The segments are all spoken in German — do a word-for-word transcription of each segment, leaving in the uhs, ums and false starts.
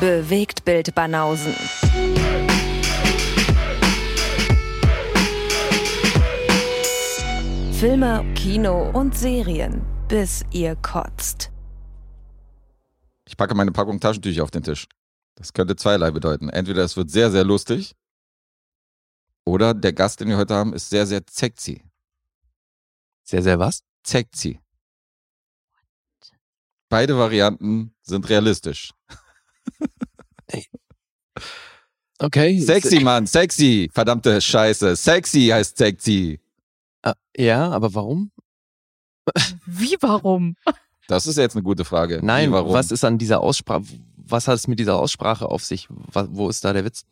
Bewegtbild Banausen. Filme, Kino und Serien, bis ihr kotzt. Ich packe meine Packung Taschentücher auf den Tisch. Das könnte zweierlei bedeuten. Entweder es wird sehr, sehr lustig oder der Gast, den wir heute haben, ist sehr, sehr sexy. Sehr, sehr was? Sexy. Beide Varianten sind realistisch. Okay. Sexy, Mann, sexy. Verdammte Scheiße. Sexy heißt sexy. Ah, ja, aber warum? Wie warum? Das ist jetzt eine gute Frage. Nein, Wie, warum? was ist an dieser Aussprache, was hat es mit dieser Aussprache auf sich? Was, wo ist da der Witz?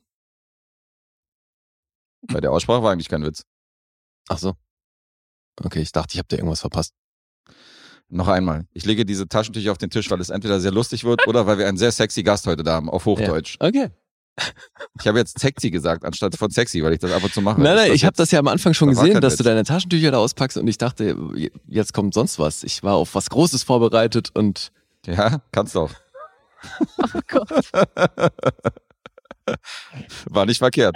Bei der Aussprache war eigentlich kein Witz. Ach so. Okay, ich dachte, ich habe da irgendwas verpasst. Noch einmal. Ich lege diese Taschentücher auf den Tisch, weil es entweder sehr lustig wird oder weil wir einen sehr sexy Gast heute da haben, auf Hochdeutsch. Ja. Okay. Ich habe jetzt sexy gesagt, anstatt von sexy, weil ich das ab und zu mache. Nein, nein, das ich habe das ja am Anfang schon das war gesehen, kein dass Witz. du deine Taschentücher da auspackst und ich dachte, jetzt kommt sonst was. Ich war auf was Großes vorbereitet und... Ja, kannst du auch. Oh Gott. War nicht verkehrt.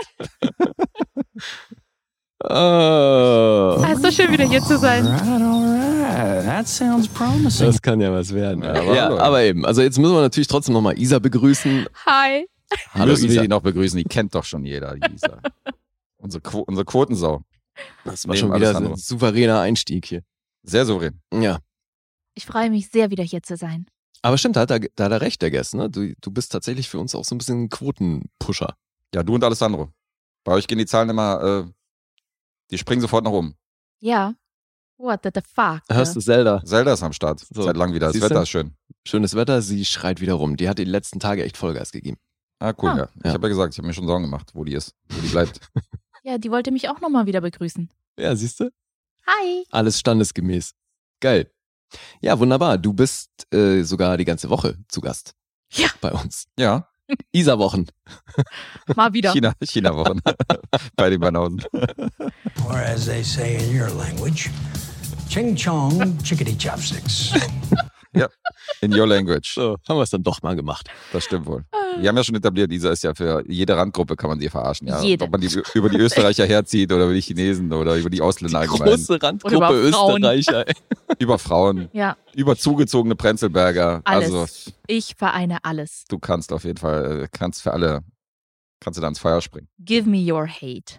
Oh, Ah, ist so schön, wieder hier zu sein. Alright, alright. That sounds promising. das kann ja was werden. Ja, Ja, aber hallo. aber eben. Also jetzt müssen wir natürlich trotzdem nochmal Isa begrüßen. Hi. Hallo, müssen wir Isa. die noch begrüßen. Die kennt doch schon jeder, die Isa. unsere, Qu- unsere Quotensau. Das war Neben schon wieder Alessandro. ein souveräner Einstieg hier. Sehr souverän. Ja. Ich freue mich sehr, wieder hier zu sein. Aber stimmt, da hat er, da hat er recht, der Guest, ne? Du, du bist tatsächlich für uns auch so ein bisschen ein Quotenpusher. Ja, du und Alessandro. Bei euch gehen die Zahlen immer, äh, die springen sofort nach oben. Ja. What the fuck? Hörst du Zelda? Zelda ist am Start. So. Seit lang wieder. Das Siehst Wetter du? ist schön. Schönes Wetter, sie schreit wieder rum. Die hat die letzten Tage echt Vollgas gegeben. Ah, cool, Ah. ja. Ich Ja. habe ja gesagt, ich habe mir schon Sorgen gemacht, wo die ist, wo die bleibt. Ja, die wollte mich auch nochmal wieder begrüßen. Ja, siehst du? Hi. Alles standesgemäß. Geil. Ja, wunderbar. Du bist äh, sogar die ganze Woche zu Gast. Ja. Bei uns. Ja, Isa-Wochen. Mal wieder. China, China-Wochen. Bei den Banausen. Or as they say in your language, ching chong chickadee chopsticks. In your language. So, haben wir es dann doch mal gemacht. Das stimmt wohl. Wir haben ja schon etabliert, Isa ist ja für jede Randgruppe kann man sie verarschen. Ja? Jede. Ob man die über die Österreicher herzieht oder über die Chinesen oder über die Ausländer allgemein. Große Randgruppe Oder über Frauen. Österreicher. Über Frauen, Ja, über zugezogene Prenzlberger. alles. Also Ich vereine alles. du kannst auf jeden Fall, äh, kannst für alle, kannst du da ins Feuer springen. Give me your hate.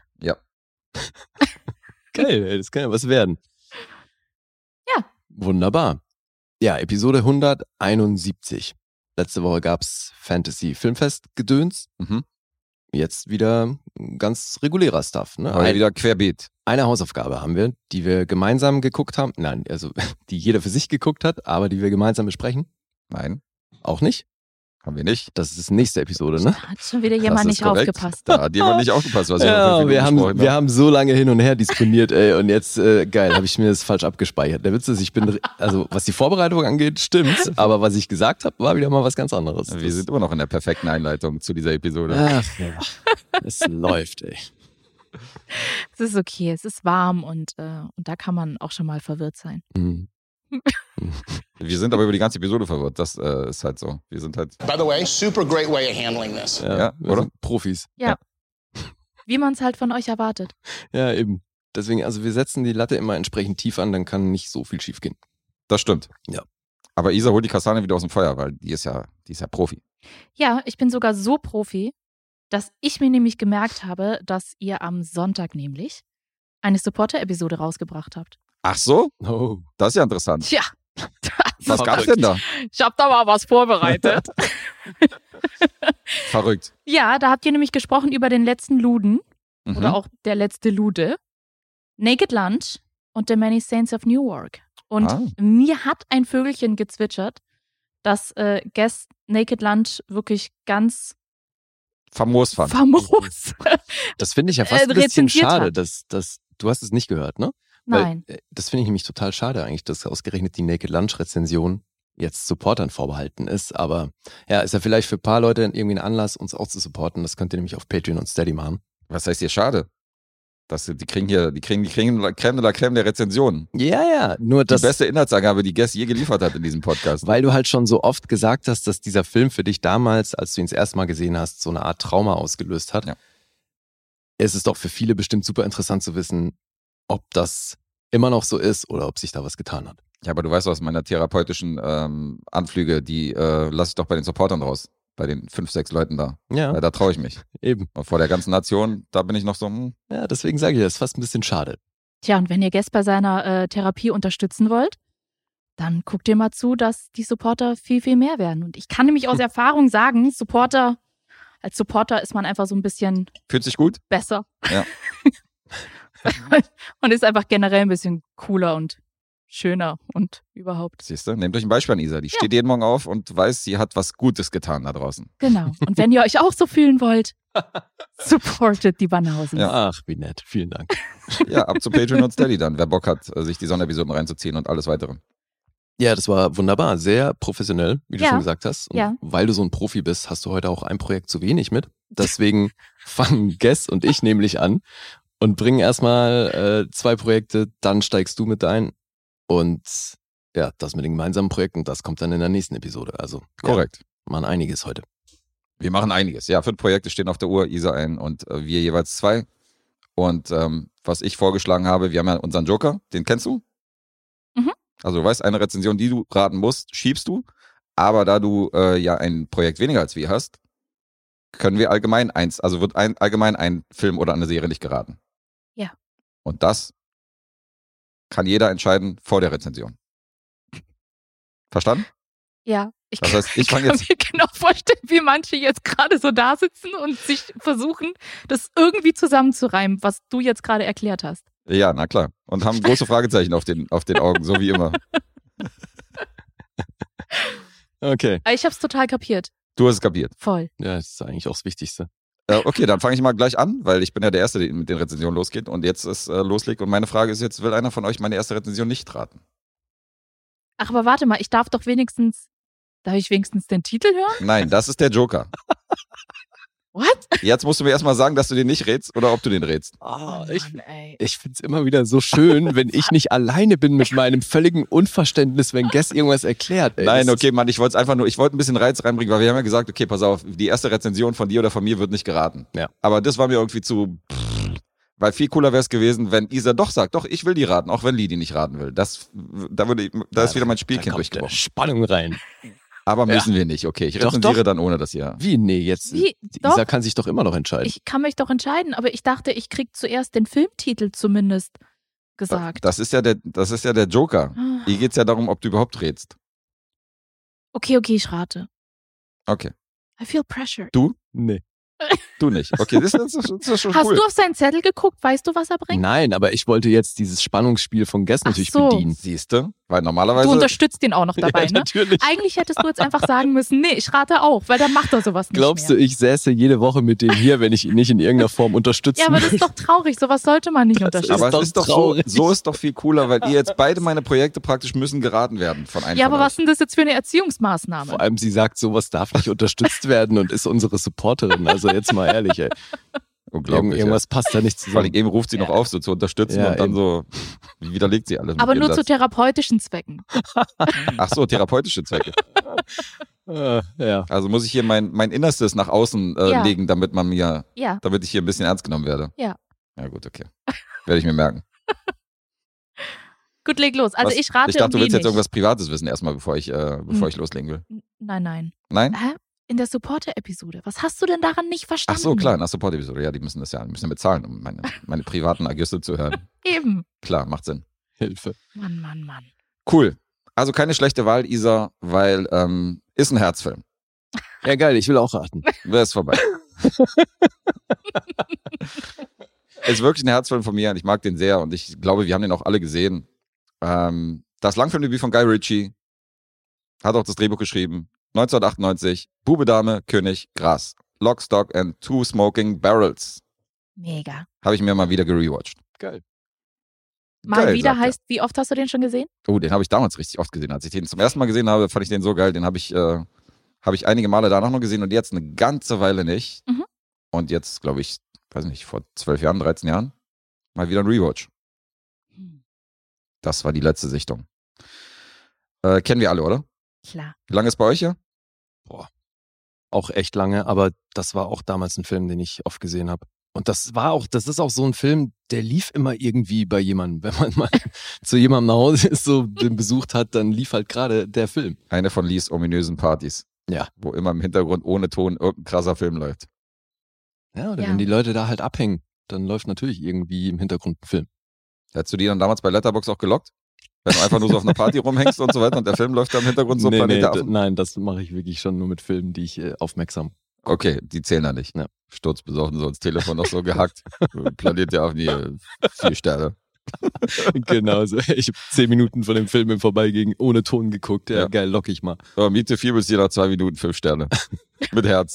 Geil, ey, das kann ja was werden. Ja. Wunderbar. Ja, Episode hunderteinundsiebzig. Letzte Woche gab's Fantasy Filmfest Gedöns. Mhm. Jetzt wieder ganz regulärer Stuff. Ne? Heute Ein, wieder querbeet. eine Hausaufgabe haben wir, die wir gemeinsam geguckt haben. Nein, also die jeder für sich geguckt hat, aber die wir gemeinsam besprechen. Nein, Auch nicht. haben wir nicht. Das ist nächste Episode, ne? Da hat schon wieder jemand Das ist nicht korrekt. aufgepasst. Da hat jemand nicht aufgepasst, was Ja, wir wir haben, besprochen wir haben so lange hin und her disponiert, ey, und jetzt, äh, geil, habe ich mir das falsch abgespeichert. Der Witz ist, ich bin, also was die Vorbereitung angeht, stimmt's, aber was ich gesagt habe, war wieder mal was ganz anderes. Wir sind immer noch in der perfekten Einleitung zu dieser Episode. Ach ja, es läuft, ey. Es ist okay, es ist warm und, äh, und da kann man auch schon mal verwirrt sein. Mhm. Wir sind aber über die ganze Episode verwirrt. Das äh, ist halt so. Wir sind halt, By the way, super great way of handling this. Ja, Ja, wir oder? sind Profis. Wie man es halt von euch erwartet. Ja, eben. Deswegen, also wir setzen die Latte immer entsprechend tief an, dann kann nicht so viel schief gehen. das stimmt. Ja. Aber Isa holt die Kastanie wieder aus dem Feuer, weil die ist ja, die ist ja Profi. Ja, ich bin sogar so Profi, dass ich mir nämlich gemerkt habe, dass ihr am Sonntag nämlich eine Supporter-Episode rausgebracht habt. Ach so? Oh. Das ist ja interessant. Tja, Was gab's denn da? ich habe da mal was vorbereitet. Verrückt. Ja, da habt ihr nämlich gesprochen über den letzten Luden Mhm. oder auch der letzte Lude, Naked Lunch und The Many Saints of Newark. Und Ah. mir hat ein Vögelchen gezwitschert, dass äh, Guest Naked Lunch wirklich ganz Famos fand. famos. Das finde ich ja fast Äh, ein bisschen rezensiert schade, hat. dass, dass du hast es nicht gehört, ne? Nein. Weil, äh, das finde ich nämlich total schade eigentlich, dass ausgerechnet die Naked Lunch Rezension jetzt Supportern vorbehalten ist. Aber ja, ist ja vielleicht für ein paar Leute irgendwie ein Anlass, uns auch zu supporten. Das könnt ihr nämlich auf Patreon und Steady machen. Was heißt hier schade? Das, die kriegen hier, die kriegen, die kriegen Crème de la Crème der Rezensionen. Ja, ja, nur Die das, beste Inhaltsangabe, die Guess je geliefert hat in diesem Podcast. weil du halt schon so oft gesagt hast, dass dieser Film für dich damals, als du ihn das erste Mal gesehen hast, so eine Art Trauma ausgelöst hat. Ja. Es ist doch für viele bestimmt super interessant zu wissen, ob das immer noch so ist oder ob sich da was getan hat. Ja, aber du weißt aus meiner therapeutischen ähm, Anflüge, die äh, lasse ich doch bei den Supportern raus. Bei den fünf, sechs Leuten da. Ja, Weil da traue ich mich. eben. Und vor der ganzen Nation, da bin ich noch so, hm, Ja, deswegen sage ich, das ist fast ein bisschen schade. Tja, und wenn ihr Guest bei seiner äh, Therapie unterstützen wollt, dann guckt ihr mal zu, dass die Supporter viel, viel mehr werden. Und ich kann nämlich aus Erfahrung sagen, Supporter, als Supporter ist man einfach so ein bisschen fühlt sich gut? besser. Ja. Man ist einfach generell ein bisschen cooler und schöner und überhaupt. Siehst du? Nehmt euch ein Beispiel an Isa. Die steht jeden Morgen auf und weiß, sie hat was Gutes getan da draußen. Genau. Und wenn ihr euch auch so fühlen wollt, supportet die Banausen. Ja. Ach, wie nett. Vielen Dank. Ja, ab zu Patreon und Steady dann, wer Bock hat, sich die Sonderepisoden reinzuziehen und alles weitere. Ja, das war wunderbar. Sehr professionell, wie du Ja. schon gesagt hast. Und Ja. weil du so ein Profi bist, hast du heute auch ein Projekt zu wenig mit. Deswegen fangen Guess und ich nämlich an und bringen erstmal äh, zwei Projekte, dann steigst du mit ein. Und ja, das mit den gemeinsamen Projekten, das kommt dann in der nächsten Episode. Also Korrekt. ja, machen einiges heute. Wir machen einiges. Ja, fünf Projekte stehen auf der Uhr, Isa ein und äh, wir jeweils zwei. Und ähm, was ich vorgeschlagen habe, wir haben ja unseren Joker, den kennst du? Mhm. Also du weißt, eine Rezension, die du raten musst, schiebst du. Aber da du äh, ja ein Projekt weniger als wir hast, können wir allgemein eins, also wird ein, allgemein ein Film oder eine Serie nicht geraten. Ja. Und das kann jeder entscheiden vor der Rezension. Verstanden? Ja. Ich Das kann, heißt, ich kann fang jetzt- mir genau vorstellen, wie manche jetzt gerade so da sitzen und sich versuchen, das irgendwie zusammenzureimen, was du jetzt gerade erklärt hast. Ja, na klar. Und haben große Fragezeichen auf den, auf den Augen, so wie immer. Okay. Aber ich hab's total kapiert. Du hast es kapiert. Voll. Ja, das ist eigentlich auch das Wichtigste. Äh, okay, dann fange ich mal gleich an, weil ich bin ja der Erste, der mit den Rezensionen losgeht und jetzt ist äh, loslegt. Und meine Frage ist jetzt, will einer von euch meine erste Rezension nicht raten? Ach, aber warte mal, ich darf doch wenigstens, darf ich wenigstens den Titel hören? Nein, das ist der Joker. What? Jetzt musst du mir erstmal sagen, dass du den nicht rätst oder ob du den rätst. Ah, Oh, ich Mann, ey. ich find's immer wieder so schön, wenn ich nicht alleine bin mit meinem völligen Unverständnis, wenn Guess irgendwas erklärt. Ey, Nein, das okay, Mann, ich wollte es einfach nur, ich wollte ein bisschen Reiz reinbringen, weil wir haben ja gesagt, okay, pass auf, die erste Rezension von dir oder von mir wird nicht geraten. Ja. Aber das war mir irgendwie zu, weil viel cooler wäre es gewesen, wenn Isa doch sagt, doch, ich will die raten, auch wenn Lee die nicht raten will. Das, da würde, ich- da ist wieder mein Da Spielkind kommt der durchgebrochen. Spannung rein. Aber müssen wir nicht, okay. Ich Doch, rezensiere doch. dann ohne das hier. Wie? Nee, jetzt. Wie? die Doch. Isa kann sich doch immer noch entscheiden. Ich kann mich doch entscheiden, aber ich dachte, ich krieg zuerst den Filmtitel zumindest gesagt. Das ist ja der, das ist ja der Joker. Ah. Hier geht's ja darum, ob du überhaupt rätst. Okay, okay, ich rate. Okay. I feel pressure. nee. Du nicht. Okay, das ist, das ist schon Hast cool. du auf seinen Zettel geguckt? Weißt du, was er bringt? Nein, aber ich wollte jetzt dieses Spannungsspiel von Guess Ach natürlich so. bedienen. Siehst du? Weil normalerweise. Du unterstützt ihn auch noch dabei, ja, ne? natürlich. Eigentlich hättest du jetzt einfach sagen müssen, nee, ich rate auch, weil dann macht er sowas nicht Glaubst mehr. du, ich säße jede Woche mit dem hier, wenn ich ihn nicht in irgendeiner Form unterstützen Ja, aber das ist doch traurig, sowas sollte man nicht Das unterstützen. aber doch es ist doch so, traurig. so ist doch viel cooler, weil ihr jetzt beide meine Projekte praktisch müssen geraten werden von einem Ja, von aber euch. was ist denn das jetzt für eine Erziehungsmaßnahme? Vor allem, sie sagt, sowas darf nicht unterstützt werden und ist unsere Supporterin. Also jetzt mal ehrlich, ey. Irgend, Unglaublich. irgendwas passt da nicht Ja. Vor allem zusammen. eben ruft sie noch auf, so zu unterstützen Ja, und dann eben. so widerlegt sie alles. mit Aber ihrem nur zu Satz. therapeutischen Zwecken. Ach so, therapeutische Zwecke. Äh, ja. Also muss ich hier mein, mein Innerstes nach außen äh, Ja. legen, damit man mir, Ja. damit ich hier ein bisschen ernst genommen werde. Ja. Ja gut, okay. Werde ich mir merken. Gut, leg los. Also Was? ich rate Ich dachte, du irgendwie willst jetzt nicht. irgendwas Privates wissen erstmal, bevor ich, äh, bevor Hm. ich loslegen will. Nein, nein. Nein? Hä? In der Supporter-Episode. Was hast du denn daran nicht Ach verstanden? so, klar, nach Support-Episode. Ja, die müssen das ja, die müssen ja bezahlen, um meine, meine privaten Ergüsse zu hören. Eben. Klar, macht Sinn. Hilfe. Mann, Mann, Mann. Cool. Also keine schlechte Wahl, Isa, weil ähm, ist ein Herzfilm. Ja, geil, ich will auch raten. Wäre es vorbei. Ist wirklich ein Herzfilm von mir und ich mag den sehr und ich glaube, wir haben den auch alle gesehen. Ähm, das Langfilmdebüt von Guy Ritchie hat auch das Drehbuch geschrieben. neunzehnhundertachtundneunzig, Bube, Dame, König, Gras. Lock, Stock and Two Smoking Barrels. Mega. Habe ich mir mal wieder gerewatcht. Geil. Mal Geil, wieder sagt er. heißt, wie oft hast du den schon gesehen? Oh, den habe ich damals richtig oft gesehen. Als ich den zum ersten Mal gesehen habe, fand ich den so geil. Den habe ich, äh, habe ich einige Male danach noch gesehen und jetzt eine ganze Weile nicht. Mhm. Und jetzt, glaube ich, weiß nicht, vor zwölf Jahren, dreizehn Jahren. mal wieder ein Rewatch. Das war die letzte Sichtung. Äh, kennen wir alle, oder? Klar. Wie lange ist bei euch hier? Boah. Auch echt lange, aber das war auch damals ein Film, den ich oft gesehen habe. Und das war auch, das ist auch so ein Film, der lief immer irgendwie bei jemandem. Wenn man mal zu jemandem nach Hause ist, so den besucht hat, dann lief halt gerade der Film. Eine von Lees ominösen Partys. Ja. Wo immer im Hintergrund ohne Ton irgendein krasser Film läuft. Ja, oder Ja. wenn die Leute da halt abhängen, dann läuft natürlich irgendwie im Hintergrund ein Film. Hättest du die dann damals bei Letterboxd auch gelockt? Wenn du einfach nur so auf einer Party rumhängst und so weiter und der Film läuft da im Hintergrund so nee, Planet nee, der d- Affen? nein, das mache ich wirklich schon nur mit Filmen, die ich äh, aufmerksam. Okay, die zählen da nicht. Ja. Sturzbesoffen, so ins Telefon noch so gehackt. Planet der Affen, hier, vier Sterne. Genau, so. Ich habe zehn Minuten von dem Film im Vorbeigehen ohne Ton geguckt. Ja, Ja. geil, lock ich mal. So, Miete vier bis hier nach zwei Minuten, fünf Sterne. Mit Herz.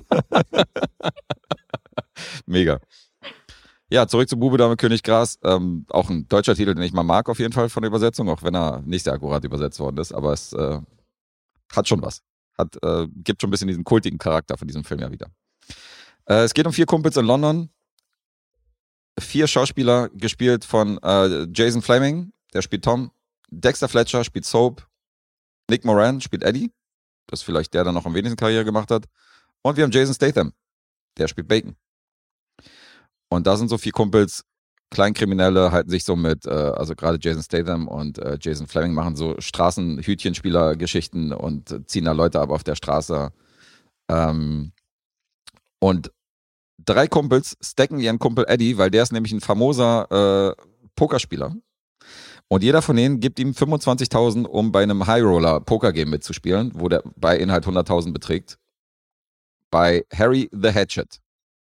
Mega. Ja, zurück zu Bube, Dame, König, Gras. Ähm, auch ein deutscher Titel, den ich mal mag auf jeden Fall von der Übersetzung, auch wenn er nicht sehr akkurat übersetzt worden ist, aber es äh, hat schon was. Hat, äh, gibt schon ein bisschen diesen kultigen Charakter von diesem Film ja wieder. Äh, es geht um vier Kumpels in London. Vier Schauspieler, gespielt von äh, Jason Fleming, der spielt Tom. Dexter Fletcher spielt Soap. Nick Moran spielt Eddie. Das ist vielleicht der, der noch am wenigsten Karriere gemacht hat. Und wir haben Jason Statham, der spielt Bacon. Und da sind so vier Kumpels, Kleinkriminelle, halten sich so mit, äh, also gerade Jason Statham und äh, Jason Fleming machen so Straßenhütchenspieler-Geschichten und äh, ziehen da Leute ab auf der Straße. Ähm, und drei Kumpels stacken ihren Kumpel Eddie, weil der ist nämlich ein famoser äh, Pokerspieler. Und jeder von denen gibt ihm fünfundzwanzigtausend, um bei einem High-Roller-Poker-Game mitzuspielen, wo der Buy-in halt hunderttausend beträgt. Bei Harry the Hatchet.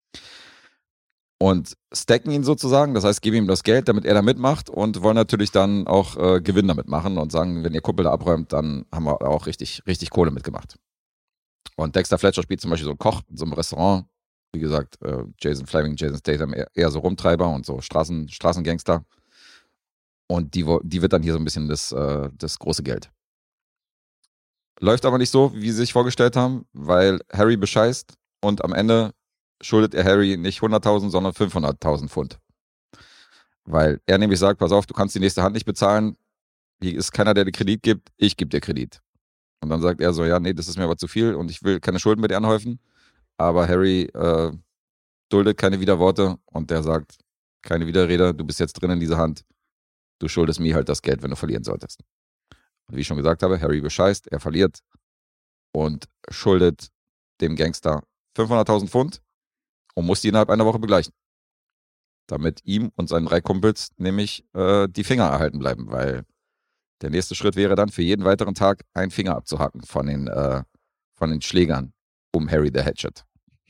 Und stacken ihn sozusagen, das heißt, geben ihm das Geld, damit er da mitmacht und wollen natürlich dann auch äh, Gewinn damit machen und sagen, wenn ihr Kumpel da abräumt, dann haben wir auch richtig, richtig Kohle mitgemacht. Und Dexter Fletcher spielt zum Beispiel so einen Koch in so einem Restaurant. Wie gesagt, äh, Jason Fleming, Jason Statham eher, eher so Rumtreiber und so Straßen, Straßengangster. Und die, wo- die wird dann hier so ein bisschen das, äh, das große Geld. Läuft aber nicht so, wie sie sich vorgestellt haben, weil Harry bescheißt und am Ende schuldet er Harry nicht hunderttausend, sondern fünfhunderttausend Pfund. Weil er nämlich sagt, pass auf, du kannst die nächste Hand nicht bezahlen, hier ist keiner, der dir Kredit gibt, ich gebe dir Kredit. Und dann sagt er so, ja, nee, das ist mir aber zu viel und ich will keine Schulden mit dir anhäufen. Aber Harry äh, duldet keine Widerworte und der sagt, keine Widerrede, du bist jetzt drin in dieser Hand, du schuldest mir halt das Geld, wenn du verlieren solltest. Und wie ich schon gesagt habe, Harry bescheißt, er verliert und schuldet dem Gangster fünfhunderttausend Pfund und muss die innerhalb einer Woche begleichen. Damit ihm und seinen drei Kumpels nämlich äh, die Finger erhalten bleiben, weil der nächste Schritt wäre dann für jeden weiteren Tag einen Finger abzuhacken von den, äh, von den Schlägern um Harry the Hatchet.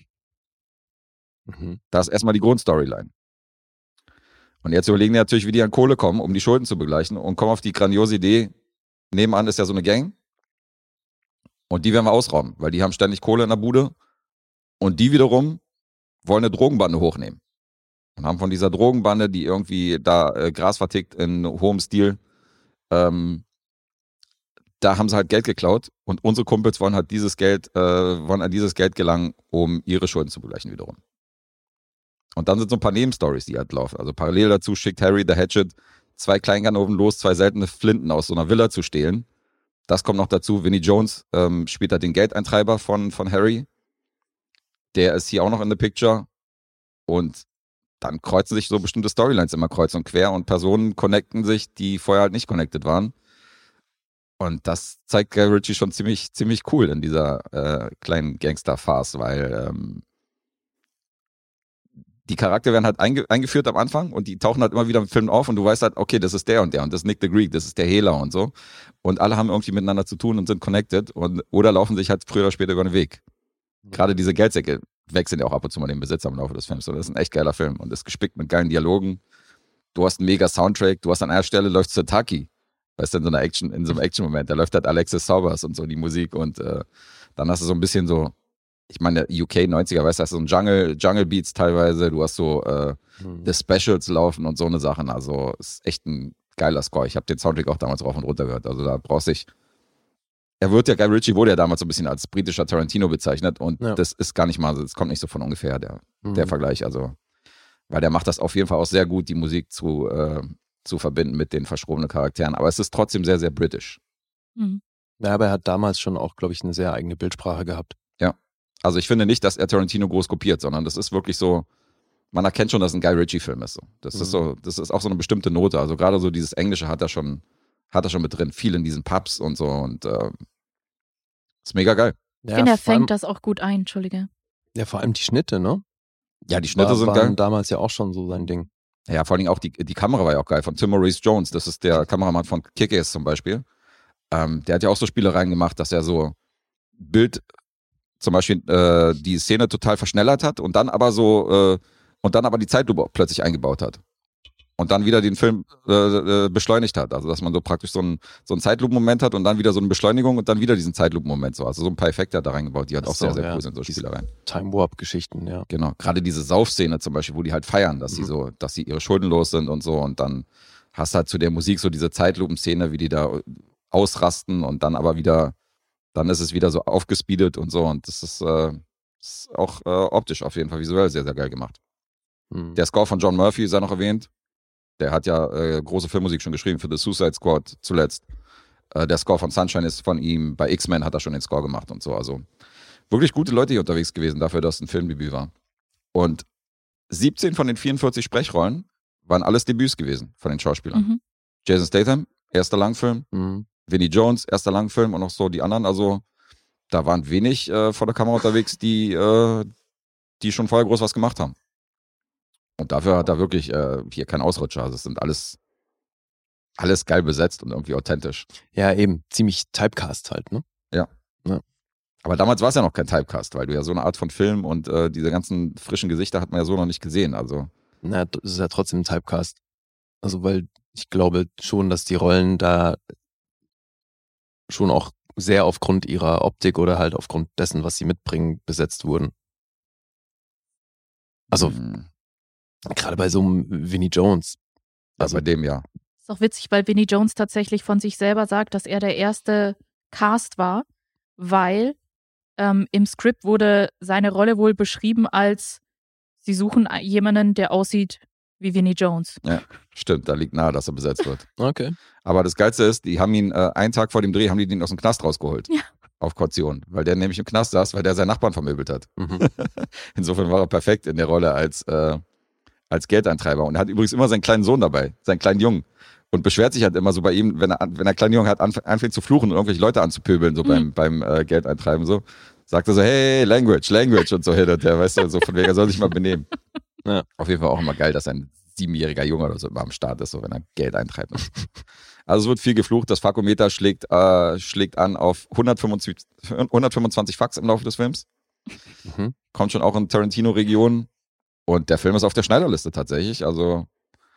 Mhm. Das ist erstmal die Grundstoryline. Und jetzt überlegen die natürlich, wie die an Kohle kommen, um die Schulden zu begleichen und kommen auf die grandiose Idee, nebenan ist ja so eine Gang und die werden wir ausrauben, weil die haben ständig Kohle in der Bude und die wiederum wollen eine Drogenbande hochnehmen und haben von dieser Drogenbande, die irgendwie da äh, Gras vertickt in hohem Stil, ähm, da haben sie halt Geld geklaut und unsere Kumpels wollen halt dieses Geld, äh, wollen an dieses Geld gelangen, um ihre Schulden zu begleichen wiederum. Und dann sind so ein paar Nebenstories, die halt laufen. Also parallel dazu schickt Harry the Hatchet zwei Kleinganoven los, zwei seltene Flinten aus so einer Villa zu stehlen. Das kommt noch dazu. Vinnie Jones ähm, spielt halt den Geldeintreiber von, von Harry. Der ist hier auch noch in the picture. Und dann kreuzen sich so bestimmte Storylines immer kreuz und quer und Personen connecten sich, die vorher halt nicht connected waren. Und das zeigt Guy Ritchie schon ziemlich, ziemlich cool in dieser äh, kleinen Gangster-Farce, weil ähm, die Charaktere werden halt einge- eingeführt am Anfang und die tauchen halt immer wieder im Film auf und du weißt halt, okay, das ist der und der und das ist Nick the Greek, das ist der Hehler und so. Und alle haben irgendwie miteinander zu tun und sind connected und oder laufen sich halt früher oder später über den Weg. Gerade diese Geldsäcke wechseln ja auch ab und zu mal den Besitzer im Laufe des Films. So, das ist ein echt geiler Film und ist gespickt mit geilen Dialogen. Du hast einen mega Soundtrack, du hast an einer Stelle läuft Sataki, weißt du, in so einer Action, in so einem Action-Moment, da läuft halt Alexis Saubers und so die Musik und äh, dann hast du so ein bisschen so, ich meine, U K neunziger, weißt du, hast so ein Jungle, Jungle Beats teilweise, du hast so äh, Mhm. The Specials laufen und so eine Sachen, also ist echt ein geiler Score. Ich habe den Soundtrack auch damals rauf und runter gehört, also da brauchst du dich, er wird ja, Guy Ritchie wurde ja damals so ein bisschen als britischer Tarantino bezeichnet und Ja. das ist gar nicht mal, das kommt nicht so von ungefähr, der, Mhm. der Vergleich, also Weil der macht das auf jeden Fall auch sehr gut, die Musik zu, äh, zu verbinden mit den verschrobenen Charakteren. Aber es ist trotzdem sehr, sehr britisch. Mhm. Ja, aber er hat damals schon auch, glaube ich, eine sehr eigene Bildsprache gehabt. Ja. Also ich finde nicht, dass er Tarantino groß kopiert, sondern das ist wirklich so, man erkennt schon, dass es ein Guy Ritchie-Film ist. So. Das Mhm. ist so, das ist auch so eine bestimmte Note. Also gerade so dieses Englische hat er schon, hat er schon mit drin. Viel in diesen Pubs und so und äh, ist mega geil. Ich Ja, finde, er vor allem, fängt das auch gut ein, Entschuldige. ja, vor allem die Schnitte, ne? Ja, die Schnitte War, sind waren geil. damals ja auch schon so sein Ding. Ja, vor allem auch die, die Kamera war ja auch geil. Von Tim Maurice Jones, das ist der Kameramann von Kick-Ass zum Beispiel. Ähm, der hat ja auch so Spielereien gemacht, dass er so Bild, zum Beispiel äh, die Szene total verschnellert hat und dann aber so, äh, und dann aber die Zeitlupe plötzlich eingebaut hat. Und dann wieder den Film äh, äh, beschleunigt hat. Also dass man so praktisch so einen so einen Zeitlupenmoment hat und dann wieder so eine Beschleunigung und dann wieder diesen Zeitlupenmoment. So. Also so ein paar Effekte hat er reingebaut, die halt Ach auch so, sehr, sehr ja. cool sind, so Diese- Spielereien. Time Warp-Geschichten, ja. Genau, gerade diese Saufszene zum Beispiel, wo die halt feiern, dass sie Mhm. so, dass sie ihre Schulden los sind und so und dann hast du halt zu der Musik so diese Zeitlupenszene, wie die da ausrasten und dann aber wieder, dann ist es wieder so aufgespeedet und so und das ist, äh, ist auch äh, optisch auf jeden Fall visuell sehr, sehr geil gemacht. Mhm. Der Score von John Murphy sei noch erwähnt, der hat ja äh, große Filmmusik schon geschrieben für The Suicide Squad zuletzt. Äh, der Score von Sunshine ist von ihm, bei X-Men hat er schon den Score gemacht und so, also wirklich gute Leute hier unterwegs gewesen dafür, dass es ein Filmdebüt war. Und siebzehn von den vierundvierzig Sprechrollen waren alles Debüts gewesen von den Schauspielern. Mhm. Jason Statham, erster Langfilm. Mhm. Vinnie Jones, erster Langfilm und noch so die anderen. Also da waren wenig äh, vor der Kamera unterwegs, die, äh, die schon vorher groß was gemacht haben. Und dafür hat er wirklich äh, hier kein Ausrutscher. Also es sind alles, alles geil besetzt und irgendwie authentisch. Ja, eben. Ziemlich Typecast halt, ne? Aber damals war es ja noch kein Typecast, weil du ja so eine Art von Film und äh, diese ganzen frischen Gesichter hat man ja so noch nicht gesehen. Also Na, das ist ja trotzdem ein Typecast. Also, weil ich glaube schon, dass die Rollen da schon auch sehr aufgrund ihrer Optik oder halt aufgrund dessen, was sie mitbringen, besetzt wurden. Also, mh, gerade bei so einem Vinnie Jones. ja, Also, bei dem ja. Ist auch witzig, weil Vinnie Jones tatsächlich von sich selber sagt, dass er der erste Cast war, weil ähm, im Skript wurde seine Rolle wohl beschrieben als, sie suchen jemanden, der aussieht wie Vinnie Jones. Stimmt, da liegt nahe, dass er besetzt wird. okay. Aber das Geilste ist, die haben ihn äh, einen Tag vor dem Dreh, haben die den aus dem Knast rausgeholt. Ja. Auf Kaution. Weil der nämlich im Knast saß, weil der seinen Nachbarn vermöbelt hat. Mhm. Insofern war er perfekt in der Rolle als, äh, als Geldeintreiber. Und er hat übrigens immer seinen kleinen Sohn dabei, seinen kleinen Jungen. Und beschwert sich halt immer so bei ihm, wenn er, wenn er kleinen Jungen hat, anf- anfängt zu fluchen und irgendwelche Leute anzupöbeln, so Mhm. beim, beim äh, Geldeintreiben. So. Sagt er so, hey, Language, Language und so hin und her, weißt du, so von wegen, er soll sich mal benehmen. Ja. Auf jeden Fall auch immer geil, dass ein siebenjähriger Junge oder so immer am Start ist, so wenn er Geld eintreibt. Also es wird viel geflucht, das Fakometer schlägt, äh, schlägt an auf hundertfünfundzwanzig, hundertfünfundzwanzig Fax im Laufe des Films. Mhm. Kommt schon auch in Tarantino-Regionen. Und der Film ist auf der Schneiderliste tatsächlich. Also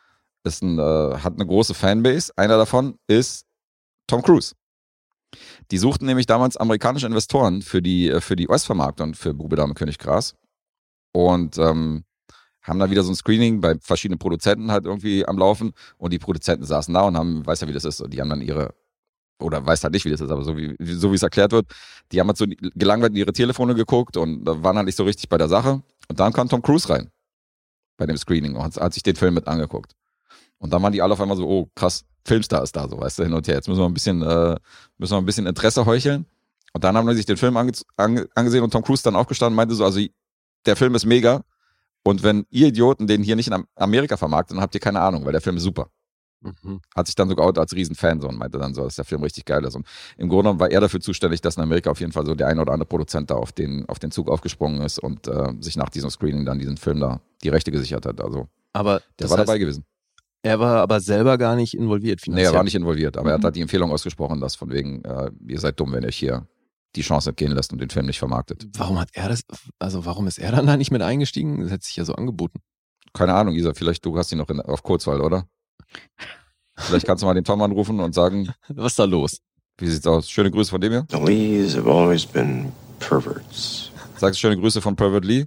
ist ein, äh, hat eine große Fanbase. Einer davon ist Tom Cruise. Die suchten nämlich damals amerikanische Investoren für die, äh, für die U S-Vermarktung für Bube, Dame, König, Gras. Und ähm, haben da wieder so ein Screening bei verschiedenen Produzenten halt irgendwie am Laufen. Und die Produzenten saßen da und haben, weiß ja, wie das ist. Und die haben dann ihre, oder weiß halt nicht, wie das ist, aber so wie, so wie es erklärt wird, die haben halt so gelangweilt in ihre Telefone geguckt und da waren halt nicht so richtig bei der Sache. Und dann kam Tom Cruise rein bei dem Screening und hat, hat sich den Film mit angeguckt. Und dann waren die alle auf einmal so, oh krass, Filmstar ist da, so, weißt du, hin und her. Jetzt müssen wir ein bisschen, äh, müssen wir ein bisschen Interesse heucheln. Und dann haben die sich den Film ange ange angesehen und Tom Cruise dann aufgestanden und meinte so, also der Film ist mega und wenn ihr Idioten den hier nicht in Amerika vermarktet, dann habt ihr keine Ahnung, weil der Film ist super. Mhm. Hat sich dann sogar out als Riesenfan so und meinte dann so, dass der Film richtig geil ist. Und im Grunde genommen war er dafür zuständig, dass in Amerika auf jeden Fall so der ein oder andere Produzent da auf den, auf den Zug aufgesprungen ist und äh, sich nach diesem Screening dann diesen Film da die Rechte gesichert hat. Also Aber der das war heißt, dabei gewesen. er war aber selber gar nicht involviert Nee, finanziell. er war nicht involviert, aber er hat Mhm. halt die Empfehlung ausgesprochen, dass von wegen, äh, ihr seid dumm, wenn ihr euch hier die Chance entgehen lässt und den Film nicht vermarktet. Warum hat er das, also warum ist er dann da nicht mit eingestiegen? Das hätte sich ja so angeboten. Keine Ahnung, Isa, vielleicht du hast ihn noch in, auf Kurzwahl, oder? Vielleicht kannst du mal den Tom anrufen und sagen, Was ist da los? wie sieht's aus? Schöne Grüße von dem hier. The Lees have always been perverts. Sagst schöne Grüße von Pervert Lee.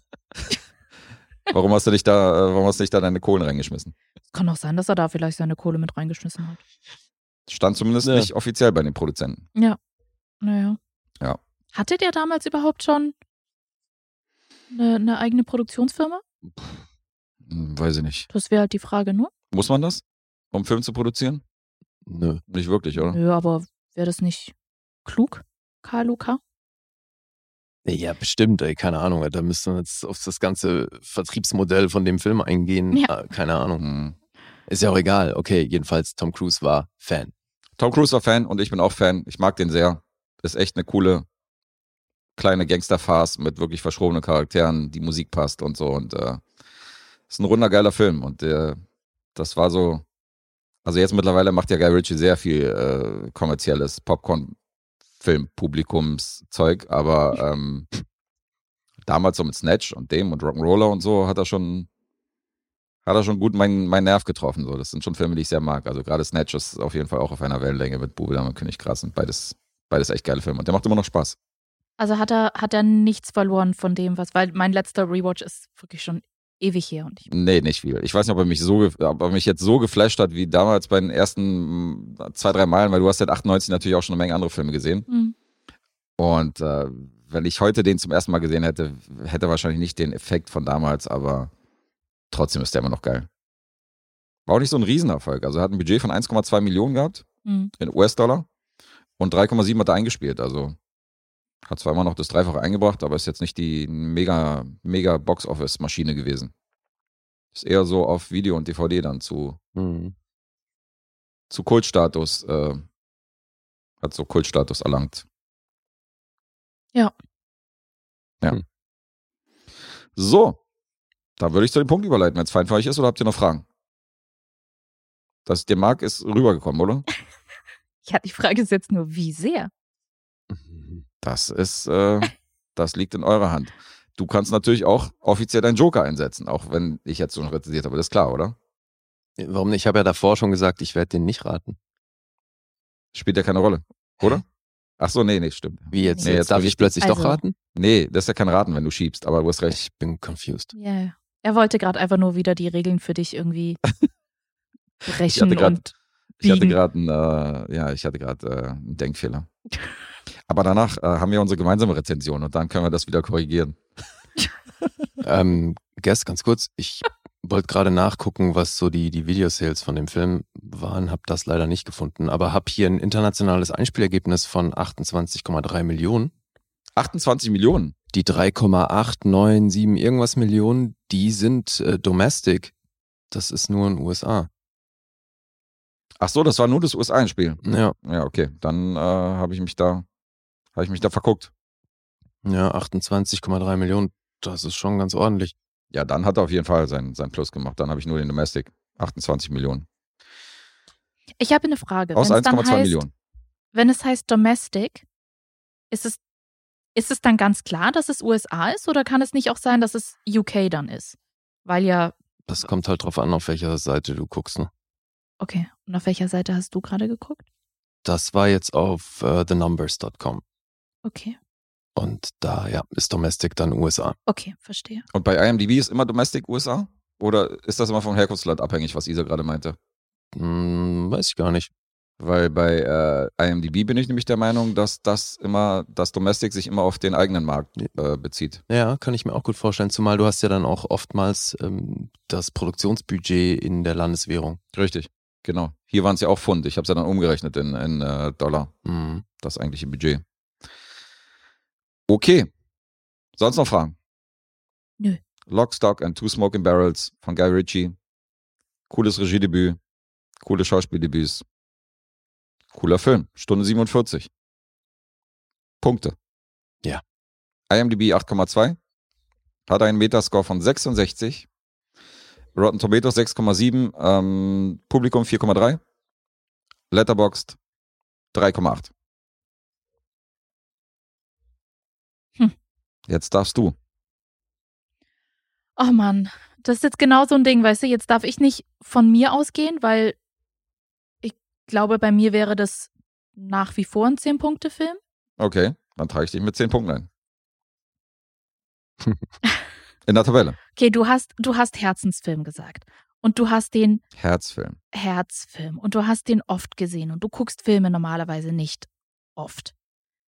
Warum hast du dich da, äh, warum hast du dich da deine Kohlen reingeschmissen? Kann auch sein, dass er da vielleicht seine Kohle mit reingeschmissen hat. Stand zumindest Ja. nicht offiziell bei den Produzenten. Naja. Ja. Hatte der damals überhaupt schon eine, eine eigene Produktionsfirma? Hm, weiß ich nicht. Das wäre halt die Frage, ne? Muss man das, um einen Film zu produzieren? Nö. Nicht wirklich, oder? Nö, aber wäre das nicht klug, Karl Luca? Ja, bestimmt, ey, keine Ahnung. Da müsste man jetzt auf das ganze Vertriebsmodell von dem Film eingehen. Ja. Äh, keine Ahnung. Hm. Ist ja auch egal. Okay, jedenfalls Tom Cruise war Fan. Tom Cruise war Fan und ich bin auch Fan. Ich mag den sehr. Ist echt eine coole kleine Gangster-Farce mit wirklich verschrobenen Charakteren. Die Musik passt und so. Und äh, ist ein runder, geiler Film. Und äh, das war so. Also jetzt mittlerweile macht ja Guy Ritchie sehr viel äh, kommerzielles Popcorn-Film-Publikumszeug. Aber ähm, damals so mit Snatch und dem und Rock'n'Roller und so hat er schon. Hat er schon gut meinen mein Nerv getroffen. So. Das sind schon Filme, die ich sehr mag. Also gerade Snatch ist auf jeden Fall auch auf einer Wellenlänge mit Bubbeldam und König Krass. Und beides, beides echt geile Filme. Und der macht immer noch Spaß. Also hat er, hat er nichts verloren von dem, was, weil mein letzter Rewatch ist wirklich schon ewig her. Und ich, Nee, nicht viel. Ich weiß nicht, ob er mich so, ge- ob er mich jetzt so geflasht hat wie damals bei den ersten mm, zwei, drei Malen, weil du hast seit achtundneunzig natürlich auch schon eine Menge andere Filme gesehen. hm. Und äh, wenn ich heute den zum ersten Mal gesehen hätte, hätte er wahrscheinlich nicht den Effekt von damals, aber trotzdem ist der immer noch geil. War auch nicht so ein Riesenerfolg. Also er hat ein Budget von eins Komma zwei Millionen gehabt Hm. in U S-Dollar und drei Komma sieben hat er eingespielt. Also hat zwar immer noch das Dreifache eingebracht, aber ist jetzt nicht die mega, mega Box-Office-Maschine gewesen. Ist eher so auf Video und D V D dann zu, Mhm. zu Kultstatus, äh, hat so Kultstatus erlangt. Ja. Ja. Hm. So, da würde ich zu dem Punkt überleiten, wenn es fein für euch ist, oder habt ihr noch Fragen? Das der Marc ist rübergekommen, oder? Ja, die Frage ist jetzt nur, wie sehr? Das ist, äh, das liegt in eurer Hand. Du kannst natürlich auch offiziell deinen Joker einsetzen, auch wenn ich jetzt schon rezensiert habe, das ist klar, oder? Warum nicht? Ich habe ja davor schon gesagt, ich werde den nicht raten. Spielt ja keine Rolle, oder? Ach so, nee, nee, stimmt. Wie jetzt? Nee, jetzt jetzt darf bin ich ich- plötzlich Also- doch raten? Nee, das ist ja kein Raten, wenn du schiebst, aber du hast recht. Ich bin confused. Ja, ja. Er wollte gerade einfach nur wieder die Regeln für dich irgendwie brechen hatte grad- und Ich hatte biegen. gerade einen, äh, ja, ich hatte gerade äh, einen Denkfehler. Aber danach äh, haben wir unsere gemeinsame Rezension und dann können wir das wieder korrigieren. Ähm, Guess, ganz kurz, ich wollte gerade nachgucken, was so die, die Videosales von dem Film waren, habe das leider nicht gefunden, aber habe hier ein internationales Einspielergebnis von achtundzwanzig Komma drei Millionen. achtundzwanzig Millionen. Die drei Komma acht neun sieben irgendwas Millionen, die sind äh, domestic. Das ist nur in den U S A. Ach so, das war nur das U S A-Einspiel. Ja, Ja, okay. Dann äh, habe ich mich da, habe ich mich da verguckt. ja, achtundzwanzig Komma drei Millionen, das ist schon ganz ordentlich. Ja, dann hat er auf jeden Fall sein, sein Plus gemacht. Dann habe ich nur den Domestic. achtundzwanzig Millionen. Ich habe eine Frage. Aus Wenn es dann eins Komma zwei heißt, Millionen. wenn es heißt Domestic, ist es, ist es dann ganz klar, dass es U S A ist oder kann es nicht auch sein, dass es U K dann ist? Weil ja, Das kommt halt drauf an, auf welcher Seite du guckst. Ne? okay, und auf welcher Seite hast du gerade geguckt? Das war jetzt auf äh, the numbers dot com. Okay, Und da, ja, ist Domestic dann U S A. okay, verstehe. Und bei I M D B ist immer Domestic U S A? Oder ist das immer vom Herkunftsland abhängig, was Isa gerade meinte? Hm, weiß ich gar nicht. Weil bei äh, I M D B bin ich nämlich der Meinung, dass das immer, das Domestic sich immer auf den eigenen Markt äh, bezieht. Ja, kann ich mir auch gut vorstellen. Zumal du hast ja dann auch oftmals ähm, das Produktionsbudget in der Landeswährung. Richtig, genau. Hier waren es ja auch Pfund. Ich habe es ja dann umgerechnet in, in äh, Dollar, Mhm. das eigentliche Budget. Okay. Sonst noch Fragen? Nö. Lock, Stock and Two Smoking Barrels von Guy Ritchie. Cooles Regiedebüt. Coole Schauspieldebüts. Cooler Film. Stunde siebenundvierzig. Punkte. Ja. I M D B acht Komma zwei. Hat einen Metascore von sechsundsechzig. Rotten Tomatoes sechs Komma sieben. Ähm, Publikum vier Komma drei. Letterboxd drei Komma acht. Hm. Jetzt darfst du. Oh Mann, das ist jetzt genau so ein Ding, weißt du, jetzt darf ich nicht von mir ausgehen, weil ich glaube, bei mir wäre das nach wie vor ein zehn-Punkte-Film. Okay, dann trage ich dich mit zehn Punkten ein. In der Tabelle. Okay, du hast, du hast Herzensfilm gesagt. Und du hast den Herzfilm. Herzfilm. Und du hast den oft gesehen. Und du guckst Filme normalerweise nicht oft.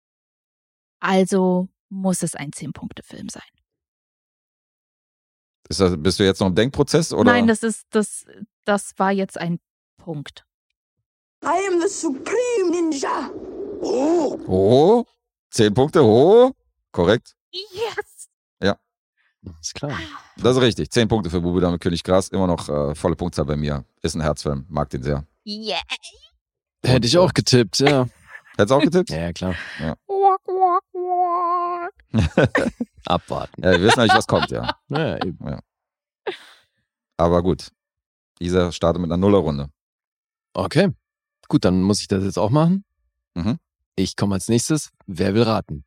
Also muss es ein zehn-Punkte-Film sein. Ist das, bist du jetzt noch im Denkprozess? Oder? Nein, das ist, das, das war jetzt ein Punkt. I am the Supreme Ninja. Oh. Oh. Zehn Punkte. Oh. Korrekt. Yes! Ja. Ist klar. Das ist richtig. Zehn Punkte für Bube Dame König Gras. Immer noch äh, volle Punktzahl bei mir. Ist ein Herzfilm. Mag den sehr. Yeah. Hätte ich auch getippt, ja. Hättest du auch getippt? Ja, klar. Ja. Walk, walk, walk. Abwarten. Ja, wir wissen eigentlich, was kommt, ja. Naja, eben. ja. Aber gut. Isa startet mit einer Nullerrunde. Okay. Gut, dann muss ich das jetzt auch machen. Mhm. Ich komme als nächstes. Wer will raten?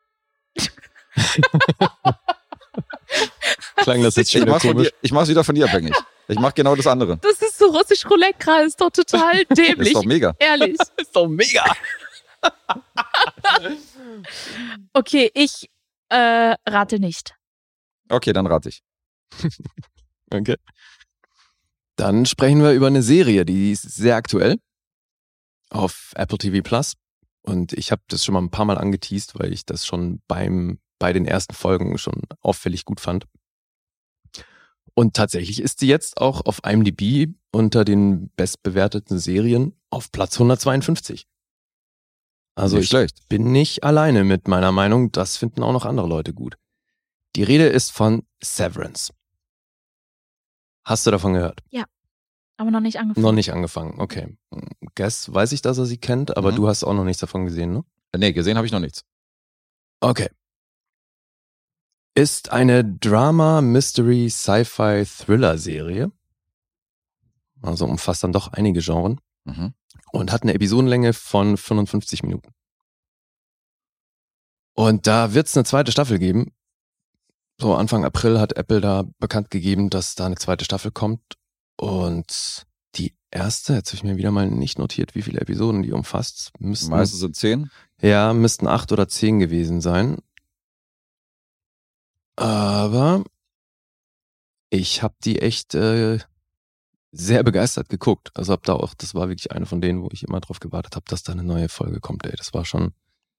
Klang das jetzt schon Ich wieder mach's, von komisch? dir, ich mach's wieder von dir abhängig. Ich mach genau das andere. Das ist so russisch Roulette gerade, ist doch total Das dämlich. ist doch mega. Ehrlich. ist doch mega. Okay, ich äh, rate nicht. Okay, dann rate ich. Okay. Dann sprechen wir über eine Serie, die ist sehr aktuell auf Apple T V Plus. Und ich habe das schon mal ein paar Mal angeteast, weil ich das schon beim bei den ersten Folgen schon auffällig gut fand. Und tatsächlich ist sie jetzt auch auf I M D B unter den bestbewerteten Serien auf Platz hundertzweiundfünfzig. Also Nicht ich schlecht. bin nicht alleine mit meiner Meinung, das finden auch noch andere Leute gut. Die Rede ist von Severance. Hast du davon gehört? Aber noch nicht angefangen. Noch nicht angefangen, okay. Guess, weiß ich, dass er sie kennt, aber Mhm. du hast auch noch nichts davon gesehen, ne? Nee, gesehen habe ich noch nichts. Okay. Ist eine Drama, Mystery, Sci-Fi, Thriller-Serie. Also umfasst dann doch einige Genres Mhm. und hat eine Episodenlänge von fünfundfünfzig Minuten. Und da wird es eine zweite Staffel geben. So Anfang April hat Apple da bekannt gegeben, dass da eine zweite Staffel kommt. Und die erste, jetzt habe ich mir wieder mal nicht notiert, wie viele Episoden die umfasst. Müssten, Meistens sind zehn. ja, müssten acht oder zehn gewesen sein. Aber ich habe die echt äh, sehr begeistert geguckt. Also hab da auch, das war wirklich eine von denen, wo ich immer drauf gewartet habe, dass da eine neue Folge kommt. Ey, das war schon,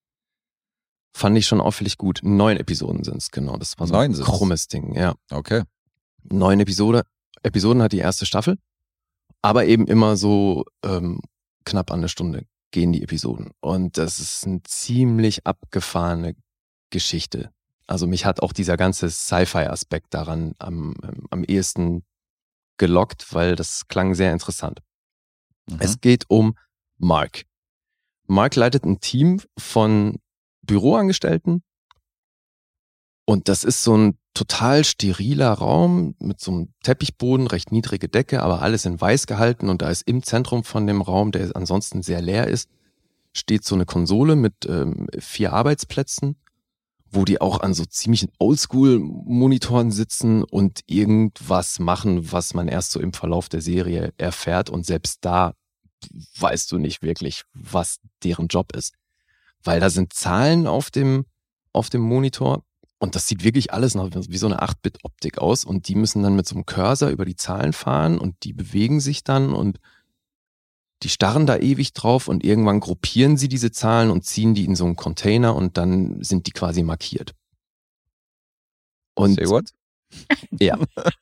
fand ich schon auffällig gut. Neun Episoden sind's, genau. Das war so Neun ein sind's. krummes Ding, ja. Okay. Neun Episode, Episoden hat die erste Staffel, aber eben immer so ähm, knapp an eine Stunde gehen die Episoden. Und das ist eine ziemlich abgefahrene Geschichte. Also mich hat auch dieser ganze Sci-Fi-Aspekt daran am, ähm, am ehesten gelockt, weil das klang sehr interessant. Mhm. Es geht um Mark. Mark leitet ein Team von Büroangestellten und das ist so ein total steriler Raum mit so einem Teppichboden, recht niedrige Decke, aber alles in weiß gehalten und da ist im Zentrum von dem Raum, der ansonsten sehr leer ist, steht so eine Konsole mit ähm, vier Arbeitsplätzen, wo die auch an so ziemlichen Oldschool-Monitoren sitzen und irgendwas machen, was man erst so im Verlauf der Serie erfährt und selbst da weißt du nicht wirklich, was deren Job ist. Weil da sind Zahlen auf dem, auf dem Monitor und das sieht wirklich alles nach wie so eine acht-Bit-Optik aus und die müssen dann mit so einem Cursor über die Zahlen fahren und die bewegen sich dann und die starren da ewig drauf und irgendwann gruppieren sie diese Zahlen und ziehen die in so einen Container und dann sind die quasi markiert. Und Say what? ja,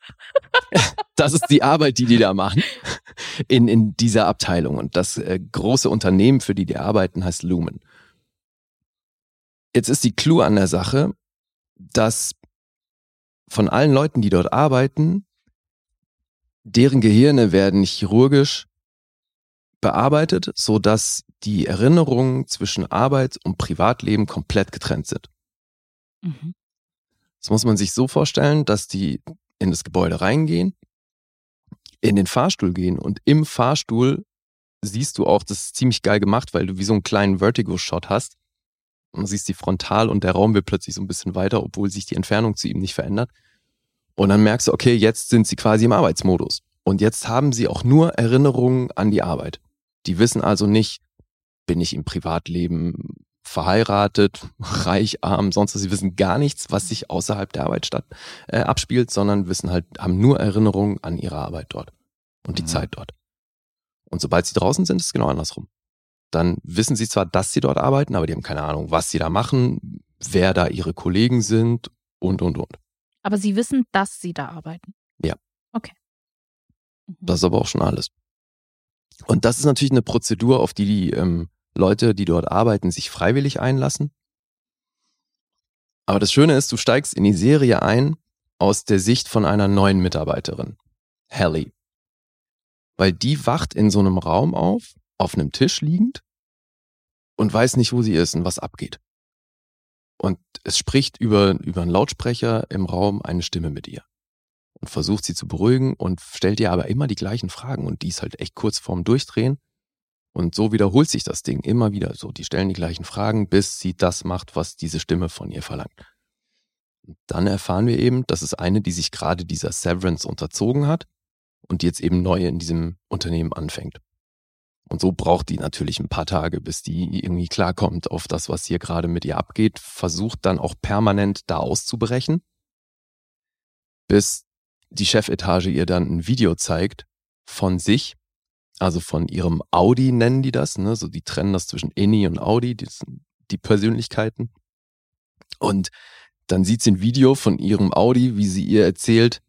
das ist die Arbeit, die die da machen in, in dieser Abteilung. Und das äh, große Unternehmen, für die die arbeiten, heißt Lumen. Jetzt ist die Clou an der Sache, dass von allen Leuten, die dort arbeiten, deren Gehirne werden chirurgisch bearbeitet, sodass die Erinnerungen zwischen Arbeit und Privatleben komplett getrennt sind. Mhm. Das muss man sich so vorstellen, dass die in das Gebäude reingehen, in den Fahrstuhl gehen und im Fahrstuhl siehst du auch, das ist ziemlich geil gemacht, weil du wie so einen kleinen Vertigo-Shot hast und siehst die frontal und der Raum wird plötzlich so ein bisschen weiter, obwohl sich die Entfernung zu ihm nicht verändert. Und dann merkst du, okay, jetzt sind sie quasi im Arbeitsmodus. Und jetzt haben sie auch nur Erinnerungen an die Arbeit. Die wissen also nicht, bin ich im Privatleben verheiratet, reich, arm, sonst was. Sie wissen gar nichts, was sich außerhalb der Arbeit statt, äh, abspielt, sondern wissen halt, haben nur Erinnerungen an ihre Arbeit dort und die Mhm. Zeit dort. Und sobald sie draußen sind, ist es genau andersrum. Dann wissen sie zwar, dass sie dort arbeiten, aber die haben keine Ahnung, was sie da machen, wer da ihre Kollegen sind und, und, und. Aber sie wissen, dass sie da arbeiten? Ja. Okay. Mhm. Das ist aber auch schon alles. Und das ist natürlich eine Prozedur, auf die die ähm, Leute, die dort arbeiten, sich freiwillig einlassen. Aber das Schöne ist, du steigst in die Serie ein aus der Sicht von einer neuen Mitarbeiterin, Hallie. Weil die wacht in so einem Raum auf, auf einem Tisch liegend und weiß nicht, wo sie ist und was abgeht. Und es spricht über, über einen Lautsprecher im Raum eine Stimme mit ihr und versucht sie zu beruhigen und stellt ihr aber immer die gleichen Fragen und die ist halt echt kurz vorm Durchdrehen und so wiederholt sich das Ding immer wieder so. Die stellen die gleichen Fragen, bis sie das macht, was diese Stimme von ihr verlangt. Und dann erfahren wir eben, das ist eine, die sich gerade dieser Severance unterzogen hat und die jetzt eben neu in diesem Unternehmen anfängt. Und so braucht die natürlich ein paar Tage, bis die irgendwie klarkommt auf das, was hier gerade mit ihr abgeht, versucht dann auch permanent da auszubrechen, bis die Chefetage ihr dann ein Video zeigt von sich, also von ihrem Audi nennen die das, ne? So die trennen das zwischen Inni und Audi, die, die Persönlichkeiten. Und dann sieht sie ein Video von ihrem Audi, wie sie ihr erzählt,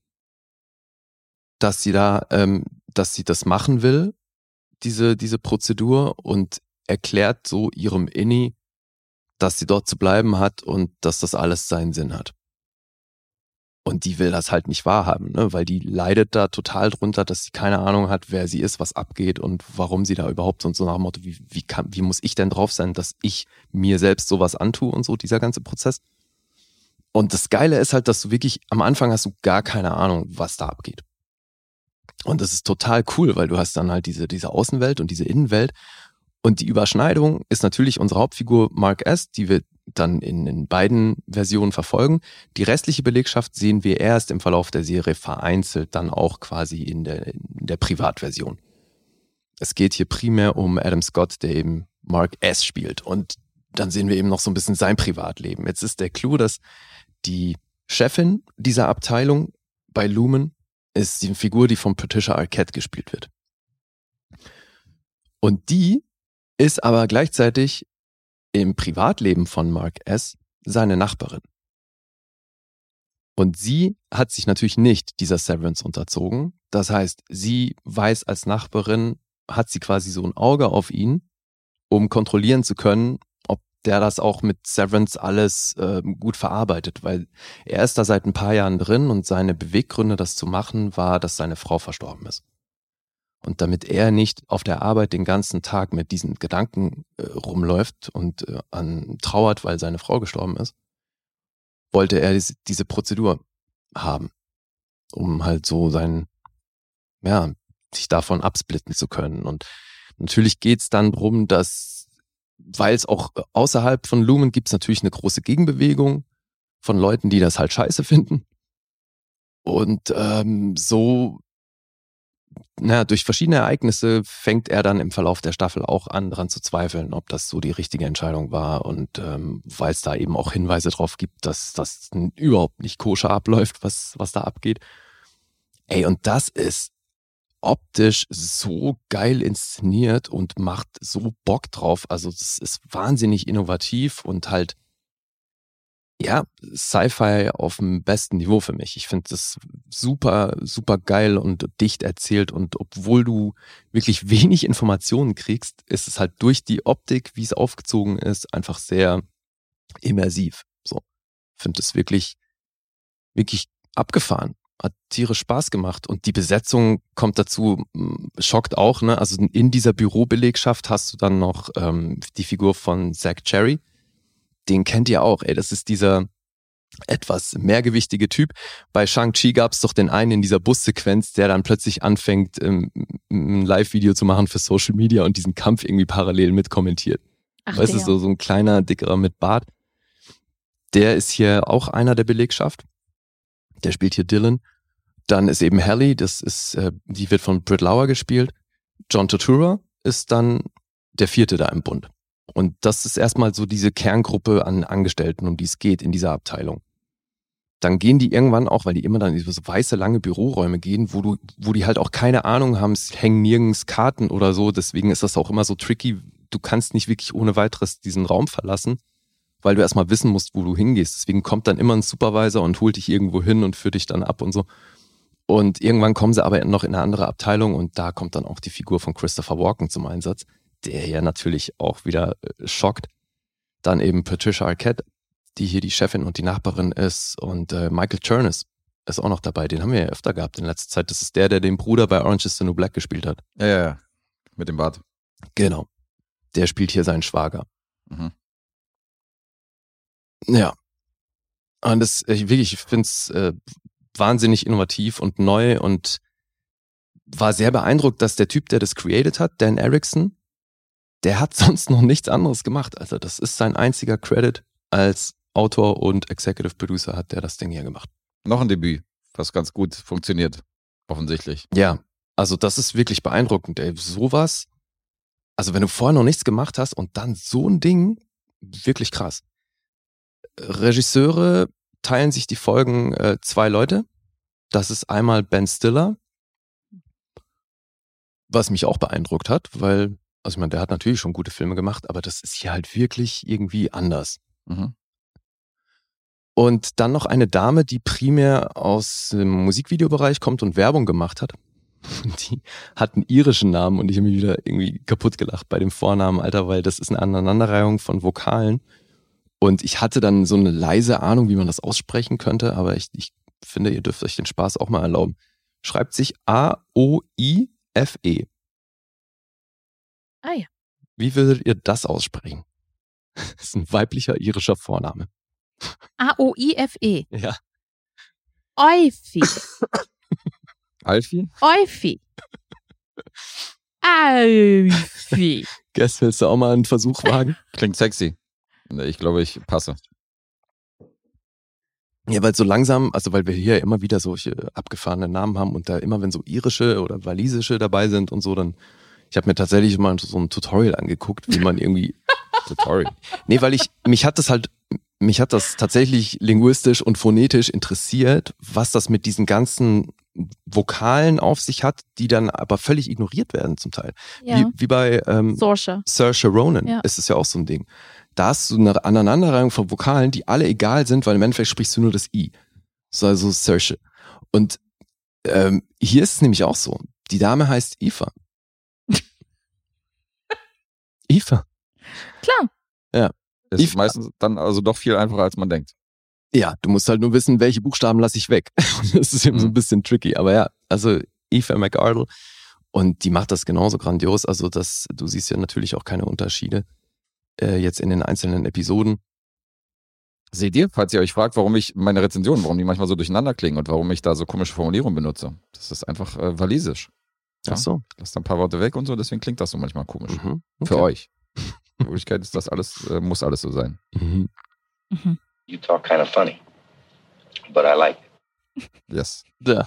dass sie da, ähm, dass sie das machen will, diese, diese Prozedur und erklärt so ihrem Inni, dass sie dort zu bleiben hat und dass das alles seinen Sinn hat. Und die will das halt nicht wahrhaben, ne? Weil die leidet da total drunter, dass sie keine Ahnung hat, wer sie ist, was abgeht und warum sie da überhaupt so, und so nach dem Motto, wie, wie, kann, wie muss ich denn drauf sein, dass ich mir selbst sowas antue und so, dieser ganze Prozess. Und das Geile ist halt, dass du wirklich, am Anfang hast du gar keine Ahnung, was da abgeht. Und das ist total cool, weil du hast dann halt diese, diese Außenwelt und diese Innenwelt. Und die Überschneidung ist natürlich unsere Hauptfigur Mark S., die wir dann in, in beiden Versionen verfolgen. Die restliche Belegschaft sehen wir erst im Verlauf der Serie vereinzelt, dann auch quasi in der, in der Privatversion. Es geht hier primär um Adam Scott, der eben Mark S. spielt. Und dann sehen wir eben noch so ein bisschen sein Privatleben. Jetzt ist der Clou, dass die Chefin dieser Abteilung bei Lumen ist die Figur, die von Patricia Arquette gespielt wird. Und die ist aber gleichzeitig im Privatleben von Mark S. seine Nachbarin. Und sie hat sich natürlich nicht dieser Severance unterzogen. Das heißt, sie weiß als Nachbarin, hat sie quasi so ein Auge auf ihn, um kontrollieren zu können, ob der das auch mit Severance alles äh, gut verarbeitet. Weil er ist da seit ein paar Jahren drin und seine Beweggründe, das zu machen, war, dass seine Frau verstorben ist. Und damit er nicht auf der Arbeit den ganzen Tag mit diesen Gedanken äh, rumläuft und äh, an trauert, weil seine Frau gestorben ist, wollte er diese, diese Prozedur haben, um halt so sein, ja, sich davon absplitten zu können. Und natürlich geht's dann drum, dass, weil es auch außerhalb von Lumen gibt es natürlich eine große Gegenbewegung von Leuten, die das halt scheiße finden. Und ähm, so Na, durch verschiedene Ereignisse fängt er dann im Verlauf der Staffel auch an, daran zu zweifeln, ob das so die richtige Entscheidung war. Und ähm, weil es da eben auch Hinweise drauf gibt, dass das überhaupt nicht koscher abläuft, was, was da abgeht. Ey, und das ist optisch so geil inszeniert und macht so Bock drauf. Also das ist wahnsinnig innovativ und halt, ja, Sci-Fi auf dem besten Niveau für mich. Ich finde das super, super geil und dicht erzählt und obwohl du wirklich wenig Informationen kriegst, ist es halt durch die Optik, wie es aufgezogen ist, einfach sehr immersiv. So, finde es wirklich, wirklich abgefahren. Hat tierisch Spaß gemacht und die Besetzung kommt dazu, schockt auch, ne? Also in dieser Bürobelegschaft hast du dann noch ähm, die Figur von Zach Cherry. Den kennt ihr auch, ey, das ist dieser etwas mehrgewichtige Typ. Bei Shang-Chi gab es doch den einen in dieser Bussequenz, der dann plötzlich anfängt, ähm, ein Live-Video zu machen für Social Media und diesen Kampf irgendwie parallel mit kommentiert. Ach, weißt du, so, so ein kleiner, dickerer mit Bart. Der ist hier auch einer der Belegschaft. Der spielt hier Dylan. Dann ist eben Hallie, das ist, äh, die wird von Britt Lauer gespielt. John Turturro ist dann der vierte da im Bund. Und das ist erstmal so diese Kerngruppe an Angestellten, um die es geht in dieser Abteilung. Dann gehen die irgendwann auch, weil die immer dann in so weiße, lange Büroräume gehen, wo du, wo die halt auch keine Ahnung haben, es hängen nirgends Karten oder so, deswegen ist das auch immer so tricky. Du kannst nicht wirklich ohne weiteres diesen Raum verlassen, weil du erstmal wissen musst, wo du hingehst. Deswegen kommt dann immer ein Supervisor und holt dich irgendwo hin und führt dich dann ab und so. Und irgendwann kommen sie aber noch in eine andere Abteilung und da kommt dann auch die Figur von Christopher Walken zum Einsatz, der ja natürlich auch wieder äh, schockt. Dann eben Patricia Arquette, die hier die Chefin und die Nachbarin ist, und äh, Michael Chernus ist auch noch dabei. Den haben wir ja öfter gehabt in letzter Zeit. Das ist der, der den Bruder bei Orange is the New Black gespielt hat. Ja, ja, ja. Mit dem Bart. Genau. Der spielt hier seinen Schwager. Mhm. Ja. Und das, ich wirklich, ich finde es äh, wahnsinnig innovativ und neu und war sehr beeindruckt, dass der Typ, der das created hat, Dan Erickson, der hat sonst noch nichts anderes gemacht. Also das ist sein einziger Credit als Autor und Executive Producer, hat der das Ding hier gemacht. Noch ein Debüt, was ganz gut funktioniert, offensichtlich. Ja, also das ist wirklich beeindruckend, ey. Sowas, also wenn du vorher noch nichts gemacht hast und dann so ein Ding, wirklich krass. Regisseure teilen sich die Folgen äh, zwei Leute. Das ist einmal Ben Stiller, was mich auch beeindruckt hat, weil, also ich meine, der hat natürlich schon gute Filme gemacht, aber das ist hier halt wirklich irgendwie anders. Mhm. Und dann noch eine Dame, die primär aus dem Musikvideobereich kommt und Werbung gemacht hat. Die hat einen irischen Namen und ich habe mich wieder irgendwie kaputt gelacht bei dem Vornamen, Alter, weil das ist eine Aneinanderreihung von Vokalen. Und ich hatte dann so eine leise Ahnung, wie man das aussprechen könnte, aber ich, ich finde, ihr dürft euch den Spaß auch mal erlauben. Schreibt sich A O I F E. Ah ja. Wie würdet ihr das aussprechen? Das ist ein weiblicher irischer Vorname. A O I F E. Ja. Eufi. Alfie? Eufi. Eufi. Guess, willst du auch mal einen Versuch wagen? Klingt sexy. Ich glaube, ich passe. Ja, weil so langsam, also weil wir hier immer wieder solche abgefahrene Namen haben und da immer, wenn so irische oder walisische dabei sind und so, dann, ich habe mir tatsächlich mal so ein Tutorial angeguckt, wie man irgendwie... Tutorial? Nee, weil ich, mich hat das halt, mich hat das tatsächlich linguistisch und phonetisch interessiert, was das mit diesen ganzen Vokalen auf sich hat, die dann aber völlig ignoriert werden zum Teil. Ja. Wie, wie bei ähm, Saoirse. Saoirse Ronan Ja. ist es ja auch so ein Ding. Da hast du eine Aneinanderreihung von Vokalen, die alle egal sind, weil im Endeffekt sprichst du nur das I. So, also Saoirse. Und ähm, hier ist es nämlich auch so. Die Dame heißt Aoife. Aoife. Klar. Ja. Ist Ich- meistens dann also doch viel einfacher, als man denkt. Ja, du musst halt nur wissen, welche Buchstaben lasse ich weg. Das ist eben so ein bisschen tricky. Aber ja, also Aoife McArdle. Und die macht das genauso grandios. Also das, du siehst ja natürlich auch keine Unterschiede äh, jetzt in den einzelnen Episoden. Seht ihr, falls ihr euch fragt, warum ich meine Rezensionen, warum die manchmal so durcheinander klingen und warum ich da so komische Formulierungen benutze. Das ist einfach äh, walisisch. Ja? Ach so. Lass da ein paar Worte weg und so, deswegen klingt das so manchmal komisch. Mhm. Für Okay. euch. In Wirklichkeit ist das alles, äh, muss alles so sein. Mhm. Mhm. You talk kind of funny, but I like it. Yes. Ja.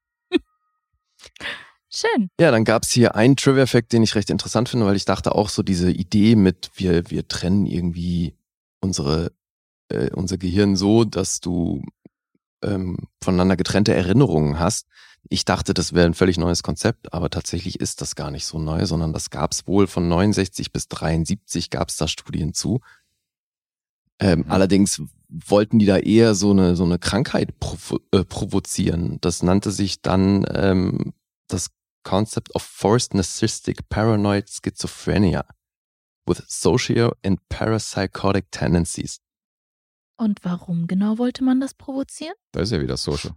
Schön. Ja, dann gab's hier einen Trivia-Fact, den ich recht interessant finde, weil ich dachte auch so diese Idee mit, wir, wir trennen irgendwie unsere, äh, unser Gehirn so, dass du ähm, voneinander getrennte Erinnerungen hast. Ich dachte, das wäre ein völlig neues Konzept, aber tatsächlich ist das gar nicht so neu, sondern das gab's wohl von neunundsechzig bis dreiundsiebzig gab's da Studien zu. Ähm, Mhm. Allerdings wollten die da eher so eine, so eine Krankheit provo äh, provozieren. Das nannte sich dann ähm, das Concept of Forced Narcissistic Paranoid Schizophrenia with Socio- and Parapsychotic Tendencies. Und warum genau wollte man das provozieren? Da ist ja wieder Social.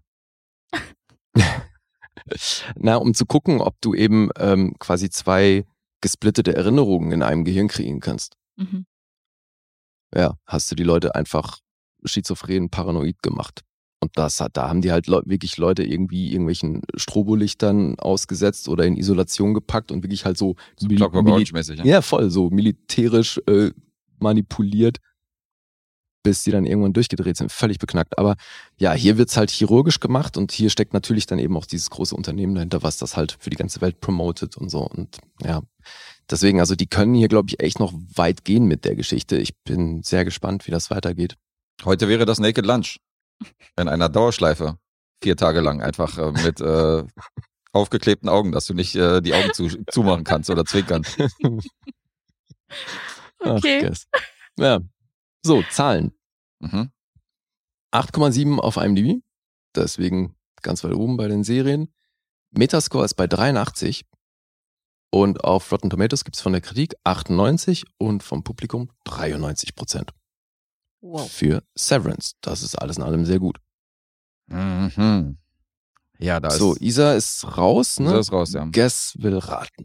Na, um zu gucken, ob du eben ähm, quasi zwei gesplittete Erinnerungen in einem Gehirn kriegen kannst. Mhm. Ja, hast du die Leute einfach schizophren, paranoid gemacht. Und das hat, da haben die halt Leu- wirklich Leute irgendwie irgendwelchen Strobolichtern ausgesetzt oder in Isolation gepackt und wirklich halt so, So mili- Clockwork mili- Orange-mäßig. Ja? ja, voll, so militärisch äh, manipuliert, bis die dann irgendwann durchgedreht sind. Völlig beknackt. Aber ja, hier wird's halt chirurgisch gemacht und hier steckt natürlich dann eben auch dieses große Unternehmen dahinter, was das halt für die ganze Welt promotet und so. Und ja, deswegen, also die können hier, glaube ich, echt noch weit gehen mit der Geschichte. Ich bin sehr gespannt, wie das weitergeht. Heute wäre das Naked Lunch. In einer Dauerschleife. Vier Tage lang. Einfach äh, mit äh, aufgeklebten Augen, dass du nicht äh, die Augen zu, zumachen kannst oder zwinkern. Okay. Ach, Guess. Ja, So, Zahlen. Mhm. acht Komma sieben auf IMDb, deswegen ganz weit oben bei den Serien. Metascore ist bei dreiundachtzig und auf Rotten Tomatoes gibt's von der Kritik achtundneunzig und vom Publikum dreiundneunzig Prozent. Wow. Für Severance. Das ist alles in allem sehr gut. Mhm. Ja, da So, ist... Isa ist raus, ne? Isa ist raus, ja. Guess will raten.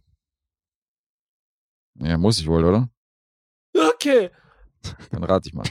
Ja, muss ich wohl, oder? Okay. Dann rate ich mal.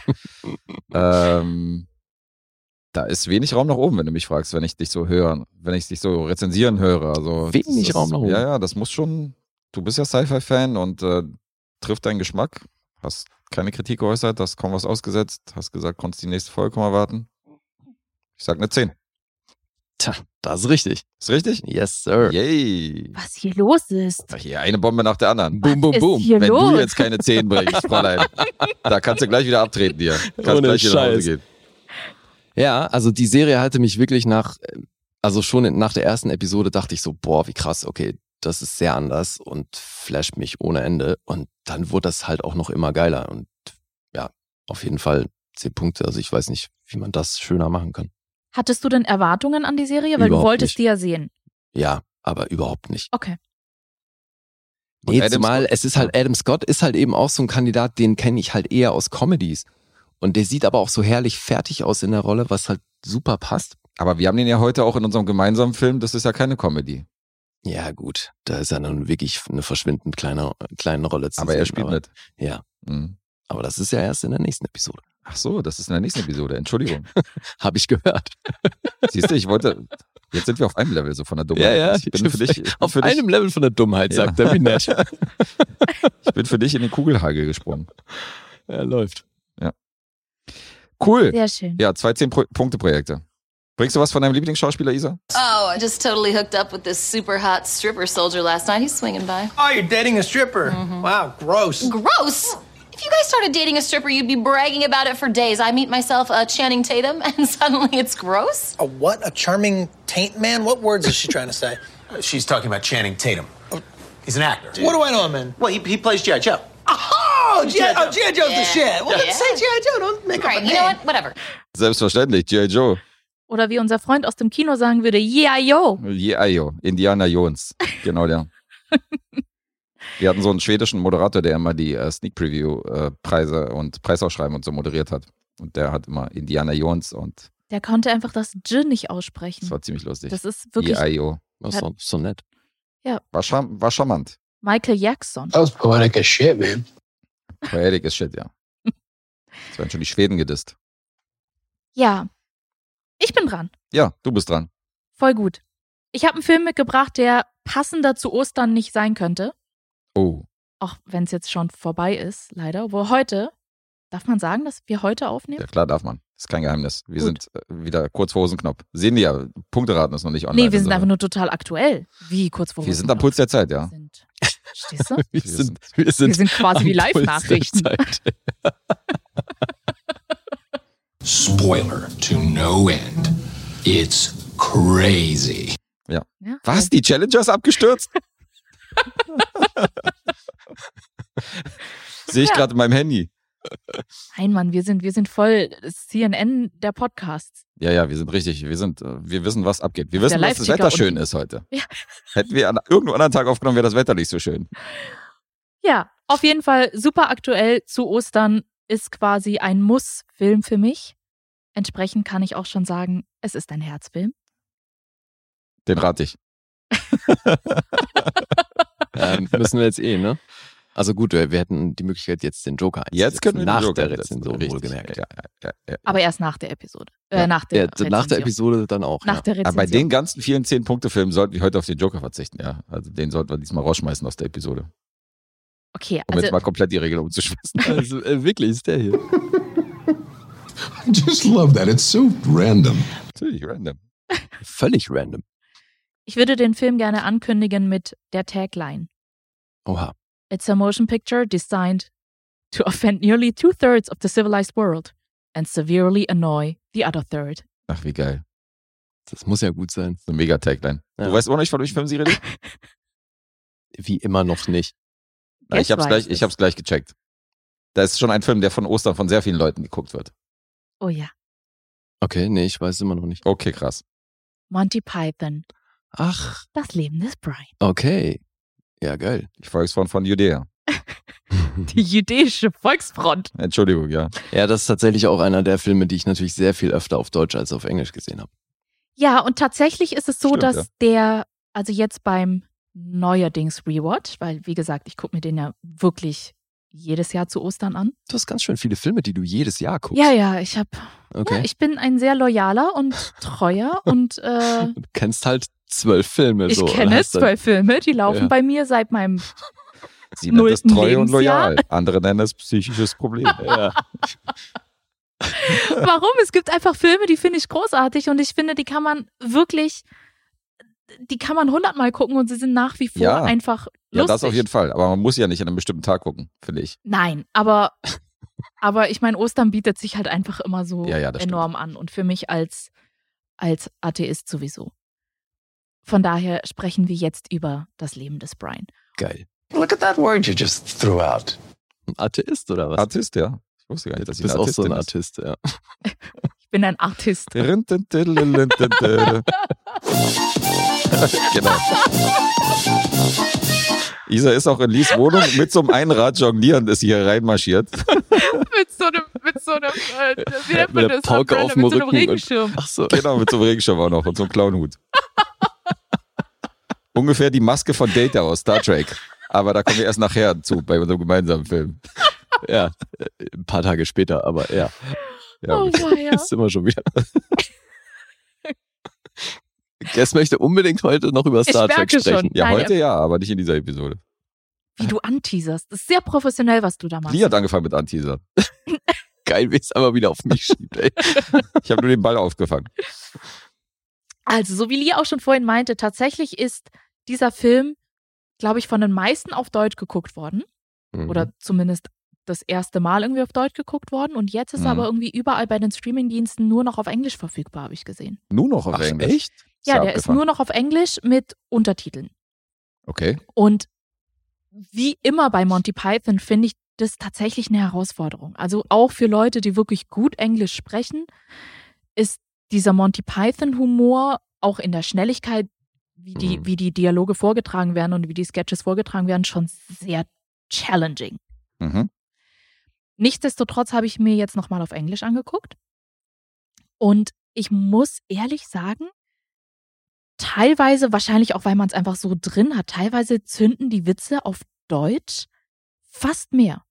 ähm, da ist wenig Raum nach oben, wenn du mich fragst, wenn ich dich so höre, wenn ich dich so rezensieren höre. Also, Wenig das, Raum nach oben. Ja, ja, das muss schon, du bist ja Sci-Fi-Fan und äh, trifft deinen Geschmack. Hast keine Kritik geäußert, hast kaum was ausgesetzt, hast gesagt, konntest die nächste Folge kaum erwarten. Ich sag eine zehn. Tja, das ist richtig. Ist richtig? Yes, sir. Yay. Was hier los ist. Hier eine Bombe nach der anderen. Boom, boom, ist boom. hier Wenn los? du jetzt keine zehn bringst, Fräulein, da kannst du gleich wieder abtreten hier. Kannst Ohne gleich wieder nach Hause Scheiß. gehen. Ja, also die Serie hatte mich wirklich nach, also schon nach der ersten Episode dachte ich so, boah, wie krass, okay, das ist sehr anders und flasht mich ohne Ende. Und dann wurde das halt auch noch immer geiler. Und ja, auf jeden Fall zehn Punkte. Also ich weiß nicht, wie man das schöner machen kann. Hattest du denn Erwartungen an die Serie? Weil Überhaupt du wolltest nicht. die ja sehen. Ja, aber überhaupt nicht. Okay. Und Nee, Adam zumal Scott- es ist halt, Adam Scott ist halt eben auch so ein Kandidat, den kenne ich halt eher aus Comedies. Und der sieht aber auch so herrlich fertig aus in der Rolle, was halt super passt. Aber wir haben den ja heute auch in unserem gemeinsamen Film, das ist ja keine Comedy. Ja gut, da ist er dann wirklich eine verschwindend kleine, kleine Rolle zu Aber sehen. er spielt aber, mit. Ja, Mhm. aber das ist ja erst in der nächsten Episode. Ach so, das ist in der nächsten Episode. Entschuldigung. Habe ich gehört. Siehst du, ich wollte, jetzt sind wir auf einem Level so von der Dummheit. Ich bin für dich, ich bin auf für dich, einem Level von der Dummheit, Ja. sagt er, wie nett. ich bin für dich in den Kugelhagel gesprungen. Er läuft. Cool. Sehr schön. Ja, zwei zehn-Punkte-Projekte. Bringst du was von deinem Lieblingsschauspieler, Isa? Oh, I just totally hooked up with this super hot stripper soldier last night. He's swinging by. Oh, you're dating a stripper. Wow, gross. Gross! If you guys started dating a stripper, you'd be bragging about it for days. I meet myself uh, Channing Tatum, and suddenly it's gross? A what? A charming taint man? What words is she trying to say? She's talking about Channing Tatum. He's an actor. What do I know him in? Well, he, he plays G I. Joe. Oh, G I. Oh, G I. Joe's the Yeah. shit. Well, Yeah. let's say G I. Joe. Don't make All up a right, you know name. what? Whatever. Selbstverständlich, G I. Joe. Oder wie unser Freund aus dem Kino sagen würde, yeah, yo. Yeah, yo. Indiana Jones. Genau der. Wir hatten so einen schwedischen Moderator, der immer die äh, Sneak Preview äh, Preise und Preisausschreiben und so moderiert hat. Und der hat immer Indiana Jones und Der konnte einfach das J nicht aussprechen. das war ziemlich lustig. Das ist wirklich G I. Joe. Das ist so, so nett. War, charm war charmant. Michael Jackson. That was poetic as shit, man. Poetic ist shit, ja. Das werden schon die Schweden gedisst. Ja. Ich bin dran. Ja, du bist dran. Voll gut. Ich habe einen Film mitgebracht, der passender zu Ostern nicht sein könnte. Oh. Auch wenn es jetzt schon vorbei ist, leider. Wo heute, darf man sagen, dass wir heute aufnehmen? Ja, klar darf man. Das ist kein Geheimnis. Wir Gut. sind äh, wieder kurz vor Hosenknopf. Sehen die ja, Punkteraten ist noch nicht online. Nee, wir sind Also, einfach nur total aktuell. Wie kurz vor Wir sind am Puls der Zeit, ja. Wir sind, stehst du? Wir Wir sind, sind- wir sind, Wir sind quasi wie am Puls der Live-Nachrichten. Zeit. Spoiler to no end. It's crazy. Ja, Was? Die Challenger ist abgestürzt? Sehe ich Ja. gerade in meinem Handy. Nein, Mann, wir sind, wir sind voll das C N N der Podcasts. Ja, ja, wir sind richtig. Wir sind, äh, wir wissen, was abgeht. Wir Der wissen, dass das Live-Ticker Wetter schön unten. ist heute. Ja. Hätten wir an irgendeinem anderen Tag aufgenommen, wäre das Wetter nicht so schön. Ja, auf jeden Fall super aktuell zu Ostern, ist quasi ein Muss-Film für mich. Entsprechend kann ich auch schon sagen, es ist ein Herzfilm. Den rate ich. Ähm, müssen wir jetzt eh, ne? Also gut, wir, wir hätten die Möglichkeit, jetzt den Joker einzusetzen. Jetzt können wir den nach Joker der einsetzen, Rezension, richtig. wohlgemerkt. Ja, ja, ja, ja. Aber erst nach der Episode. Äh, Ja. nach der Ja, nach der Rezension. Episode dann auch. Nach ja. der Aber Rezension. bei den ganzen vielen zehn-Punkte-Filmen sollten wir heute auf den Joker verzichten, ja. Also den sollten wir diesmal rausschmeißen aus der Episode. Okay, Um jetzt also mal komplett die Regel umzuschmeißen. Also äh, wirklich, ist der hier. I just love that. It's so random. Natürlich, random. Völlig random. ich würde den Film gerne ankündigen mit der Tagline. Oha. It's a motion picture designed to offend nearly two-thirds of the civilized world and severely annoy the other third. Ach, wie geil. Das muss ja gut sein. So ein Mega-Tagline. Ja. Du weißt auch nicht, von welchem Film sie redet? Wie immer noch nicht. Na, ich Guess hab's gleich, weiß ich es. hab's gleich gecheckt. Da ist schon ein Film, der von Ostern von sehr vielen Leuten geguckt wird. Oh ja. Okay, nee, ich weiß es immer noch nicht. Okay, krass. Monty Python. Ach. Das Leben des Brian. Okay. Ja, geil. Die Volksfront von Judäa. Die jüdische Volksfront. Entschuldigung, ja. Ja, das ist tatsächlich auch einer der Filme, die ich natürlich sehr viel öfter auf Deutsch als auf Englisch gesehen habe. Ja, und tatsächlich ist es so, Stimmt, dass ja. der, also jetzt beim neuerdings Rewatch, weil wie gesagt, ich gucke mir den ja wirklich jedes Jahr zu Ostern an. Du hast ganz schön viele Filme, die du jedes Jahr guckst. Ja, ja, ich habe, Okay. ja, ich bin ein sehr loyaler und treuer und äh, Du kennst halt zwölf Filme. ich so, kenne hast dann- zwölf Filme, die laufen Ja. bei mir seit meinem Sie nennt es nullten treu und Lebensjahr. loyal. Andere nennen es psychisches Problem. Ja. Warum? Es gibt einfach Filme, die finde ich großartig und ich finde, die kann man wirklich, die kann man hundertmal gucken und sie sind nach wie vor Ja. einfach Ja, lustig. das auf jeden Fall. Aber man muss ja nicht an einem bestimmten Tag gucken, finde ich. Nein, aber, aber ich meine, Ostern bietet sich halt einfach immer so Ja, ja, das enorm an und für mich als, als Atheist sowieso. Von daher sprechen wir jetzt über das Leben des Brian. Geil. Look at that word you just threw out. Ein Atheist oder was? Artist, ja. Ich wusste gar nicht, dass Du ich bist eine auch so ein Artistin ist. Artist, ja. Ich bin ein Artist. Genau. Isa ist auch in Lies Wohnung mit so einem Einrad jonglierend, ist hier reinmarschiert. mit so einem, mit so einem, äh, wie nennt man Mit der das? Pauke Umbrella, auf dem mit so einem Rücken und- Regenschirm. Ach so. Genau, mit so einem Regenschirm auch noch und so einem Clownhut. Ungefähr die Maske von Data aus Star Trek. Aber da kommen wir erst nachher zu, bei unserem gemeinsamen Film. Ja, äh, ein paar Tage später, aber ja. Ja, Oh, weia. Ist immer schon wieder. Guess möchte unbedingt heute noch über Star Ich Trek merke sprechen. schon. ja Nein, heute ja, aber nicht in dieser Episode. Wie du anteaserst. Das ist sehr professionell, was du da machst. Lee hat angefangen mit Anteaser. Geil, wie es aber wieder auf mich schiebt, ey. Ich habe nur den Ball aufgefangen. Also, so wie Lee auch schon vorhin meinte, tatsächlich ist dieser Film, glaube ich, von den meisten auf Deutsch geguckt worden. Mhm. Oder zumindest das erste Mal irgendwie auf Deutsch geguckt worden. Und jetzt ist Mhm. er aber irgendwie überall bei den Streamingdiensten nur noch auf Englisch verfügbar, habe ich gesehen. Nur noch auf Ach, Englisch. echt? Ja, der ist abgefahren. nur noch auf Englisch mit Untertiteln. Okay. Und wie immer bei Monty Python finde ich das tatsächlich eine Herausforderung. Also auch für Leute, die wirklich gut Englisch sprechen, ist dieser Monty Python-Humor auch in der Schnelligkeit, wie die, Mhm. wie die Dialoge vorgetragen werden und wie die Sketches vorgetragen werden, schon sehr challenging. Mhm. Nichtsdestotrotz habe ich mir jetzt nochmal auf Englisch angeguckt. Und ich muss ehrlich sagen, teilweise, wahrscheinlich auch, weil man es einfach so drin hat, teilweise zünden die Witze auf Deutsch fast mehr.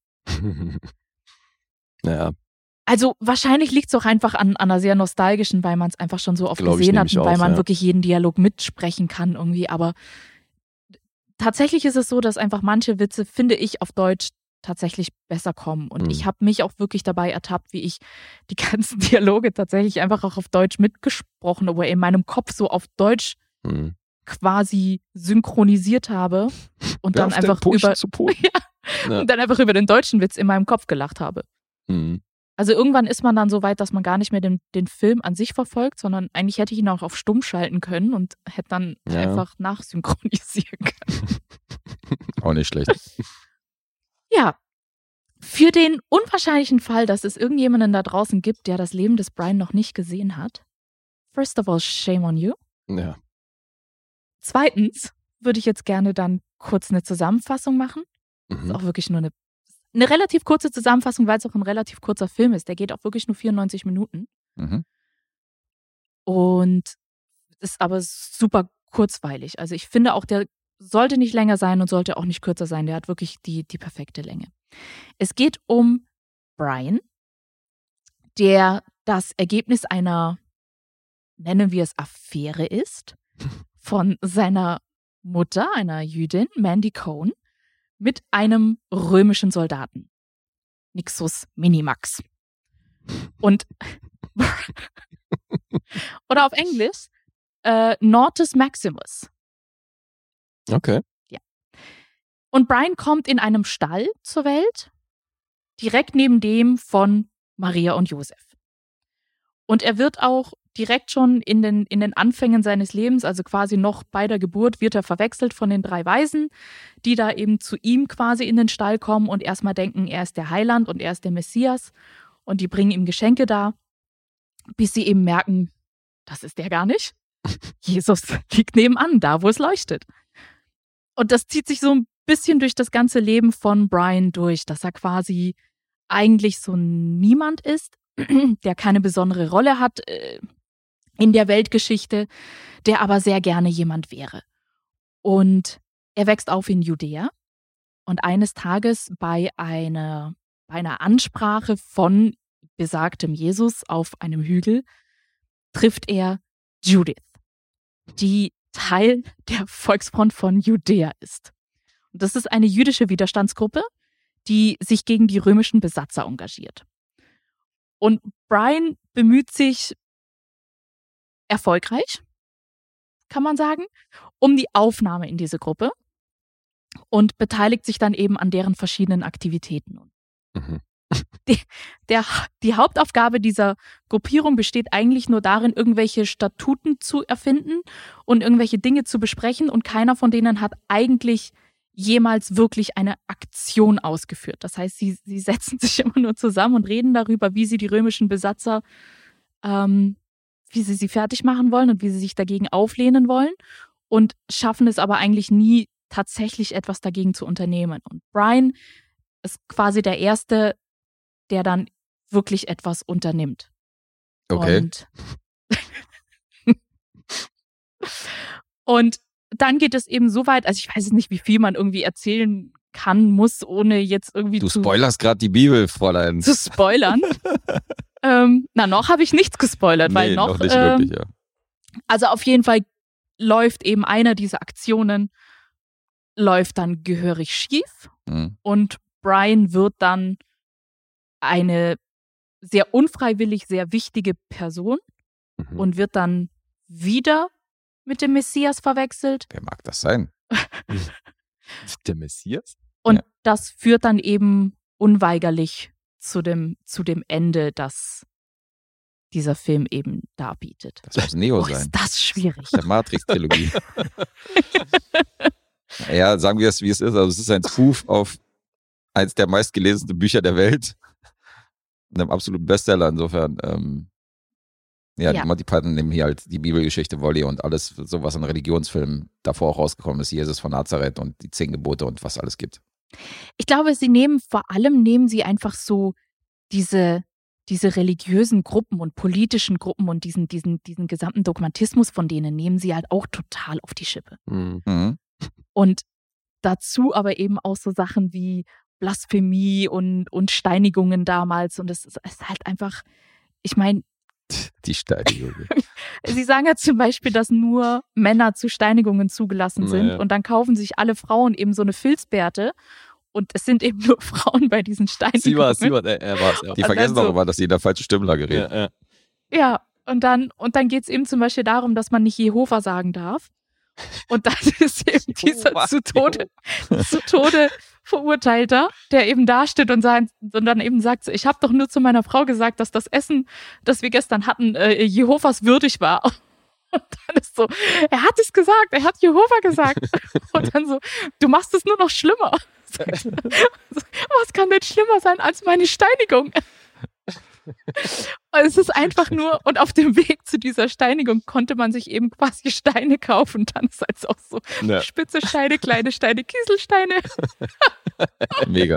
Naja, Also wahrscheinlich liegt es auch einfach an, an einer sehr nostalgischen, weil man es einfach schon so oft Glaub ich gesehen hat nämlich und weil auch, man ja. wirklich jeden Dialog mitsprechen kann irgendwie. Aber tatsächlich ist es so, dass einfach manche Witze, finde ich, auf Deutsch tatsächlich besser kommen. Und Mhm. ich habe mich auch wirklich dabei ertappt, wie ich die ganzen Dialoge tatsächlich einfach auch auf Deutsch mitgesprochen, aber in meinem Kopf so auf Deutsch hm. quasi synchronisiert habe und Wer dann auf den einfach Push über zu Polen? Ja. und dann einfach über den deutschen Witz in meinem Kopf gelacht habe. Hm. Also irgendwann ist man dann so weit, dass man gar nicht mehr den, den Film an sich verfolgt, sondern eigentlich hätte ich ihn auch auf stumm schalten können und hätte dann Ja. einfach nachsynchronisieren können. Auch nicht schlecht. Ja, für den unwahrscheinlichen Fall, dass es irgendjemanden da draußen gibt, der das Leben des Brian noch nicht gesehen hat. First of all, shame on you. Ja. Zweitens würde ich jetzt gerne dann kurz eine Zusammenfassung machen. Das ist Mhm. auch wirklich nur eine, eine relativ kurze Zusammenfassung, weil es auch ein relativ kurzer Film ist. Der geht auch wirklich nur vierundneunzig Minuten. Mhm. Und ist aber super kurzweilig. Also ich finde auch, der sollte nicht länger sein und sollte auch nicht kürzer sein. Der hat wirklich die, die perfekte Länge. Es geht um Brian, der das Ergebnis einer, nennen wir es Affäre ist, von seiner Mutter, einer Jüdin, Mandy Cohn, mit einem römischen Soldaten, Nixus Minimax. Und oder auf Englisch äh, Nortus Maximus. Okay. Und Brian kommt in einem Stall zur Welt, direkt neben dem von Maria und Josef. Und er wird auch direkt schon in den, in den Anfängen seines Lebens, also quasi noch bei der Geburt, wird er verwechselt von den drei Weisen, die da eben zu ihm quasi in den Stall kommen und erstmal denken, er ist der Heiland und er ist der Messias und die bringen ihm Geschenke da, bis sie eben merken, das ist der gar nicht. Jesus liegt nebenan, da wo es leuchtet. Und das zieht sich so ein bisschen durch das ganze Leben von Brian durch, dass er quasi eigentlich so niemand ist, der keine besondere Rolle hat äh, in der Weltgeschichte, der aber sehr gerne jemand wäre. Und er wächst auf in Judäa und eines Tages bei einer, bei einer Ansprache von besagtem Jesus auf einem Hügel trifft er Judith, die Teil der Volksfront von Judäa ist. Und das ist eine jüdische Widerstandsgruppe, die sich gegen die römischen Besatzer engagiert. Und Brian bemüht sich erfolgreich, kann man sagen, um die Aufnahme in diese Gruppe und beteiligt sich dann eben an deren verschiedenen Aktivitäten. Mhm. Die, der, die Hauptaufgabe dieser Gruppierung besteht eigentlich nur darin, irgendwelche Statuten zu erfinden und irgendwelche Dinge zu besprechen und keiner von denen hat eigentlich jemals wirklich eine Aktion ausgeführt. Das heißt, sie, sie setzen sich immer nur zusammen und reden darüber, wie sie die römischen Besatzer, ähm, wie sie sie fertig machen wollen und wie sie sich dagegen auflehnen wollen und schaffen es aber eigentlich nie, tatsächlich etwas dagegen zu unternehmen. Und Brian ist quasi der Erste, der dann wirklich etwas unternimmt. Okay. Und, und dann geht es eben so weit, also ich weiß nicht, wie viel man irgendwie erzählen kann, muss, ohne jetzt irgendwie du zu... Du spoilerst gerade die Bibel, Fräulein. Zu spoilern. ähm, na, noch habe ich nichts gespoilert, nee, weil noch... noch nicht ähm, wirklich, ja. Also auf jeden Fall läuft eben einer dieser Aktionen, läuft dann gehörig schief mhm. und Brian wird dann eine sehr unfreiwillig sehr wichtige Person mhm. und wird dann wieder mit dem Messias verwechselt. Wer mag das sein? Der Messias? Und ja. das führt dann eben unweigerlich zu dem, zu dem Ende, das dieser Film eben darbietet. Das muss Neo oh, sein. Ist das schwierig. Der Matrix-Trilogie. Ja, sagen wir es, wie es ist. Also es ist ein Spoof auf eins der meistgelesenen Bücher der Welt. Einem absoluten Bestseller insofern. Ähm, ja, ja, die Monty Python nehmen hier halt die Bibelgeschichte Volley und alles, so was an Religionsfilmen davor auch rausgekommen ist. Jesus von Nazareth und die Zehn Gebote und was alles gibt. Ich glaube, sie nehmen, vor allem nehmen sie einfach so diese, diese religiösen Gruppen und politischen Gruppen und diesen, diesen, diesen gesamten Dogmatismus von denen nehmen sie halt auch total auf die Schippe. Mhm. Und dazu aber eben auch so Sachen wie Blasphemie und, und Steinigungen damals. Und es ist, ist halt einfach, ich meine, die Steinigungen. Sie sagen ja zum Beispiel, dass nur Männer zu Steinigungen zugelassen sind naja. und dann kaufen sich alle Frauen eben so eine Filzbärte und es sind eben nur Frauen bei diesen Steinigungen. Sie war es, sie war, er, er war es. Ja. Die vergessen also, doch immer, dass sie in der falschen Stimmlage reden. Ja, ja. ja und dann, und dann geht es eben zum Beispiel darum, dass man nicht Jehova sagen darf. Und dann ist eben dieser zu Tode, zu Tode Verurteilter, der eben da steht und, sagt, und dann eben sagt, ich habe doch nur zu meiner Frau gesagt, dass das Essen, das wir gestern hatten, äh, Jehovas würdig war. Und dann ist so, er hat es gesagt, er hat Jehova gesagt. Und dann so, du machst es nur noch schlimmer. Was kann denn schlimmer sein als meine Steinigung? Und es ist einfach nur, und auf dem Weg zu dieser Steinigung konnte man sich eben quasi Steine kaufen. Dann ist es auch so ja. spitze Steine, kleine Steine, Kieselsteine. Mega.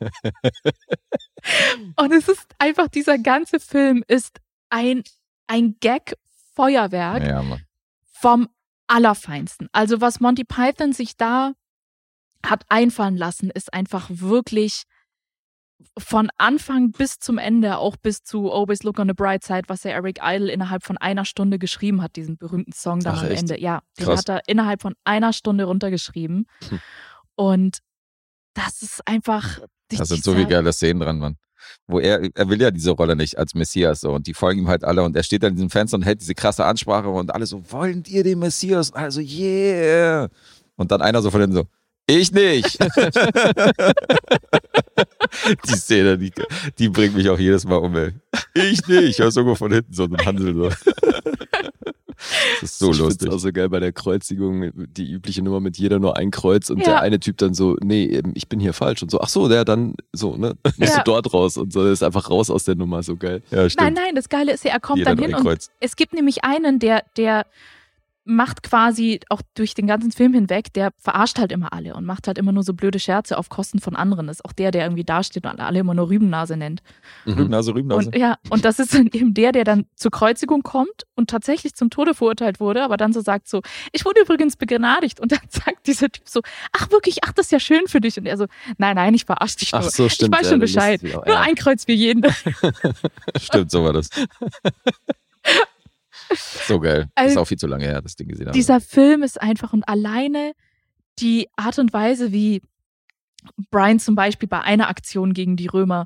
Und es ist einfach, dieser ganze Film ist ein, ein Gag-Feuerwerk ja, Mann. vom Allerfeinsten. Also was Monty Python sich da hat einfallen lassen, ist einfach wirklich von Anfang bis zum Ende, auch bis zu Always Look on the Bright Side, was der Eric Idle innerhalb von einer Stunde geschrieben hat, diesen berühmten Song da Ach, am echt? Ende. Ja, den Krass. hat er innerhalb von einer Stunde runtergeschrieben. Hm. Und das ist einfach... Da sind so viele geile Szenen dran, Mann. Wo er, er will ja diese Rolle nicht als Messias so und die folgen ihm halt alle und er steht dann in diesem Fenster und hält diese krasse Ansprache und alle so, wollt ihr den Messias? Und alle so, yeah. Und dann einer so von denen so, ich nicht. Die Szene, die, die bringt mich auch jedes Mal um, ey. Ich nicht, ich höre sogar von hinten so einen Hansel so. Das ist so ich lustig. Ich auch so geil bei der Kreuzigung, die übliche Nummer mit jeder nur ein Kreuz und Ja. der eine Typ dann so, nee, ich bin hier falsch und so, ach so, der dann so, ne, musst Ja. du dort raus und so, der ist einfach raus aus der Nummer, so geil. Ja, Nein, nein, das Geile ist ja, er kommt Jeder dann nur hin ein und Kreuz. es gibt nämlich einen, der, der macht quasi auch durch den ganzen Film hinweg, der verarscht halt immer alle und macht halt immer nur so blöde Scherze auf Kosten von anderen. Das ist auch der, der irgendwie dasteht und alle immer nur Rübennase nennt. Rübennase, Rübennase. Und ja, und das ist dann eben der, der dann zur Kreuzigung kommt und tatsächlich zum Tode verurteilt wurde, aber dann so sagt so, ich wurde übrigens begnadigt. Und dann sagt dieser Typ so, ach wirklich, ach, das ist ja schön für dich. Und er so, nein, nein, ich verarsche dich nur. Ach so, stimmt, ich weiß ja, schon der Bescheid. lustig auch, Nur ja. ein Kreuz für jeden. Stimmt, so war das. So geil. Das ist Also, auch viel zu lange her, das Ding gesehen habe. Dieser Film ist einfach und alleine die Art und Weise, wie Brian zum Beispiel bei einer Aktion gegen die Römer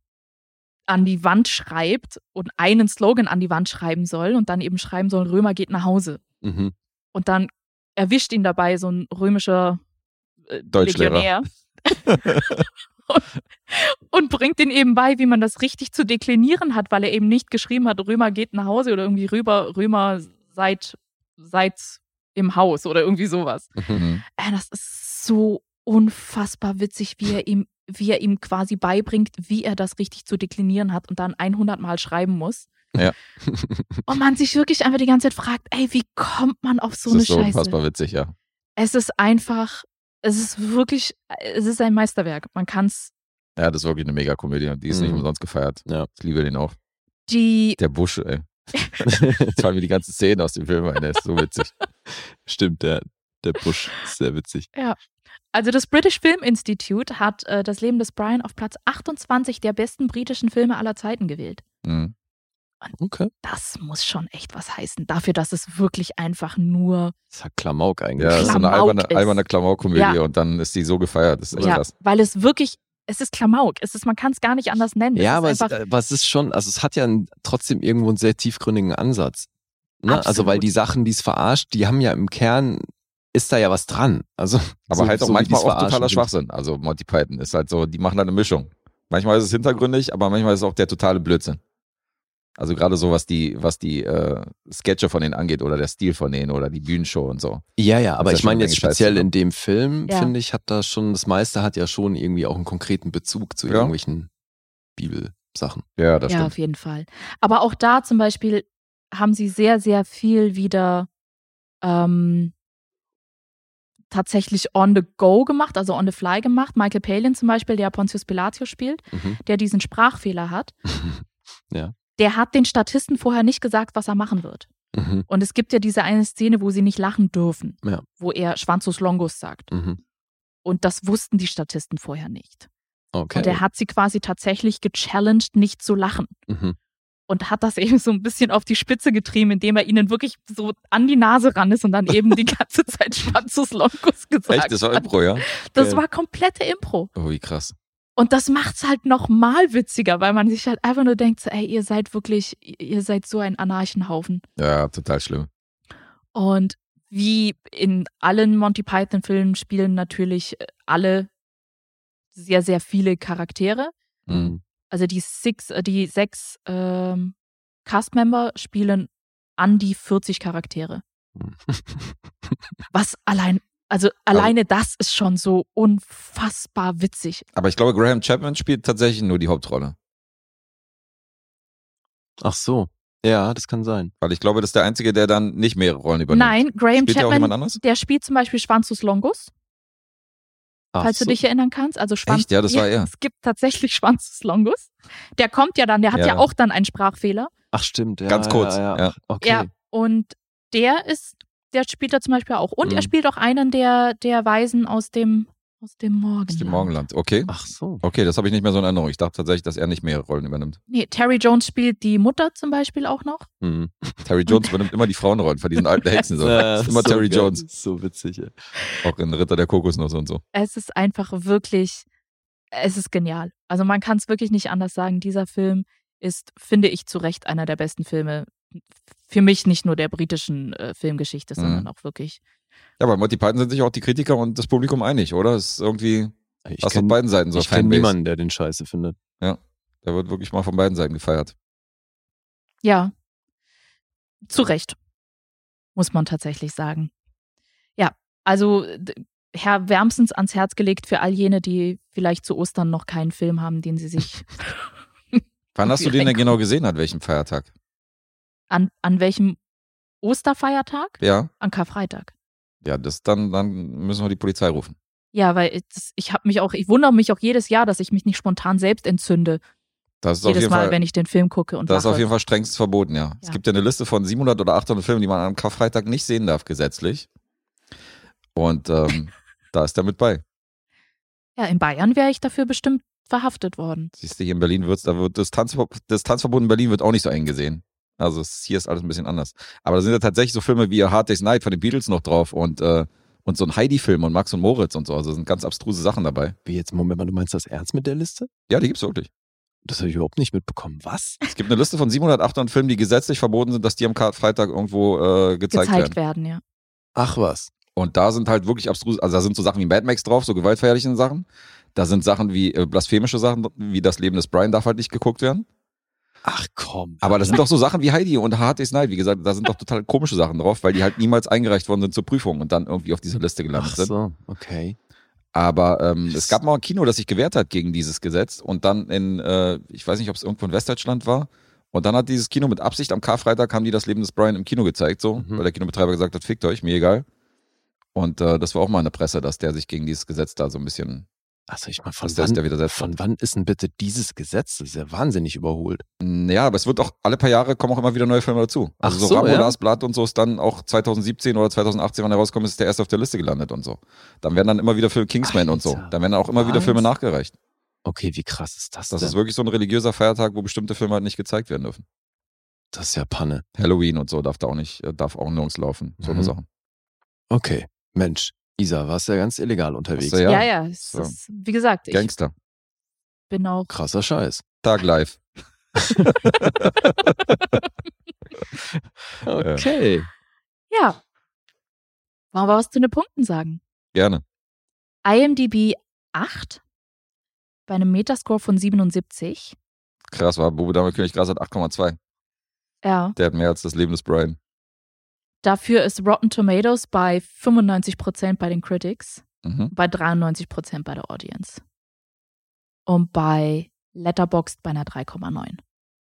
an die Wand schreibt und einen Slogan an die Wand schreiben soll und dann eben schreiben soll, Römer geht nach Hause. Mhm. Und dann erwischt ihn dabei so ein römischer äh, Deutschlehrer. Legionär und, und bringt ihn eben bei, wie man das richtig zu deklinieren hat, weil er eben nicht geschrieben hat, Römer geht nach Hause oder irgendwie Römer, Römer seid, seid im Haus oder irgendwie sowas. Mhm. Äh, das ist so unfassbar witzig, wie er ihm, wie er ihm quasi beibringt, wie er das richtig zu deklinieren hat und dann hundert Mal schreiben muss. Ja. Und man sich wirklich einfach die ganze Zeit fragt, ey, wie kommt man auf so Das eine ist so Scheiße? unfassbar witzig, ja. Es ist einfach, es ist wirklich, es ist ein Meisterwerk. Man kann es, Ja, das ist wirklich eine Mega-Komödie und die ist Mhm. nicht umsonst gefeiert. Ja. Ich liebe den auch. die, Der Busch, ey. Jetzt fallen mir die ganzen Szenen aus dem Film ein, der ist so witzig. Stimmt, der, der Busch ist sehr witzig. ja. Also das British Film Institute hat äh, das Leben des Brian auf Platz achtundzwanzig der besten britischen Filme aller Zeiten gewählt. Mhm. Okay. Das muss schon echt was heißen. Dafür, dass es wirklich einfach nur, Das ist halt Klamauk eigentlich. Ja, das ist so eine Klamauk alberne, ist. alberne Klamauk-Komödie Ja. und dann ist die so gefeiert. Das ist echt ja, krass. weil es wirklich, es ist Klamauk. Es ist, man kann es gar nicht anders nennen. Es Ja, ist aber es, einfach, aber es ist schon, also es hat ja einen, trotzdem irgendwo einen sehr tiefgründigen Ansatz. Ne? Also weil Absolut. die Sachen, die es verarscht, die haben ja im Kern, ist da ja was dran. Also, Aber so, halt auch so wie manchmal die's auch verarschen totaler sind. Schwachsinn. Also Monty Python ist halt so, die machen da eine Mischung. Manchmal ist es hintergründig, aber manchmal ist es auch der totale Blödsinn. Also gerade so, was die, was die äh, Sketche von denen angeht oder der Stil von denen oder die Bühnenshow und so. Ja, ja, aber ist ja ich meine schon jetzt eine Menge speziell Scheiße, in dem Film, Ja. finde ich, hat da schon, das meiste hat ja schon irgendwie auch einen konkreten Bezug zu Ja. irgendwelchen Bibelsachen. Ja, das ja, stimmt. auf jeden Fall. Aber auch da zum Beispiel haben sie sehr, sehr viel wieder ähm, tatsächlich on the go gemacht, also on the fly gemacht. Michael Palin zum Beispiel, der Pontius Pilatus spielt, Mhm. der diesen Sprachfehler hat, Ja. der hat den Statisten vorher nicht gesagt, was er machen wird. Mhm. Und es gibt ja diese eine Szene, wo sie nicht lachen dürfen, Ja. wo er Schwanzus Longus sagt. Mhm. Und das wussten die Statisten vorher nicht. Okay. Und er hat sie quasi tatsächlich gechallenged, nicht zu lachen. Mhm. Und hat das eben so ein bisschen auf die Spitze getrieben, indem er ihnen wirklich so an die Nase ran ist und dann eben die ganze Zeit Schwanzus Longus gesagt Echt, das war hat. Impro, ja? Das Geil. war komplette Impro. Oh, wie krass. Und das macht's halt noch mal witziger, weil man sich halt einfach nur denkt, so, ey, ihr seid wirklich, ihr seid so ein Anarchenhaufen. Ja, total schlimm. Und wie in allen Monty Python-Filmen spielen natürlich alle sehr, sehr viele Charaktere. Mhm. Also die six, äh, die sechs ähm, Cast-Member spielen an die vierzig Charaktere. Was allein, also alleine das ist schon so unfassbar witzig. Aber ich glaube, Graham Chapman spielt tatsächlich nur die Hauptrolle. Ach so. Ja, das kann sein. Weil ich glaube, das ist der Einzige, der dann nicht mehrere Rollen übernimmt. Nein, Graham Spielt der auch jemand Chapman, anders? der spielt zum Beispiel Schwanzus Longus, Ach falls so. du dich erinnern kannst. Also Schwanz, Echt? Ja, das war er. Es gibt tatsächlich Schwanzus Longus. Der kommt ja dann, der hat ja, Ja. auch dann einen Sprachfehler. Ach stimmt. Ja, Ganz kurz, Ja, ja. ja. Okay. Ja, und der ist, der spielt da zum Beispiel auch. Und Mhm. er spielt auch einen der, der Weisen aus dem, aus dem Morgenland. Das ist die Morgenland. Okay. Ach so. Okay, das habe ich nicht mehr so in Erinnerung. Ich dachte tatsächlich, dass er nicht mehrere Rollen übernimmt. Nee, Terry Jones spielt die Mutter zum Beispiel auch noch. Mhm. Terry Jones übernimmt immer die Frauenrollen von diesen alten Hexen. So. Ja, Das ist das immer ist so Terry geil. Jones. Das ist so witzig. Ja. Auch in Ritter der Kokosnuss und so. Es ist einfach wirklich, es ist genial. Also man kann es wirklich nicht anders sagen. Dieser Film ist, finde ich, zu Recht einer der besten Filme. Für mich nicht nur der britischen äh, Filmgeschichte, sondern Mhm. auch wirklich. Ja, bei Monty Python sind sich auch die Kritiker und das Publikum einig, oder? Es ist irgendwie, Ich Hast du kenn- auf beiden Seiten so Ich kenne Fanbase. niemanden, der den Scheiße findet. Ja, der wird wirklich mal von beiden Seiten gefeiert. Ja. Zu Recht. Muss man tatsächlich sagen. Ja, also d- Herr wärmstens ans Herz gelegt für all jene, die vielleicht zu Ostern noch keinen Film haben, den sie sich Wann hast du den denn genau gesehen, an welchem Feiertag? an, an welchem Osterfeiertag? Ja, An Karfreitag. ja, das dann, dann müssen wir die Polizei rufen. Ja, weil ich, das, ich habe mich auch, ich wundere mich auch jedes Jahr, dass ich mich nicht spontan selbst entzünde. Das ist auf Jedes jeden Mal, Fall, wenn ich den Film gucke und das ist auf wache. jeden Fall strengst verboten, ja. Es Ja. gibt ja eine Liste von siebenhundert oder achthundert Filmen, die man am Karfreitag nicht sehen darf, gesetzlich. Und ähm, da ist er mit bei. Ja, in Bayern wäre ich dafür bestimmt verhaftet worden. Siehst du, hier in Berlin wird's, da wird das, Tanzver das Tanzverbot in Berlin wird auch nicht so eng gesehen. Also es, hier ist alles ein bisschen anders. Aber da sind ja tatsächlich so Filme wie A Hard Day's Night von den Beatles noch drauf und, äh, und so ein Heidi-Film und Max und Moritz und so. Also sind ganz abstruse Sachen dabei. Wie jetzt, Moment mal, du meinst das ernst mit der Liste? Ja, die gibt's wirklich. Das habe ich überhaupt nicht mitbekommen. Was? Es gibt eine Liste von siebenhundert, achthundert Filmen, die gesetzlich verboten sind, dass die am Karfreitag irgendwo äh, gezeigt, Gezeigt werden. werden, ja. Ach was. Und da sind halt wirklich abstrus, also da sind so Sachen wie Mad Max drauf, so gewaltverherrliche Sachen. Da sind Sachen wie äh, blasphemische Sachen, wie das Leben des Brian darf halt nicht geguckt werden. Ach komm. Aber das sind doch so Sachen wie Heidi und Hard Day's Night, wie gesagt, da sind doch total komische Sachen drauf, weil die halt niemals eingereicht worden sind zur Prüfung und dann irgendwie auf dieser Liste gelandet Ach sind. so, okay. Aber ähm, es gab mal ein Kino, das sich gewehrt hat gegen dieses Gesetz und dann in, äh, ich weiß nicht, ob es irgendwo in Westdeutschland war, und dann hat dieses Kino mit Absicht am Karfreitag haben die das Leben des Brian im Kino gezeigt, so, Mhm. weil der Kinobetreiber gesagt hat, fickt euch, mir egal. Und äh, das war auch mal in der Presse, dass der sich gegen dieses Gesetz da so ein bisschen, Also ich meine, von, dass der sich da wann, widersetzt hat. von wann ist denn bitte dieses Gesetz? Das ist ja wahnsinnig überholt. Ja, aber es wird auch, alle paar Jahre kommen auch immer wieder neue Filme dazu. Also Ach so, so, Rambo, ja? Last Blood und so ist dann auch zwanzig siebzehn oder zwanzig achtzehn, wann er rauskommt, ist der erste auf der Liste gelandet und so. Dann werden dann immer wieder Filme, Kingsman und so. Alter, Dann werden auch immer wieder Filme was? nachgereicht. Okay, wie krass ist das, Das denn? ist wirklich so ein religiöser Feiertag, wo bestimmte Filme halt nicht gezeigt werden dürfen. Das ist ja Panne. Halloween und so darf da auch nicht, äh, darf auch nirgends laufen. So eine Mhm. Sachen. Okay, Mensch, Isa, warst ja ganz illegal unterwegs. Hast du Ja, Ja, ja. Es so. ist, wie gesagt, ich Gangster. bin auch. Krasser Scheiß. Tag live. Okay. Ja. Wollen wir was zu den Punkten sagen? Gerne. IMDb acht bei einem Metascore von siebenundsiebzig. Krass, war Bube Dame König Gras hat acht Komma zwei. Ja. Der hat mehr als das Leben des Brian. Dafür ist Rotten Tomatoes bei fünfundneunzig Prozent bei den Critics, Mhm. bei dreiundneunzig Prozent bei der Audience. Und bei Letterboxd bei einer drei Komma neun.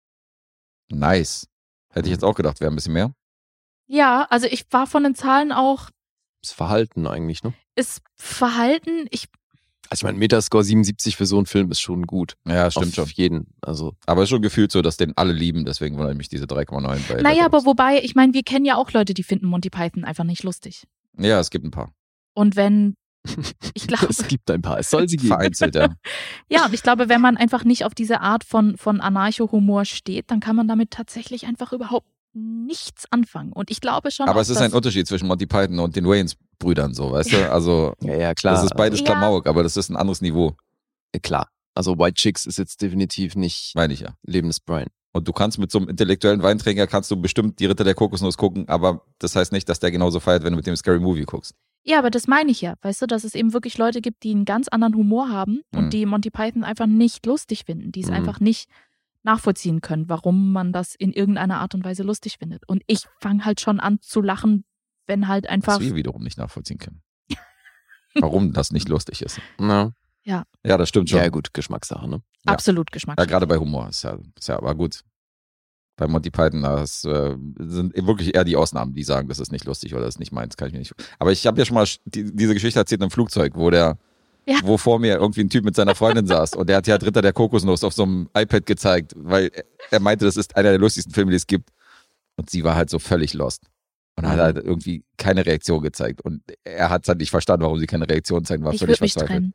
Nice. Hätte ich jetzt auch gedacht, wäre ein bisschen mehr. Ja, also ich war von den Zahlen auch, Das Verhalten eigentlich, ne? ist Verhalten, ich, Also ich meine, Metascore siebenundsiebzig für so einen Film ist schon gut. Ja, stimmt Auf schon. jeden. Also, Aber es ist schon gefühlt so, dass den alle lieben, deswegen wundert mich diese drei Komma neun bei naja, aber Letterboxd. wobei, ich meine, wir kennen ja auch Leute, die finden Monty Python einfach nicht lustig. Ja, es gibt ein paar. Und wenn, ich glaube, es gibt ein paar. Es soll sie geben. Vereinzelt, ja. ja, und ich glaube, wenn man einfach nicht auf diese Art von, von Anarcho-Humor steht, dann kann man damit tatsächlich einfach überhaupt nichts anfangen. Und ich glaube schon Aber auch, es ist dass, ein Unterschied zwischen Monty Python und den Wayans-Brüdern, so, weißt du? Also, Ja, ja, klar. das ist beides Ja. Klamauk, aber das ist ein anderes Niveau, Äh, Klar. Also White Chicks ist jetzt definitiv nicht meine ich ja. Leben des Brian. Und du kannst mit so einem intellektuellen Weinträger kannst du bestimmt die Ritter der Kokosnuss gucken, aber das heißt nicht, dass der genauso feiert, wenn du mit dem Scary Movie guckst. Ja, aber das meine ich ja. Weißt du, dass es eben wirklich Leute gibt, die einen ganz anderen Humor haben und Mhm. die Monty Python einfach nicht lustig finden, die es Mhm. einfach nicht nachvollziehen können, warum man das in irgendeiner Art und Weise lustig findet. Und ich fange halt schon an zu lachen, wenn halt einfach. Was wir wiederum nicht nachvollziehen können. Warum das nicht lustig ist. Na, Ja, das stimmt schon. ja Ja, gut, Geschmackssache, ne? Ja. Absolut Geschmack. gerade bei Humor ist ja, ist ja aber gut. Bei Monty Python das, äh, sind wirklich eher die Ausnahmen, die sagen, das ist nicht lustig oder das ist nicht meins, kann ich mir nicht. Aber ich habe ja schon mal die, diese Geschichte erzählt im Flugzeug, wo der, Ja. wo vor mir irgendwie ein Typ mit seiner Freundin saß und der hat ja Ritter der Kokosnuss auf so einem iPad gezeigt, weil er meinte, das ist einer der lustigsten Filme, die es gibt. Und sie war halt so völlig lost. Und hat Mhm. halt irgendwie keine Reaktion gezeigt. Und er hat es halt nicht verstanden, warum sie keine Reaktion zeigen, war Ich völlig würde mich verzweifelt. trennen.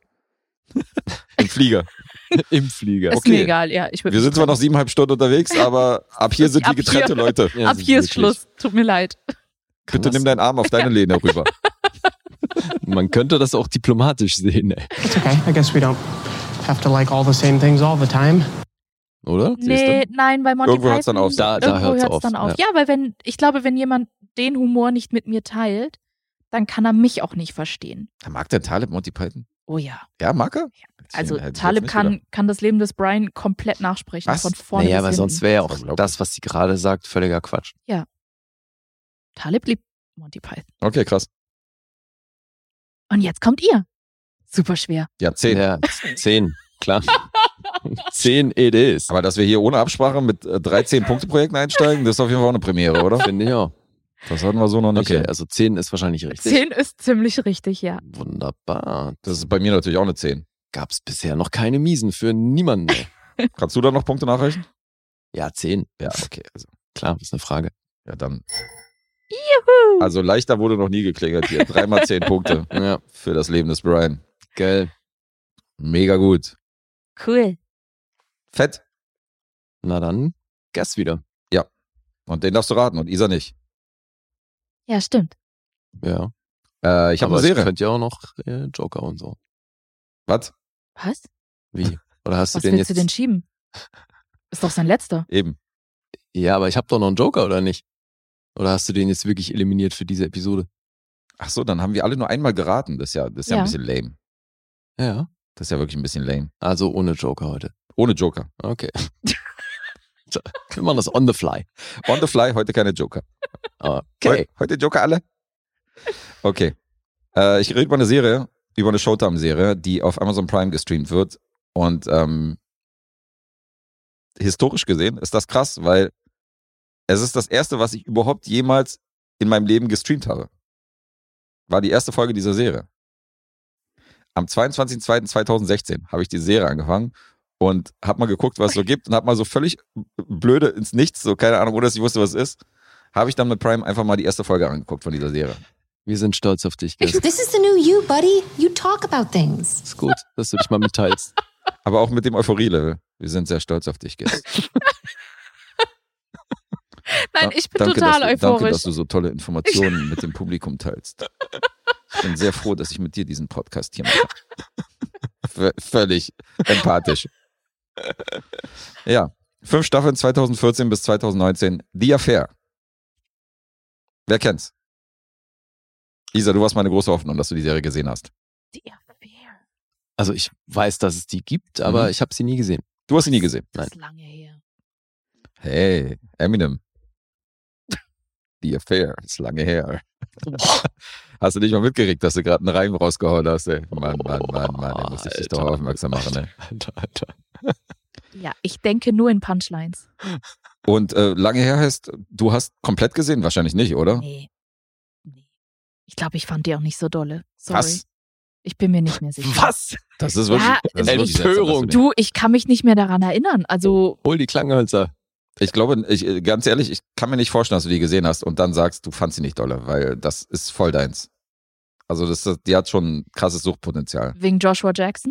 Im Flieger. Im Flieger. Ist okay. mir egal, ja. Ich würd Wir mich sind zwar noch trennen. siebeneinhalb Stunden unterwegs, aber ab hier sind wir Ab hier. getrennte Leute. Ja, Ab sind hier ist wirklich- Schluss. Tut mir leid. Kann Bitte das- nimm deinen Arm auf deine Lehne rüber. Man könnte das auch diplomatisch sehen, ey. It's okay. I guess we don't have to like all the same things all the time. Oder? Nee, nein, bei Monty Irgendwo hört's dann Python. auf. Da- da irgendwo hört's hört's auf, dann auf. ja. Ja, weil wenn, ich glaube, wenn jemand den Humor nicht mit mir teilt, dann kann er mich auch nicht verstehen. Mag der Taleb Monty Python? Oh ja. Ja, mag er? Also Hätte ich jetzt Talib nicht kann, gedacht. kann das Leben des Brian komplett nachsprechen. Was? Von vorne Naja, bis aber hinten. sonst wäre ja auch Unglaublich. das, was sie gerade sagt, völliger Quatsch. Talib liebt Monty Python. Okay, krass. Und jetzt kommt ihr. Super schwer. Ja, zehn. Ja, zehn, klar. Zehn it is. Aber dass wir hier ohne Absprache mit äh, drei zehn-Punkte-Projekten einsteigen, das ist auf jeden Fall auch eine Premiere, oder? Finde ich auch. Das hatten wir so noch nicht. Okay, ey. also zehn ist wahrscheinlich richtig. Zehn ist ziemlich richtig, ja. Wunderbar. Das ist bei mir natürlich auch eine zehn. Gab es bisher noch keine Miesen für niemanden. Mehr. Kannst du da noch Punkte nachrechnen? Ja, zehn. Ja, okay. Also, Klar, ist eine Frage. ja, dann. Juhu. Also leichter wurde noch nie geklingelt hier. Dreimal zehn Punkte Ja, für das Leben des Brian. geil. Mega gut. Cool. Fett. Na dann, Guess wieder. Und den darfst du raten und Isa nicht. Ja, stimmt. Ja. Äh, ich habe Aber eine Serie. es könnte ja auch noch äh, Joker und so. Was? Was? Wie? Oder hast Was du den willst jetzt? du denn schieben? Ist doch sein letzter. Eben. Ja, aber ich habe doch noch einen Joker, oder nicht? Oder hast du den jetzt wirklich eliminiert für diese Episode? Ach so, dann haben wir alle nur einmal geraten. Das ist ja, das ist ja, Ja. ein bisschen lame. Ja. Das ist ja wirklich ein bisschen lame. Also ohne Joker heute. Ohne Joker. Okay. So, wir machen das on the fly. On the fly, heute keine Joker. Okay. Heu- Heute Joker alle? Okay. Äh, ich rede über eine Serie, über eine Showtime-Serie, die auf Amazon Prime gestreamt wird. Und ähm, historisch gesehen ist das krass, weil es ist das erste, was ich überhaupt jemals in meinem Leben gestreamt habe. War die erste Folge dieser Serie. Am zweiundzwanzigsten zweiten zweitausendsechzehn habe ich die Serie angefangen und habe mal geguckt, was es so gibt und habe mal so völlig blöde ins Nichts, so keine Ahnung, ohne dass ich wusste, was es ist, habe ich dann mit Prime einfach mal die erste Folge angeguckt von dieser Serie. Wir sind stolz auf dich, Guess. This is the new you, buddy. You talk about things. Ist gut, dass du dich mal mitteilst. Aber auch mit dem Euphorie-Level. Wir sind sehr stolz auf dich, Guess. Nein, ich bin danke, total dass du, euphorisch. Danke, dass du so tolle Informationen mit dem Publikum teilst. Ich bin sehr froh, dass ich mit dir diesen Podcast hier mache. V- völlig empathisch. Ja, fünf Staffeln zweitausendvierzehn bis zweitausendneunzehn. The Affair. Wer kennt's? Isa, du warst meine große Hoffnung, dass du die Serie gesehen hast. Die Affair. Also ich weiß, dass es die gibt, aber Mhm. ich habe sie nie gesehen. Du hast sie nie gesehen. Das ist lange her. Hey, Eminem. The Affair, ist lange her. Hast du nicht mal mitgekriegt, dass du gerade einen Reim rausgehauen hast, ey? Mann, Mann, Mann, Mann, ey, muss ich dich doch Alter. aufmerksam machen, ey. Alter, Alter. Ja, ich denke nur in Punchlines. Und äh, lange her heißt, du hast komplett gesehen? Wahrscheinlich nicht, oder? Nee. Nee. Ich glaube, ich fand die auch nicht so dolle. Sorry. Was? Ich bin mir nicht mehr sicher. Was? Das ist wirklich, Ja, das ist wirklich Empörung. seltsam, dass du Du, ich kann mich nicht mehr daran erinnern. Also, Hol die Klanghölzer. Ich glaube, ich, ganz ehrlich, ich kann mir nicht vorstellen, dass du die gesehen hast und dann sagst, du fandst sie nicht dolle, weil das ist voll deins. Also das, die hat schon ein krasses Suchtpotenzial. wegen Joshua Jackson?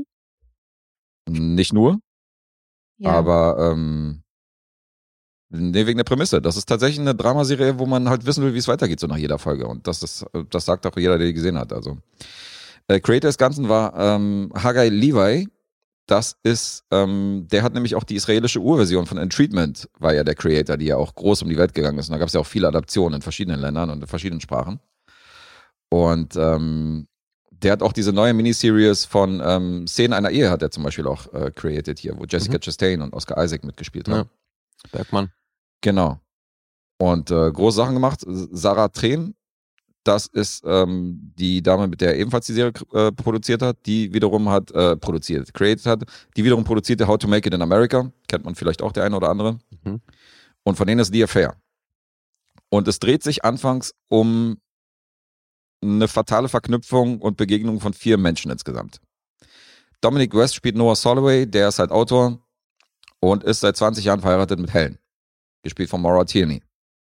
Nicht nur, Ja. aber ähm, nee, wegen der Prämisse. Das ist tatsächlich eine Dramaserie, wo man halt wissen will, wie es weitergeht, so nach jeder Folge. Und das ist, das sagt auch jeder, der die gesehen hat. Also äh, Creator des Ganzen war ähm, Haggai Levi. Das ist, ähm, der hat nämlich auch die israelische Urversion von Entreatment, war ja der Creator, die ja auch groß um die Welt gegangen ist. Und da gab es ja auch viele Adaptionen in verschiedenen Ländern und in verschiedenen Sprachen. Und ähm, der hat auch diese neue Miniseries von ähm, Szenen einer Ehe hat er zum Beispiel auch äh, created hier, wo Jessica Mhm. Chastain und Oscar Isaac mitgespielt Ja. haben. Bergmann. Genau. Und äh, große Sachen gemacht. Sarah Trehn, das ist ähm, die Dame, mit der er ebenfalls die Serie äh, produziert hat, die wiederum hat äh, produziert, created hat, die wiederum produzierte How to Make It in America. Kennt man vielleicht auch der eine oder andere. Mhm. Und von denen ist The Affair. Und es dreht sich anfangs um eine fatale Verknüpfung und Begegnung von vier Menschen insgesamt. Dominic West spielt Noah Soloway, der ist halt Autor und ist seit zwanzig Jahren verheiratet mit Helen, gespielt von Maura Tierney.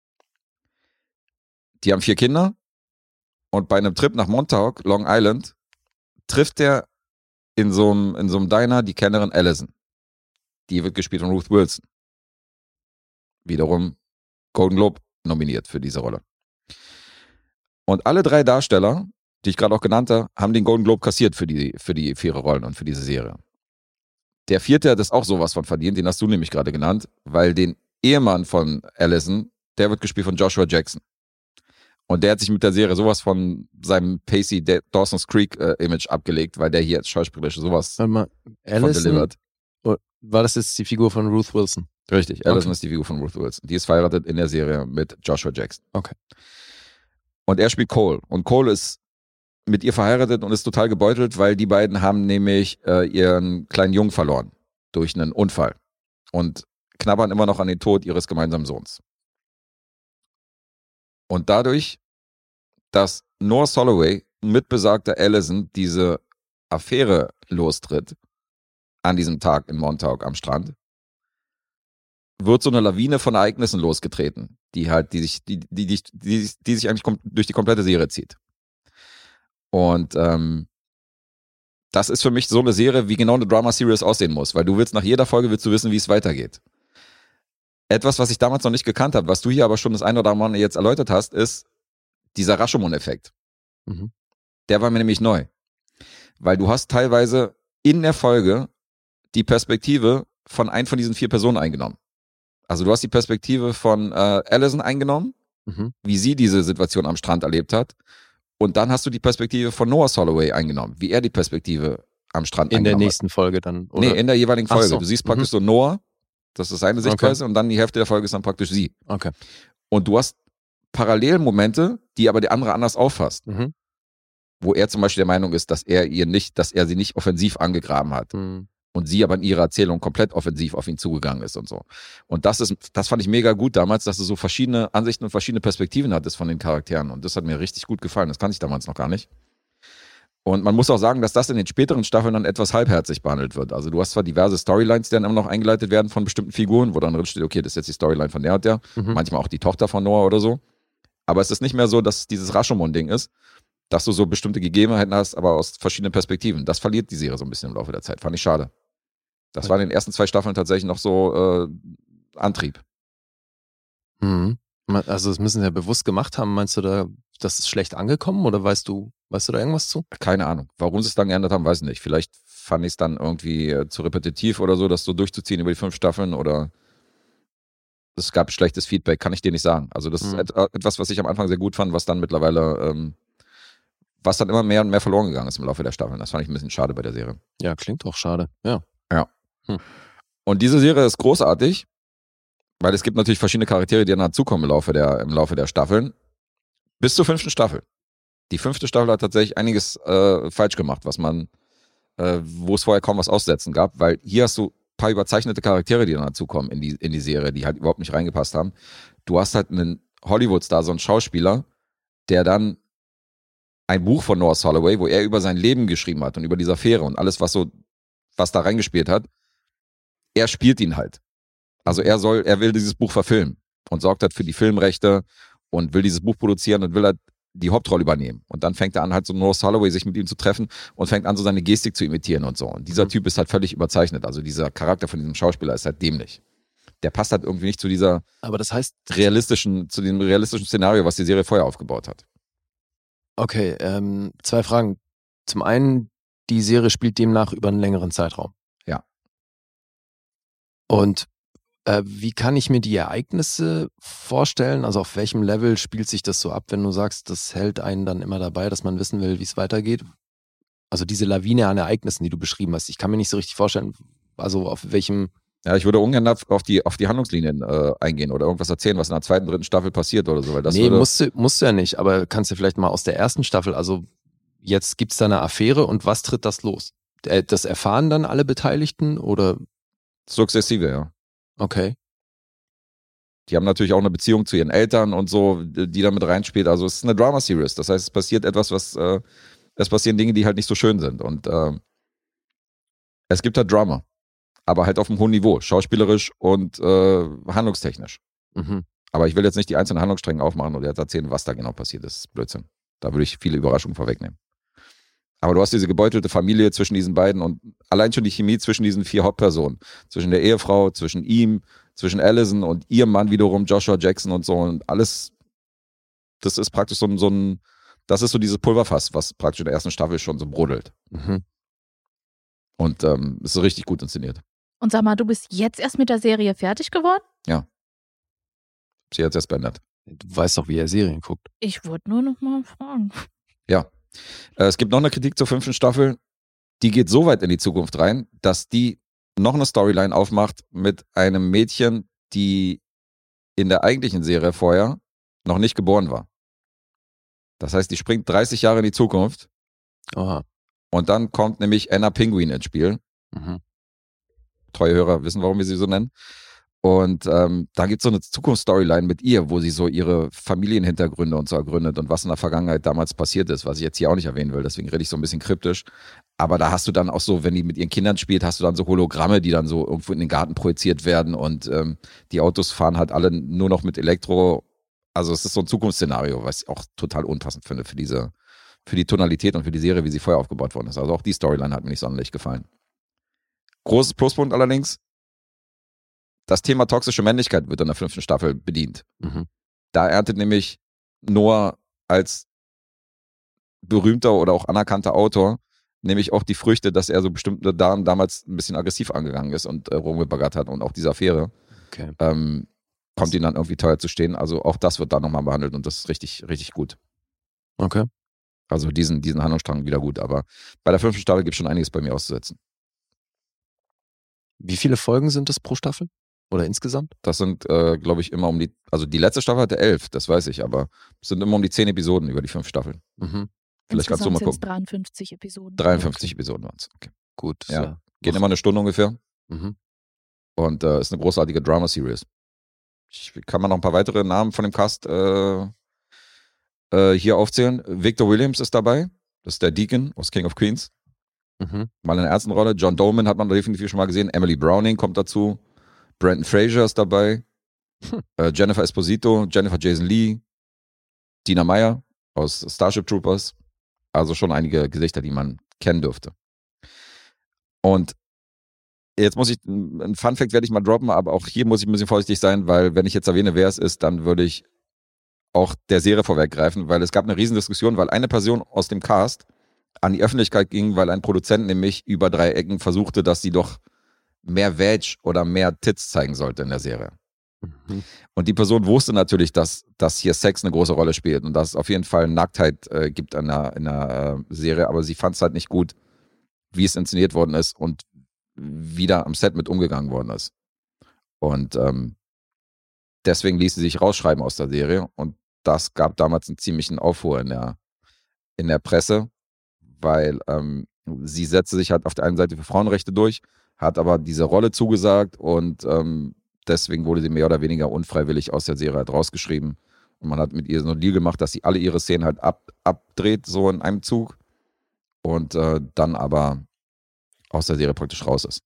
Die haben vier Kinder und bei einem Trip nach Montauk, Long Island, trifft er in so einem, in so einem Diner die Kellnerin Allison. Die wird gespielt von Ruth Wilson. Wiederum Golden Globe nominiert für diese Rolle. Und alle drei Darsteller, die ich gerade auch genannt habe, haben den Golden Globe kassiert für die, für die für ihre Rollen und für diese Serie. Der vierte hat das auch sowas von verdient, den hast du nämlich gerade genannt, weil den Ehemann von Allison, der wird gespielt von Joshua Jackson. Und der hat sich mit der Serie sowas von seinem Pacey Dawson's Creek äh, Image abgelegt, weil der hier als schauspielerisch sowas Warte mal, von Allison, delivered. war das jetzt die Figur von Ruth Wilson? Richtig, Allison Okay. ist die Figur von Ruth Wilson. Die ist verheiratet in der Serie mit Joshua Jackson. Okay. Und er spielt Cole. Und Cole ist mit ihr verheiratet und ist total gebeutelt, weil die beiden haben nämlich äh, ihren kleinen Jungen verloren durch einen Unfall und knabbern immer noch an den Tod ihres gemeinsamen Sohns. Und dadurch, dass Noah Soloway mit besagter Allison diese Affäre lostritt an diesem Tag in Montauk am Strand, wird so eine Lawine von Ereignissen losgetreten, die halt, die sich, die, die, die, die, die sich eigentlich kom- durch die komplette Serie zieht. Und ähm, das ist für mich so eine Serie, wie genau eine Drama-Series aussehen muss, weil du willst nach jeder Folge willst du wissen, wie es weitergeht. Etwas, was ich damals noch nicht gekannt habe, was du hier aber schon das eine oder andere Mal jetzt erläutert hast, ist dieser Rashomon-Effekt. Mhm. Der war mir nämlich neu. Weil du hast teilweise in der Folge die Perspektive von ein von diesen vier Personen eingenommen. Also du hast die Perspektive von äh, Allison eingenommen, Mhm. wie sie diese Situation am Strand erlebt hat. Und dann hast du die Perspektive von Noah Soloway eingenommen, wie er die Perspektive am Strand In der eingenommen nächsten Folge dann, hat. oder? Nee, in der jeweiligen Ach Folge. so. Du siehst Mhm. praktisch so Noah, das ist seine Sichtweise, Okay. und dann die Hälfte der Folge ist dann praktisch sie. Okay. Und du hast Parallelmomente, die aber der andere anders auffasst. Mhm. Wo er zum Beispiel der Meinung ist, dass er ihr nicht, dass er sie nicht offensiv angegraben hat. Mhm. Und sie aber in ihrer Erzählung komplett offensiv auf ihn zugegangen ist und so. Und das ist, das fand ich mega gut damals, dass du so verschiedene Ansichten und verschiedene Perspektiven hattest von den Charakteren. Und das hat mir richtig gut gefallen. Das kannte ich damals noch gar nicht. Und man muss auch sagen, dass das in den späteren Staffeln dann etwas halbherzig behandelt wird. Also du hast zwar diverse Storylines, die dann immer noch eingeleitet werden von bestimmten Figuren, wo dann drin steht, okay, das ist jetzt die Storyline von der und der. Mhm. Manchmal auch die Tochter von Noah oder so. Aber es ist nicht mehr so, dass es dieses Rashomon-Ding ist, dass du so bestimmte Gegebenheiten hast, aber aus verschiedenen Perspektiven. Das verliert die Serie so ein bisschen im Laufe der Zeit. Fand ich schade. Das war in den ersten zwei Staffeln tatsächlich noch so äh, Antrieb. Mhm. Also das müssen sie ja bewusst gemacht haben. Meinst du da, das ist schlecht angekommen oder weißt du, weißt du da irgendwas zu? Keine Ahnung. Warum sie es dann geändert haben, weiß ich nicht. Vielleicht fand ich es dann irgendwie äh, zu repetitiv oder so, das so durchzuziehen über die fünf Staffeln oder es gab schlechtes Feedback, kann ich dir nicht sagen. Also das Mhm. ist et- etwas, was ich am Anfang sehr gut fand, was dann mittlerweile, ähm, was dann immer mehr und mehr verloren gegangen ist im Laufe der Staffeln. Das fand ich ein bisschen schade bei der Serie. Ja, klingt auch schade. Ja. Und diese Serie ist großartig, weil es gibt natürlich verschiedene Charaktere, die dann dazukommen im Laufe der, im Laufe der Staffeln. Bis zur fünften Staffel. Die fünfte Staffel hat tatsächlich einiges äh, falsch gemacht, was man, äh, wo es vorher kaum was aussetzen gab, weil hier hast du ein paar überzeichnete Charaktere, die dann dazukommen in die, in die Serie, die halt überhaupt nicht reingepasst haben. Du hast halt einen Hollywood-Star, so einen Schauspieler, der dann ein Buch von Noah Soloway, wo er über sein Leben geschrieben hat und über diese Affäre und alles, was so, was da reingespielt hat, er spielt ihn halt. Also er soll, er will dieses Buch verfilmen und sorgt halt für die Filmrechte und will dieses Buch produzieren und will halt die Hauptrolle übernehmen. Und dann fängt er an, halt so Noah Soloway sich mit ihm zu treffen und fängt an, so seine Gestik zu imitieren und so. Und dieser Mhm. Typ ist halt völlig überzeichnet. Also dieser Charakter von diesem Schauspieler ist halt dämlich. Der passt halt irgendwie nicht zu dieser Aber das heißt, realistischen, zu dem realistischen Szenario, was die Serie vorher aufgebaut hat. okay, ähm, zwei Fragen. Zum einen, die Serie spielt demnach über einen längeren Zeitraum. Ja. Und äh, wie kann ich mir die Ereignisse vorstellen? Also auf welchem Level spielt sich das so ab, wenn du sagst, das hält einen dann immer dabei, dass man wissen will, wie es weitergeht? Also diese Lawine an Ereignissen, die du beschrieben hast. Ich kann mir nicht so richtig vorstellen, also auf welchem... Ja, ich würde ungern auf die, auf die Handlungslinien äh, eingehen oder irgendwas erzählen, was in der zweiten, dritten Staffel passiert oder so. Weil das nee, würde, musst du, musst du ja nicht, aber kannst du vielleicht mal aus der ersten Staffel, also jetzt gibt's da eine Affäre und was tritt das los? Äh, Das erfahren dann alle Beteiligten oder... sukzessive, ja. Okay. Die haben natürlich auch eine Beziehung zu ihren Eltern und so, die da mit reinspielt. Also es ist eine Drama-Series. Das heißt, es passiert etwas, was, äh, es passieren Dinge, die halt nicht so schön sind. Und äh, es gibt halt Drama. Aber halt auf einem hohen Niveau. Schauspielerisch und äh, handlungstechnisch. Mhm. Aber ich will jetzt nicht die einzelnen Handlungsstränge aufmachen oder jetzt erzählen, was da genau passiert ist. Das ist Blödsinn. Da würde ich viele Überraschungen vorwegnehmen. Aber du hast diese gebeutelte Familie zwischen diesen beiden und allein schon die Chemie zwischen diesen vier Hauptpersonen. Zwischen der Ehefrau, zwischen ihm, zwischen Allison und ihrem Mann wiederum, Joshua Jackson und so. Und alles, das ist praktisch so ein, so ein das ist so dieses Pulverfass, was praktisch in der ersten Staffel schon so brodelt. Mhm. Und ähm, ist so richtig gut inszeniert. Und sag mal, du bist jetzt erst mit der Serie fertig geworden? Ja. Sie hat es erst beendet. Du weißt doch, wie er Serien guckt. Ich wollte nur noch mal fragen. Ja. Äh, es gibt noch eine Kritik zur fünften Staffel. Die geht so weit in die Zukunft rein, dass die noch eine Storyline aufmacht mit einem Mädchen, die in der eigentlichen Serie vorher noch nicht geboren war. Das heißt, die springt dreißig Jahre in die Zukunft. Aha. Und dann kommt nämlich Anna Penguin ins Spiel. Mhm. Treue Hörer wissen, warum wir sie so nennen. Und ähm, da gibt es so eine Zukunftsstoryline mit ihr, wo sie so ihre Familienhintergründe und so ergründet und was in der Vergangenheit damals passiert ist, was ich jetzt hier auch nicht erwähnen will, deswegen rede ich so ein bisschen kryptisch. Aber da hast du dann auch so, wenn die mit ihren Kindern spielt, hast du dann so Hologramme, die dann so irgendwo in den Garten projiziert werden und ähm, die Autos fahren halt alle nur noch mit Elektro. Also es ist so ein Zukunftsszenario, was ich auch total unpassend finde für diese, für die Tonalität und für die Serie, wie sie vorher aufgebaut worden ist. Also auch die Storyline hat mir nicht sonderlich gefallen. Großes Pluspunkt allerdings, das Thema toxische Männlichkeit wird in der fünften Staffel bedient. Mhm. Da erntet nämlich Noah als berühmter oder auch anerkannter Autor nämlich auch die Früchte, dass er so bestimmte Damen damals ein bisschen aggressiv angegangen ist und äh, rumgebaggert hat und auch diese Affäre Okay. ähm, kommt ihm dann irgendwie teuer zu stehen. Also auch das wird da nochmal behandelt und das ist richtig, richtig gut. Okay. Also diesen, diesen Handlungsstrang wieder gut. Aber bei der fünften Staffel gibt es schon einiges bei mir auszusetzen. Wie viele Folgen sind das pro Staffel? Oder insgesamt? Das sind, äh, glaube ich, immer um die, also die letzte Staffel hatte elf, das weiß ich, aber es sind immer um die zehn Episoden über die fünf Staffeln. Mhm. Vielleicht kannst du mal gucken. dreiundfünfzig Episoden. dreiundfünfzig Episoden waren es. Okay. Gut. Ja. Ja. Geht immer eine Stunde ungefähr. Mhm. Und äh, ist eine großartige Drama-Series. Ich kann mal noch ein paar weitere Namen von dem Cast äh, äh, hier aufzählen. Victor Williams ist dabei. Das ist der Deacon aus King of Queens. Mhm. Mal in der ernsten Rolle. John Doman hat man definitiv schon mal gesehen. Emily Browning kommt dazu. Brandon Fraser ist dabei. Hm. Äh, Jennifer Esposito, Jennifer Jason Leigh, Dina Meyer aus Starship Troopers. Also schon einige Gesichter, die man kennen dürfte. Und jetzt muss ich, ein Funfact werde ich mal droppen, aber auch hier muss ich ein bisschen vorsichtig sein, weil wenn ich jetzt erwähne, wer es ist, dann würde ich auch der Serie vorweggreifen, weil es gab eine Riesendiskussion, weil eine Person aus dem Cast an die Öffentlichkeit ging, weil ein Produzent nämlich über drei Ecken versuchte, dass sie doch mehr Vag oder mehr Tits zeigen sollte in der Serie. Mhm. Und die Person wusste natürlich, dass, dass hier Sex eine große Rolle spielt und dass es auf jeden Fall Nacktheit äh, gibt in der, in der äh, Serie, aber sie fand es halt nicht gut, wie es inszeniert worden ist und wie da am Set mit umgegangen worden ist. Und ähm, deswegen ließ sie sich rausschreiben aus der Serie und das gab damals einen ziemlichen Aufruhr in der, in der Presse, weil ähm, sie setzte sich halt auf der einen Seite für Frauenrechte durch, hat aber diese Rolle zugesagt und ähm, deswegen wurde sie mehr oder weniger unfreiwillig aus der Serie halt rausgeschrieben. Und man hat mit ihr so einen Deal gemacht, dass sie alle ihre Szenen halt ab, abdreht, so in einem Zug und äh, dann aber aus der Serie praktisch raus ist.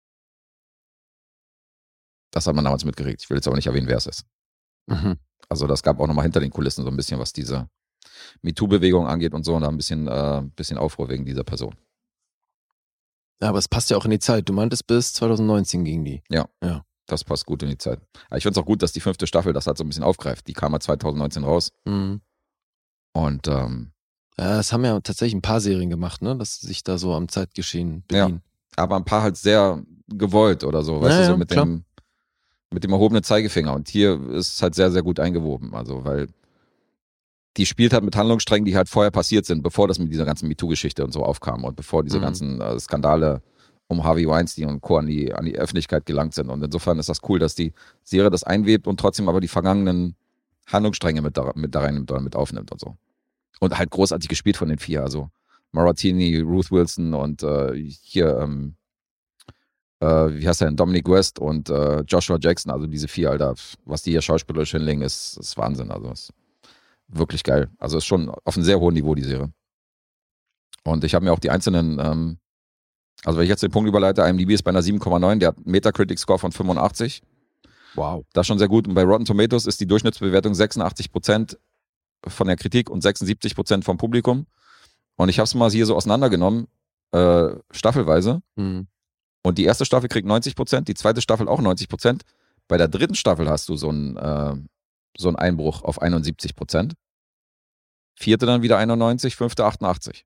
Das hat man damals mitgekriegt. Ich will jetzt aber nicht erwähnen, wer es ist. Mhm. Also das gab auch nochmal hinter den Kulissen so ein bisschen, was diese MeToo-Bewegung angeht und so, und da ein bisschen, äh, bisschen Aufruhr wegen dieser Person. Ja, aber es passt ja auch in die Zeit. Du meintest, bis zwanzig neunzehn ging die. Ja, ja. Das passt gut in die Zeit. Aber ich finde es auch gut, dass die fünfte Staffel das halt so ein bisschen aufgreift. Die kam ja zwanzig neunzehn raus. Mhm. Und ähm, ja, das haben ja tatsächlich ein paar Serien gemacht, ne, dass sie sich da so am Zeitgeschehen bedienen. Ja, aber ein paar halt sehr gewollt oder so, weißt ja, du, so ja, mit klar. dem mit dem erhobenen Zeigefinger. Und hier ist es halt sehr, sehr gut eingewoben. Also, weil die spielt halt mit Handlungssträngen, die halt vorher passiert sind, bevor das mit dieser ganzen MeToo-Geschichte und so aufkam und bevor diese Mhm. ganzen äh, Skandale um Harvey Weinstein und Co. an die, an die Öffentlichkeit gelangt sind. Und insofern ist das cool, dass die Serie das einwebt und trotzdem aber die vergangenen Handlungsstränge mit da, mit da reinnimmt oder mit aufnimmt und so. Und halt großartig gespielt von den vier. Also Maratini, Ruth Wilson und äh, hier, ähm, äh, wie heißt der denn, Dominic West und äh, Joshua Jackson. Also diese vier, Alter, was die hier schauspielerisch hinlegen, ist, ist Wahnsinn. Also ist wirklich geil. Also ist schon auf einem sehr hohen Niveau, die Serie. Und ich habe mir auch die einzelnen, ähm, also wenn ich jetzt den Punkt überleite, IMDb ist bei einer sieben Komma neun, der hat einen Metacritic-Score von fünfundachtzig. Wow. Das ist schon sehr gut. Und bei Rotten Tomatoes ist die Durchschnittsbewertung sechsundachtzig Prozent von der Kritik und sechsundsiebzig Prozent vom Publikum. Und ich habe es mal hier so auseinandergenommen, äh, staffelweise. Mhm. Und die erste Staffel kriegt neunzig Prozent, die zweite Staffel auch neunzig Prozent. Bei der dritten Staffel hast du so einen, äh, so einen Einbruch auf einundsiebzig Prozent. Vierte dann wieder einundneunzig, fünfte achtundachtzig.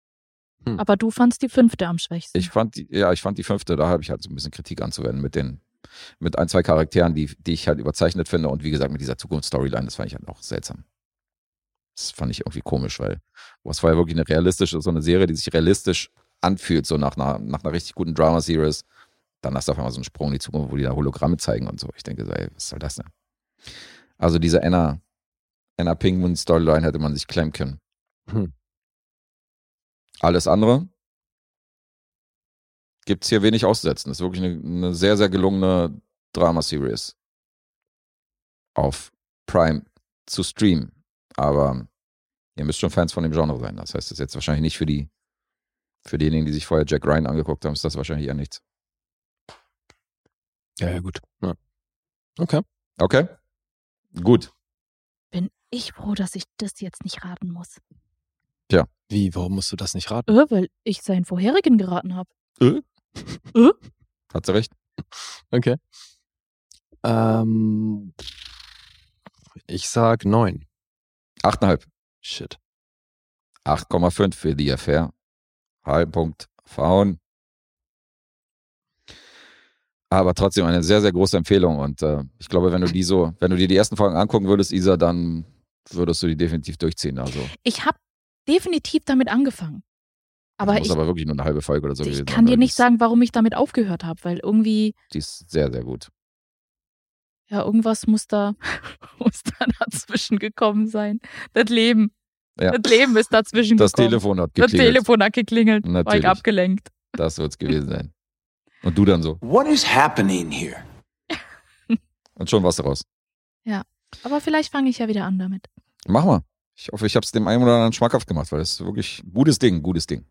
Aber du fandst die fünfte am schwächsten. Ich fand die, ja, ich fand die fünfte, da habe ich halt so ein bisschen Kritik anzuwenden mit den mit ein, zwei Charakteren, die, die ich halt überzeichnet finde und wie gesagt mit dieser Zukunftsstoryline, das fand ich halt auch seltsam. Das fand ich irgendwie komisch, weil was war ja wirklich eine realistische, so eine Serie, die sich realistisch anfühlt, so nach einer, nach einer richtig guten Drama-Series. Dann hast du auf einmal so einen Sprung in die Zukunft, wo die da Hologramme zeigen und so. Ich denke so, ey, was soll das denn? Also diese Anna, Anna Penguin-Storyline hätte man sich klemmen können. Hm. Alles andere gibt es hier wenig auszusetzen. Das ist wirklich eine, eine sehr, sehr gelungene Drama-Series auf Prime zu streamen. Aber ihr müsst schon Fans von dem Genre sein. Das heißt, das ist jetzt wahrscheinlich nicht für die, für diejenigen, die sich vorher Jack Ryan angeguckt haben, ist das wahrscheinlich eher nichts. Ja, ja, gut. Ja. Okay. Okay. Gut. Bin ich froh, dass ich das jetzt nicht raten muss. Tja. Wie, warum musst du das nicht raten? Äh, weil ich seinen vorherigen geraten habe. Äh? Äh? Hat sie recht. Okay. Ähm, ich sag neun. Achteinhalb. Shit. acht Komma fünf für die Affair. Halben Punkt verhauen. Aber trotzdem eine sehr, sehr große Empfehlung. Und äh, ich glaube, wenn du die so, wenn du dir die ersten Folgen angucken würdest, Isa, dann würdest du die definitiv durchziehen. Also Ich habe definitiv damit angefangen. Aber das muss ich, aber wirklich nur eine halbe Folge oder so ich gewesen kann sein, dir weil nicht die ist- sagen, warum ich damit aufgehört habe, weil irgendwie, Die ist sehr, sehr gut. ja, irgendwas muss da, muss da dazwischen gekommen sein. Das Leben. Ja. Das Leben ist dazwischen Das gekommen. Telefon hat Das geklingelt. Telefon hat geklingelt. War Natürlich. ich abgelenkt. Das wird es gewesen sein. Und du dann so. What is happening here? Und schon warst du raus. Ja. Aber vielleicht fange ich ja wieder an damit. Mach mal. Ich hoffe, ich habe es dem einen oder anderen schmackhaft gemacht, weil das ist wirklich ein gutes Ding, gutes Ding.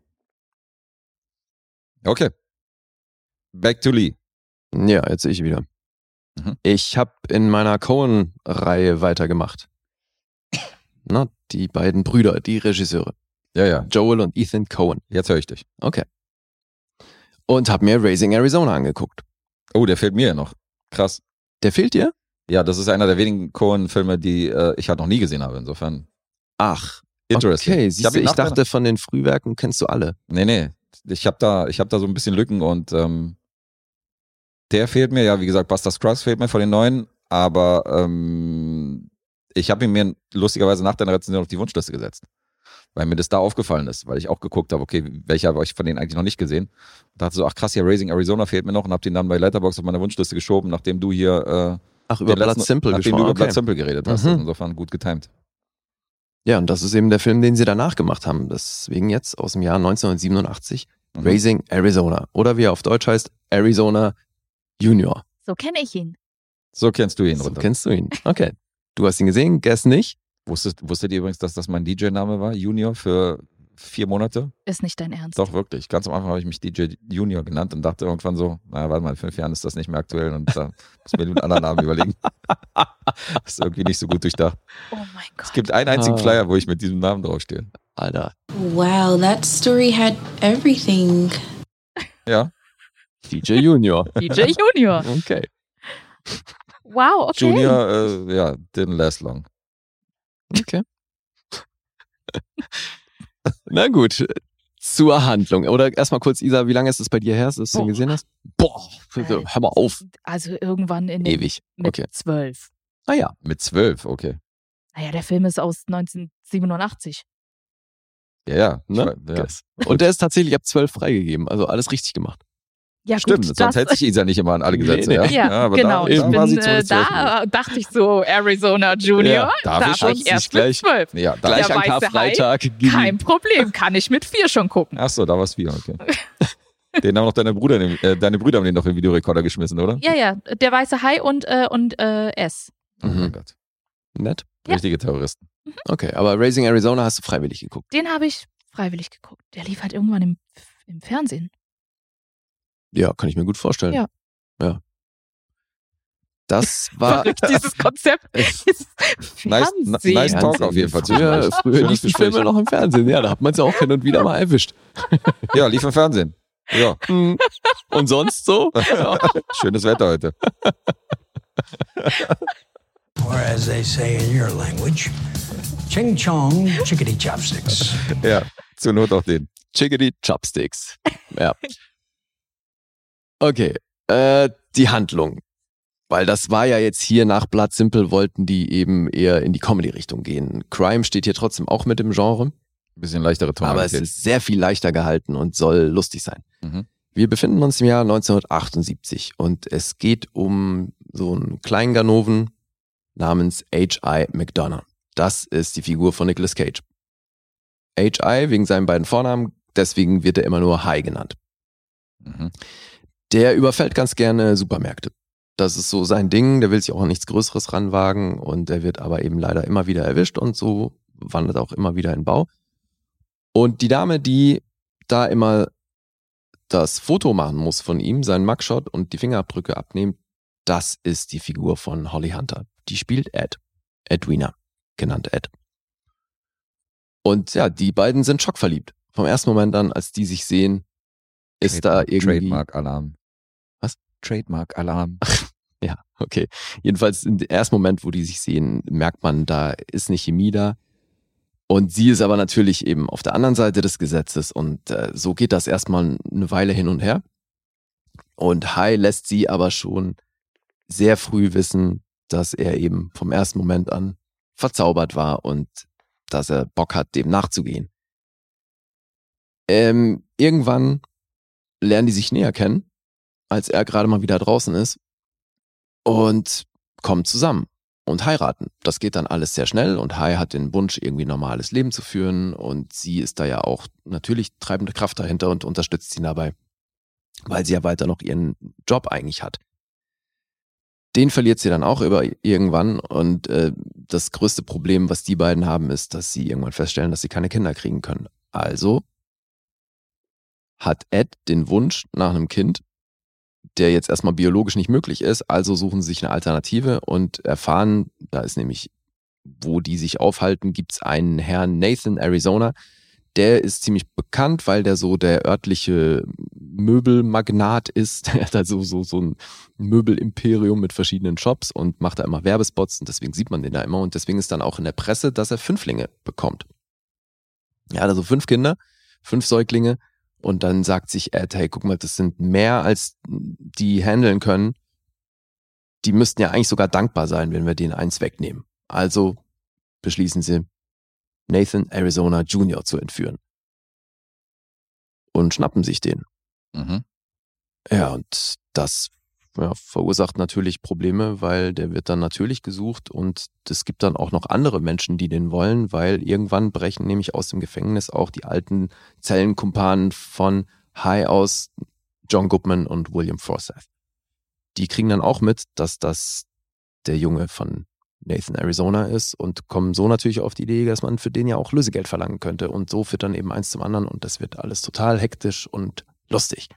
Okay. Back to Lee. Ja, jetzt ich wieder. Mhm. Ich habe in meiner Coen-Reihe weitergemacht. Na, die beiden Brüder, die Regisseure. Ja, ja. Joel und Ethan Coen. Jetzt höre ich dich. Okay. Und habe mir Raising Arizona angeguckt. Oh, der fehlt mir ja noch. Krass. Der fehlt dir? Ja, das ist einer der wenigen Coen-Filme, die äh, ich halt noch nie gesehen habe. Insofern Ach. interesting. Okay, Ich siehst hab du, ihn ich nach deiner- dachte, von den Frühwerken kennst du alle. Nee, nee. Ich habe da, ich hab da so ein bisschen Lücken und ähm, der fehlt mir. Ja, wie gesagt, Buster Scruggs fehlt mir von den neuen. Aber ähm, ich habe ihn mir lustigerweise nach deiner Rezension auf die Wunschliste gesetzt. Weil mir das da aufgefallen ist. Weil ich auch geguckt habe, okay, welcher habe ich von denen eigentlich noch nicht gesehen. Und dachte so, ach krass, ja, Raising Arizona fehlt mir noch. Und habe den dann bei Letterboxd auf meine Wunschliste geschoben, nachdem du hier äh, Ach, über den Blood letzten- Simple nachdem gesprochen. du über Okay. Blood Simple geredet hast. Mhm. Also insofern gut getimed. Ja, und das ist eben der Film, den sie danach gemacht haben. Deswegen jetzt aus dem Jahr neunzehnhundertsiebenundachtzig. Mhm. Raising Arizona. Oder wie er auf Deutsch heißt, Arizona Junior. So kenne ich ihn. So kennst du ihn, So runter. kennst du ihn. Okay. Du hast ihn gesehen, Guess nicht. Wusstet, wusstet ihr übrigens, dass das mein D J-Name war? Junior für vier Monate? Ist nicht dein Ernst. Doch, wirklich. Ganz am Anfang habe ich mich D J Junior genannt und dachte irgendwann so, naja, warte mal, in fünf Jahren ist das nicht mehr aktuell und da muss mir einen anderen Namen überlegen. Das ist irgendwie nicht so gut durchdacht. Oh mein Gott. Es gibt einen einzigen Ah. Flyer, wo ich mit diesem Namen draufstehe. Alter. Wow, that story had everything. Ja, D J Junior. D J Junior. Okay. Wow, okay. Junior, äh, ja, didn't last long. Okay. Na gut. Zur Handlung. Oder erstmal kurz, Isa, wie lange ist es bei dir her, dass du den Boah. gesehen hast? Boah, hör mal auf. Also irgendwann in den, Ewig. mit Okay. zwölf. Ah ja. Mit zwölf, okay. Naja, der Film ist aus neunzehnhundertsiebenundachtzig. Ja, ja. ich Ne? weiß, ja. Guess. Und der ist tatsächlich ab zwölf freigegeben. Also alles richtig gemacht. Ja, Stimmt, gut, sonst das, hält sich Isa nicht immer an alle Nee, Gesetze. nee. Ja, Ja, aber genau. Da, ich da bin, war sie äh, zumindest zwölf. da dachte ich so, Arizona Junior, Ja, darf darf ich schon? ich erst Gleich- mit zwölf. Ja, da Gleich Der an weiße Hai? Karfreitag. ging- Kein Problem, kann ich mit vier schon gucken. Achso, da war es vier, okay. Den haben noch deine Brüder, in den- äh, deine Brüder haben den noch im Videorekorder geschmissen, oder? Ja, ja, der weiße Hai und, äh, und äh, S. Oh mein Mhm. Gott. Nett. Ja. Richtige Terroristen. Okay, aber Raising Arizona hast du freiwillig geguckt. Den habe ich freiwillig geguckt. Der lief halt irgendwann im, im Fernsehen. Ja, kann ich mir gut vorstellen. Ja. Ja. Das war. Verrückt, dieses Konzept. Dieses Nice, Fernsehen. nice Talk auf jeden Fall. Früher, zwischendurch. früher Schönes liefen Gespräch. Filme noch im Fernsehen. Ja, da hat man es ja auch hin und wieder mal erwischt. Ja, lief im Fernsehen. Ja, Mhm. Und sonst so? Ja. schönes Wetter heute. Or as they say in your language, ching chong, chickadee chopsticks. Ja, zur Not auch den. Chickadee Chopsticks. Ja. Okay. Äh, die Handlung. Weil das war ja jetzt hier nach Blood Simple, wollten die eben eher in die Comedy-Richtung gehen. Crime steht hier trotzdem auch mit im Genre. Ein bisschen leichtere Tonalität. Aber es ist sehr viel leichter gehalten und soll lustig sein. Mhm. Wir befinden uns im Jahr neunzehnhundertachtundsiebzig und es geht um so einen kleinen Ganoven namens H I McDonough. Das ist die Figur von Nicolas Cage. H I wegen seinen beiden Vornamen, deswegen wird er immer nur Hi genannt. Mhm. Der überfällt ganz gerne Supermärkte. Das ist so sein Ding, der will sich auch an nichts Größeres ranwagen und der wird aber eben leider immer wieder erwischt und so wandert auch immer wieder in Bau. Und die Dame, die da immer das Foto machen muss von ihm, seinen Mugshot und die Fingerabdrücke abnehmen, das ist die Figur von Holly Hunter. Die spielt Ed. Edwina, genannt Ed. Und ja, die beiden sind schockverliebt. Vom ersten Moment an, als die sich sehen, ist Trademark, da irgendwie... Trademark-Alarm. Was? Trademark-Alarm. Ja, okay. Jedenfalls im ersten Moment, wo die sich sehen, merkt man, da ist eine Chemie da. Und sie ist aber natürlich eben auf der anderen Seite des Gesetzes und äh, so geht das erstmal eine Weile hin und her. Und Hi lässt sie aber schon sehr früh wissen, dass er eben vom ersten Moment an verzaubert war und dass er Bock hat, dem nachzugehen. Ähm, irgendwann lernen die sich näher kennen, als er gerade mal wieder draußen ist und kommen zusammen. Und heiraten. Das geht dann alles sehr schnell und Hi hat den Wunsch, irgendwie normales Leben zu führen und sie ist da ja auch natürlich treibende Kraft dahinter und unterstützt ihn dabei, weil sie ja weiter noch ihren Job eigentlich hat. Den verliert sie dann auch über irgendwann und äh, das größte Problem, was die beiden haben, ist, dass sie irgendwann feststellen, dass sie keine Kinder kriegen können. Also hat Ed den Wunsch nach einem Kind, der jetzt erstmal biologisch nicht möglich ist, also suchen sie sich eine Alternative und erfahren, da ist nämlich, wo die sich aufhalten, gibt's einen Herrn Nathan Arizona, der ist ziemlich bekannt, weil der so der örtliche Möbelmagnat ist, der hat also so, so ein Möbelimperium mit verschiedenen Shops und macht da immer Werbespots und deswegen sieht man den da immer und deswegen ist dann auch in der Presse, dass er Fünflinge bekommt. Er hat also fünf Kinder, fünf Säuglinge. Und dann sagt sich Ed, hey, guck mal, das sind mehr, als die handeln können. Die müssten ja eigentlich sogar dankbar sein, wenn wir den eins wegnehmen. Also beschließen sie, Nathan Arizona Junior zu entführen. Und schnappen sich den. Mhm. Ja, und das ja, verursacht natürlich Probleme, weil der wird dann natürlich gesucht und es gibt dann auch noch andere Menschen, die den wollen, weil irgendwann brechen nämlich aus dem Gefängnis auch die alten Zellenkumpanen von Hi aus, John Goodman und William Forsythe. Die kriegen dann auch mit, dass das der Junge von Nathan Arizona ist und kommen so natürlich auf die Idee, dass man für den ja auch Lösegeld verlangen könnte und so führt dann eben eins zum anderen und das wird alles total hektisch und lustig.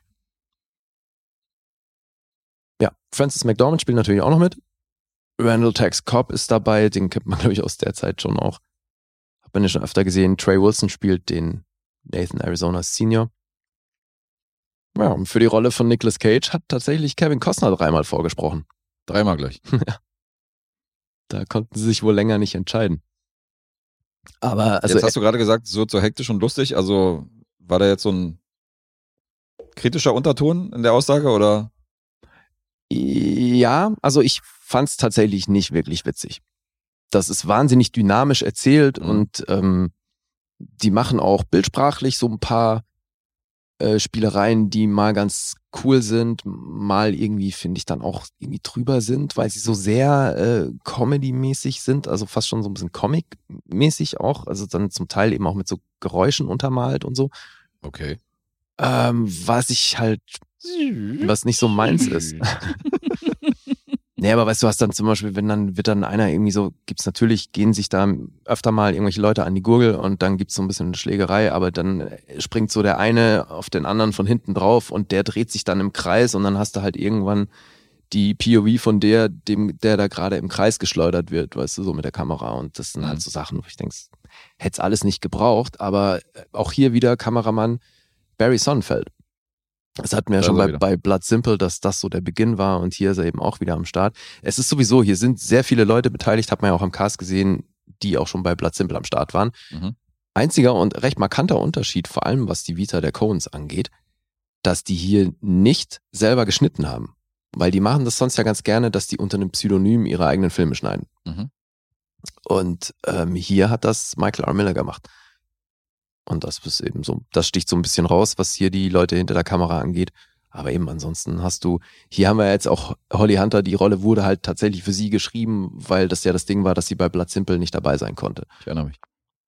Ja, Francis McDormand spielt natürlich auch noch mit. Randall Tex Cobb ist dabei, den kennt man, glaube ich, aus der Zeit schon auch. Hab man ja schon öfter gesehen. Trey Wilson spielt den Nathan Arizona Senior. Ja, und für die Rolle von Nicolas Cage hat tatsächlich Kevin Costner dreimal vorgesprochen. Dreimal gleich. Ja. Da konnten sie sich wohl länger nicht entscheiden. Aber also jetzt hast du gerade gesagt, es wird so hektisch und lustig. Also war da jetzt so ein kritischer Unterton in der Aussage oder? Ja, also ich fand es tatsächlich nicht wirklich witzig. Das ist wahnsinnig dynamisch erzählt mhm. und ähm, die machen auch bildsprachlich so ein paar äh, Spielereien, die mal ganz cool sind, mal irgendwie, finde ich, dann auch irgendwie drüber sind, weil sie so sehr äh, Comedy-mäßig sind, also fast schon so ein bisschen Comic-mäßig auch, also dann zum Teil eben auch mit so Geräuschen untermalt und so. Okay. Ähm, was ich halt, was nicht so meins ist. Nee, aber weißt du, hast dann zum Beispiel, wenn dann, wird dann einer irgendwie so, gibt's natürlich, gehen sich da öfter mal irgendwelche Leute an die Gurgel und dann gibt's so ein bisschen eine Schlägerei, aber dann springt so der eine auf den anderen von hinten drauf und der dreht sich dann im Kreis und dann hast du halt irgendwann die P O V von der, dem, der da gerade im Kreis geschleudert wird, weißt du, so mit der Kamera und das sind halt so Sachen, wo ich denke, hätte es alles nicht gebraucht, aber auch hier wieder Kameramann Barry Sonnenfeld. Das hatten wir ja schon bei, bei Blood Simple, dass das so der Beginn war und hier ist er eben auch wieder am Start. Es ist sowieso, hier sind sehr viele Leute beteiligt, hat man ja auch am Cast gesehen, die auch schon bei Blood Simple am Start waren. Mhm. Einziger und recht markanter Unterschied, vor allem was die Vita der Coens angeht, dass die hier nicht selber geschnitten haben. Weil die machen das sonst ja ganz gerne, dass die unter einem Pseudonym ihre eigenen Filme schneiden. Mhm. Und ähm, hier hat das Michael R. Miller gemacht. Und das ist eben so, das sticht so ein bisschen raus, was hier die Leute hinter der Kamera angeht. Aber eben ansonsten hast du, hier haben wir jetzt auch Holly Hunter, die Rolle wurde halt tatsächlich für sie geschrieben, weil das ja das Ding war, dass sie bei Blood Simple nicht dabei sein konnte. Ich erinnere mich.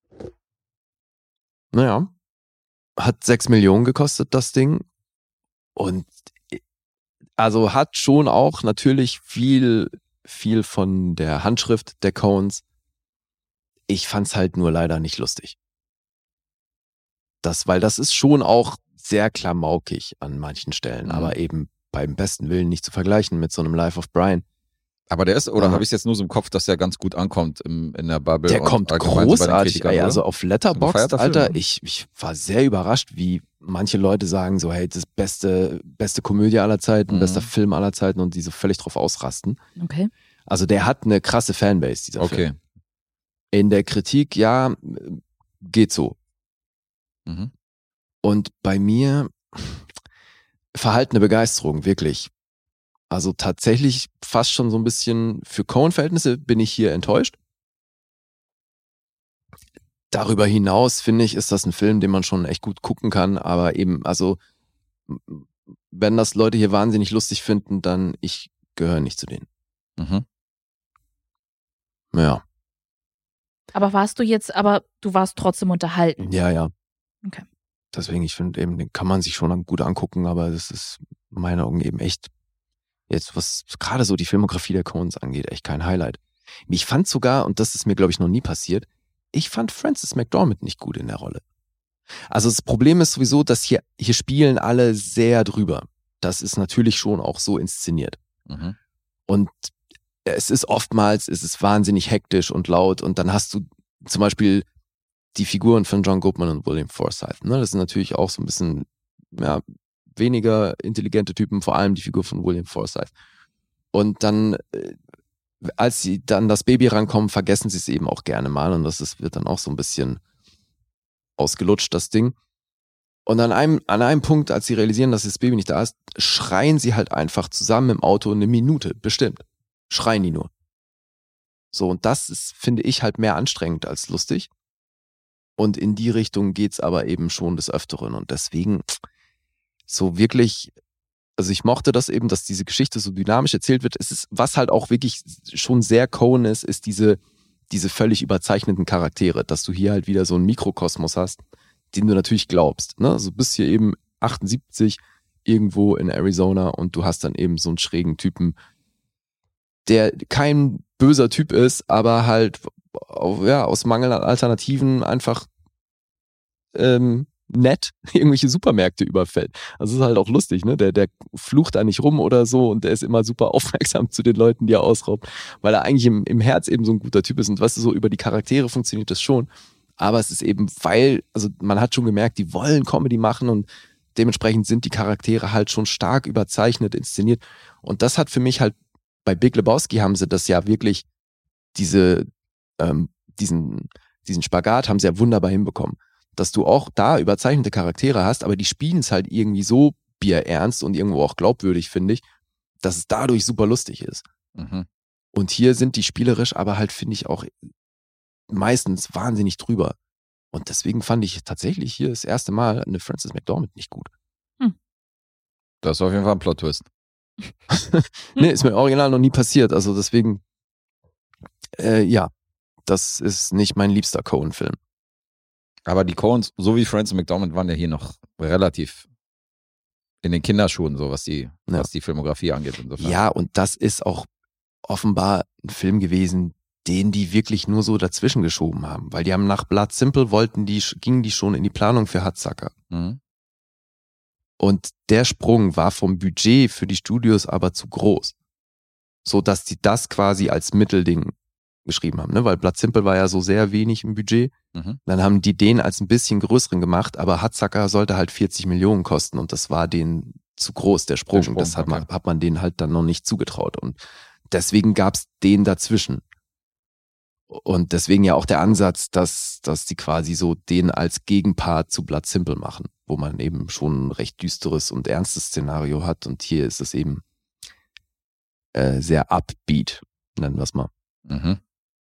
Naja, hat sechs Millionen gekostet, das Ding. Und also hat schon auch natürlich viel, viel von der Handschrift der Coens. Ich fand's halt nur leider nicht lustig. Das, weil das ist schon auch sehr klamaukig an manchen Stellen, Mhm. aber eben beim besten Willen nicht zu vergleichen mit so einem Life of Brian. Aber der ist, oder Ja. habe ich es jetzt nur so im Kopf, dass der ganz gut ankommt im, in der Bubble? Der und kommt allgemein so bei den großartig, Kritikern, ey, oder? also auf Letterboxd, Ein gefeierter Alter, Film, ne? ich, ich war sehr überrascht, wie manche Leute sagen so, hey, das beste, beste Komödie aller Zeiten, Mhm. bester Film aller Zeiten und die so völlig drauf ausrasten. Okay. Also der hat eine krasse Fanbase, dieser Okay. Film. In der Kritik, ja, geht so. Mhm. Und bei mir verhaltene Begeisterung, wirklich. Also tatsächlich fast schon so ein bisschen für Coen-Verhältnisse bin ich hier enttäuscht. Darüber hinaus, finde ich, ist das ein Film, den man schon echt gut gucken kann, aber eben, also wenn das Leute hier wahnsinnig lustig finden, dann ich gehöre nicht zu denen. Mhm. Ja, Aber warst du jetzt, aber du warst trotzdem unterhalten. ja, ja. Okay. Deswegen, ich finde eben, den kann man sich schon gut angucken, aber das ist in meinen Augen eben echt, jetzt was gerade so die Filmografie der Coens angeht, echt kein Highlight. Ich fand sogar, und das ist mir glaube ich noch nie passiert, ich fand Frances McDormand nicht gut in der Rolle. Also das Problem ist sowieso, dass hier, hier spielen alle sehr drüber. Das ist natürlich schon auch so inszeniert. Mhm. Und es ist oftmals, es ist wahnsinnig hektisch und laut und dann hast du zum Beispiel die Figuren von John Goodman und William Forsythe. Ne? Das sind natürlich auch so ein bisschen ja, weniger intelligente Typen, vor allem die Figur von William Forsythe. Und dann, äh, als sie dann das Baby rankommen, vergessen sie es eben auch gerne mal und das ist, wird dann auch so ein bisschen ausgelutscht, das Ding. Und an einem, an einem Punkt, als sie realisieren, dass das Baby nicht da ist, schreien sie halt einfach zusammen im Auto eine Minute, bestimmt. Schreien die nur. So, und das ist, finde ich, halt mehr anstrengend als lustig. Und in die Richtung geht's aber eben schon des Öfteren. Und deswegen so wirklich, also ich mochte das eben, dass diese Geschichte so dynamisch erzählt wird. Es ist, was halt auch wirklich schon sehr Coen ist, ist diese, diese völlig überzeichneten Charaktere, dass du hier halt wieder so einen Mikrokosmos hast, den du natürlich glaubst. Ne? Also du bist hier eben achtundsiebzig irgendwo in Arizona und du hast dann eben so einen schrägen Typen, der kein böser Typ ist, aber halt ja, aus Mangel an Alternativen einfach ähm, nett irgendwelche Supermärkte überfällt. Also es ist halt auch lustig, ne? Der, der flucht da nicht rum oder so und der ist immer super aufmerksam zu den Leuten, die er ausraubt, weil er eigentlich im, im Herz eben so ein guter Typ ist. Und weißt du, so über die Charaktere funktioniert das schon. Aber es ist eben, weil, also man hat schon gemerkt, die wollen Comedy machen und dementsprechend sind die Charaktere halt schon stark überzeichnet, inszeniert. Und das hat für mich halt, bei Big Lebowski haben sie das ja wirklich, diese, ähm, diesen, diesen Spagat haben sie ja wunderbar hinbekommen. Dass du auch da überzeichnete Charaktere hast, aber die spielen es halt irgendwie so bierernst und irgendwo auch glaubwürdig, finde ich, dass es dadurch super lustig ist. Mhm. Und hier sind die spielerisch aber halt, finde ich, auch meistens wahnsinnig drüber. Und deswegen fand ich tatsächlich hier das erste Mal eine Frances McDormand nicht gut. Das ist auf jeden Fall ein Plot-Twist. Nee, ist mir original noch nie passiert. Also deswegen, äh, ja, das ist nicht mein liebster Coen-Film. Aber die Coens, so wie Frances McDormand, waren ja hier noch relativ in den Kinderschuhen, so was die, Ja. was die Filmografie angeht. Insofern. Ja, und das ist auch offenbar ein Film gewesen, den die wirklich nur so dazwischen geschoben haben. Weil die haben nach Blood Simple wollten die, gingen die schon in die Planung für Hudsucker. Mhm. Und der Sprung war vom Budget für die Studios aber zu groß. So dass die das quasi als Mittelding geschrieben haben, ne? Weil Blood Simple war ja so sehr wenig im Budget. Mhm. Dann haben die den als ein bisschen größeren gemacht, aber Hudsucker sollte halt vierzig Millionen kosten und das war denen zu groß, der Sprung. Der Sprung, das hat man, okay. hat man denen halt dann noch nicht zugetraut und deswegen gab's den dazwischen. Und deswegen ja auch der Ansatz, dass, dass die quasi so den als Gegenpart zu Blood Simple machen, wo man eben schon ein recht düsteres und ernstes Szenario hat und hier ist es eben äh, sehr upbeat, nennen wir es mal. Mhm.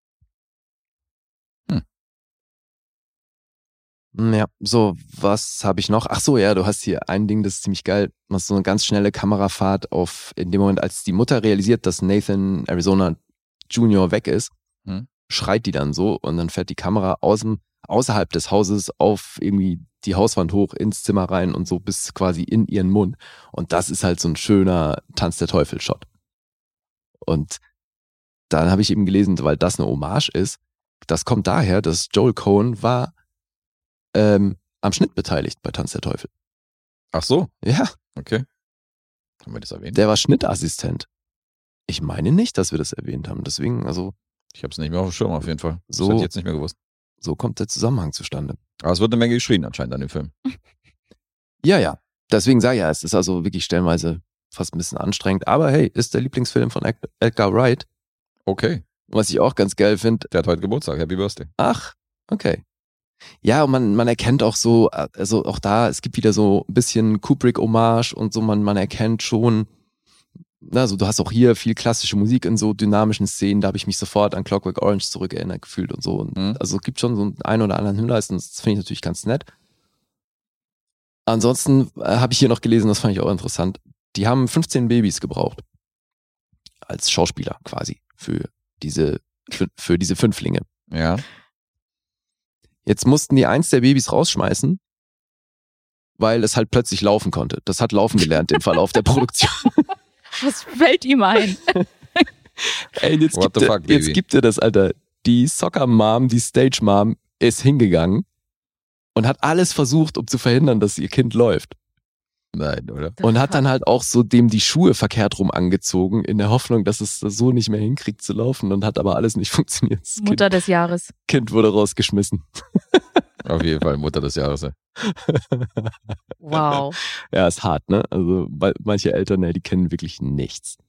Ja, so, was habe ich noch? Ach so, ja, du hast hier ein Ding, das ist ziemlich geil. Du hast so eine ganz schnelle Kamerafahrt auf, in dem Moment, als die Mutter realisiert, dass Nathan Arizona Junior weg ist, hm. schreit die dann so und dann fährt die Kamera außen, außerhalb des Hauses auf irgendwie die Hauswand hoch ins Zimmer rein und so bis quasi in ihren Mund. Und das ist halt so ein schöner Tanz der Teufel-Shot. Und dann habe ich eben gelesen, weil das eine Hommage ist, das kommt daher, dass Joel Cohen war Ähm, am Schnitt beteiligt bei Tanz der Teufel. Ach so? Ja. Okay. Haben wir das erwähnt? Der war Schnittassistent. Ich meine nicht, dass wir das erwähnt haben. Deswegen, also. Ich habe es nicht mehr auf dem Schirm auf jeden Fall. Das So, hätte ich jetzt nicht mehr gewusst. So kommt der Zusammenhang zustande. Aber es wird eine Menge geschrien anscheinend an dem Film. Ja, ja. Deswegen sage ich ja, es ist also wirklich stellenweise fast ein bisschen anstrengend. Aber hey, ist der Lieblingsfilm von Edgar Wright. Okay. Was ich auch ganz geil finde. Der hat heute Geburtstag. Happy Birthday. Ach, okay. Ja, und man, man erkennt auch so, also auch da, es gibt wieder so ein bisschen Kubrick-Hommage und so, man, man erkennt schon, also du hast auch hier viel klassische Musik in so dynamischen Szenen, da habe ich mich sofort an Clockwork Orange zurückerinnert gefühlt und so. Und mhm. Also es gibt schon so einen oder anderen Hinweis und das finde ich natürlich ganz nett. Ansonsten äh, habe ich hier noch gelesen, das fand ich auch interessant, die haben fünfzehn Babys gebraucht. Als Schauspieler quasi für diese, für, für diese Fünflinge. Ja. Jetzt mussten die eins der Babys rausschmeißen, weil es halt plötzlich laufen konnte. Das hat laufen gelernt im Verlauf der Produktion. Was fällt ihm ein? Ey, jetzt, What gibt the er, fuck, Baby? jetzt gibt er das, Alter. Die Soccer-Mom, die Stage-Mom ist hingegangen und hat alles versucht, um zu verhindern, dass ihr Kind läuft. Nein, oder? Und hat dann halt auch so dem die Schuhe verkehrt rum angezogen, in der Hoffnung, dass es das so nicht mehr hinkriegt zu laufen und hat aber alles nicht funktioniert. Das Mutter kind, des Jahres. Kind wurde rausgeschmissen. Auf jeden Fall Mutter des Jahres. Ey. Wow. Ja, ist hart, ne? Also manche Eltern, ja, die kennen wirklich nichts.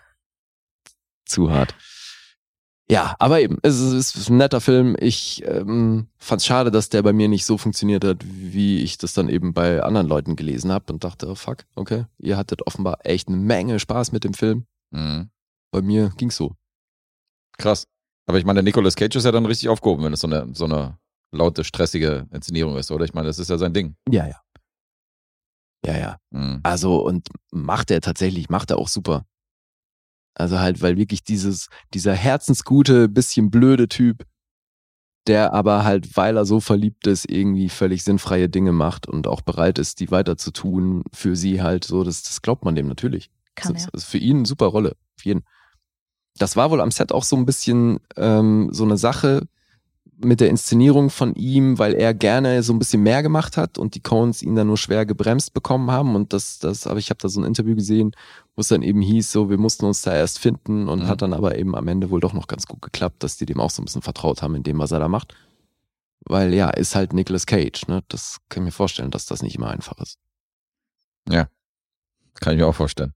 Zu hart. Ja, aber eben, es ist, es ist ein netter Film. Ich ähm, fand's schade, dass der bei mir nicht so funktioniert hat, wie ich das dann eben bei anderen Leuten gelesen habe und dachte, oh fuck, okay, ihr hattet offenbar echt eine Menge Spaß mit dem Film. Mhm. Bei mir ging's so. Krass. Aber ich meine, der Nicolas Cage ist ja dann richtig aufgehoben, wenn es so eine, so eine laute, stressige Inszenierung ist, oder? Ich meine, das ist ja sein Ding. Ja, ja. Ja, ja. Mhm. Also, und macht er tatsächlich, macht er auch super. Also halt, weil wirklich dieses, dieser herzensgute, bisschen blöde Typ, der aber halt, weil er so verliebt ist, irgendwie völlig sinnfreie Dinge macht und auch bereit ist, die weiter zu tun für sie halt so, das, das glaubt man dem natürlich. Kann das er. ist für ihn eine super Rolle, für jeden. Das war wohl am Set auch so ein bisschen ähm, so eine Sache mit der Inszenierung von ihm, weil er gerne so ein bisschen mehr gemacht hat und die Coens ihn dann nur schwer gebremst bekommen haben und das, das, aber ich habe da so ein Interview gesehen, wo es dann eben hieß, so wir mussten uns da erst finden und Mhm. hat dann aber eben am Ende wohl doch noch ganz gut geklappt, dass die dem auch so ein bisschen vertraut haben in dem, was er da macht. Weil ja, ist halt Nicolas Cage, ne? Das kann ich mir vorstellen, dass das nicht immer einfach ist. Ja. Kann ich mir auch vorstellen.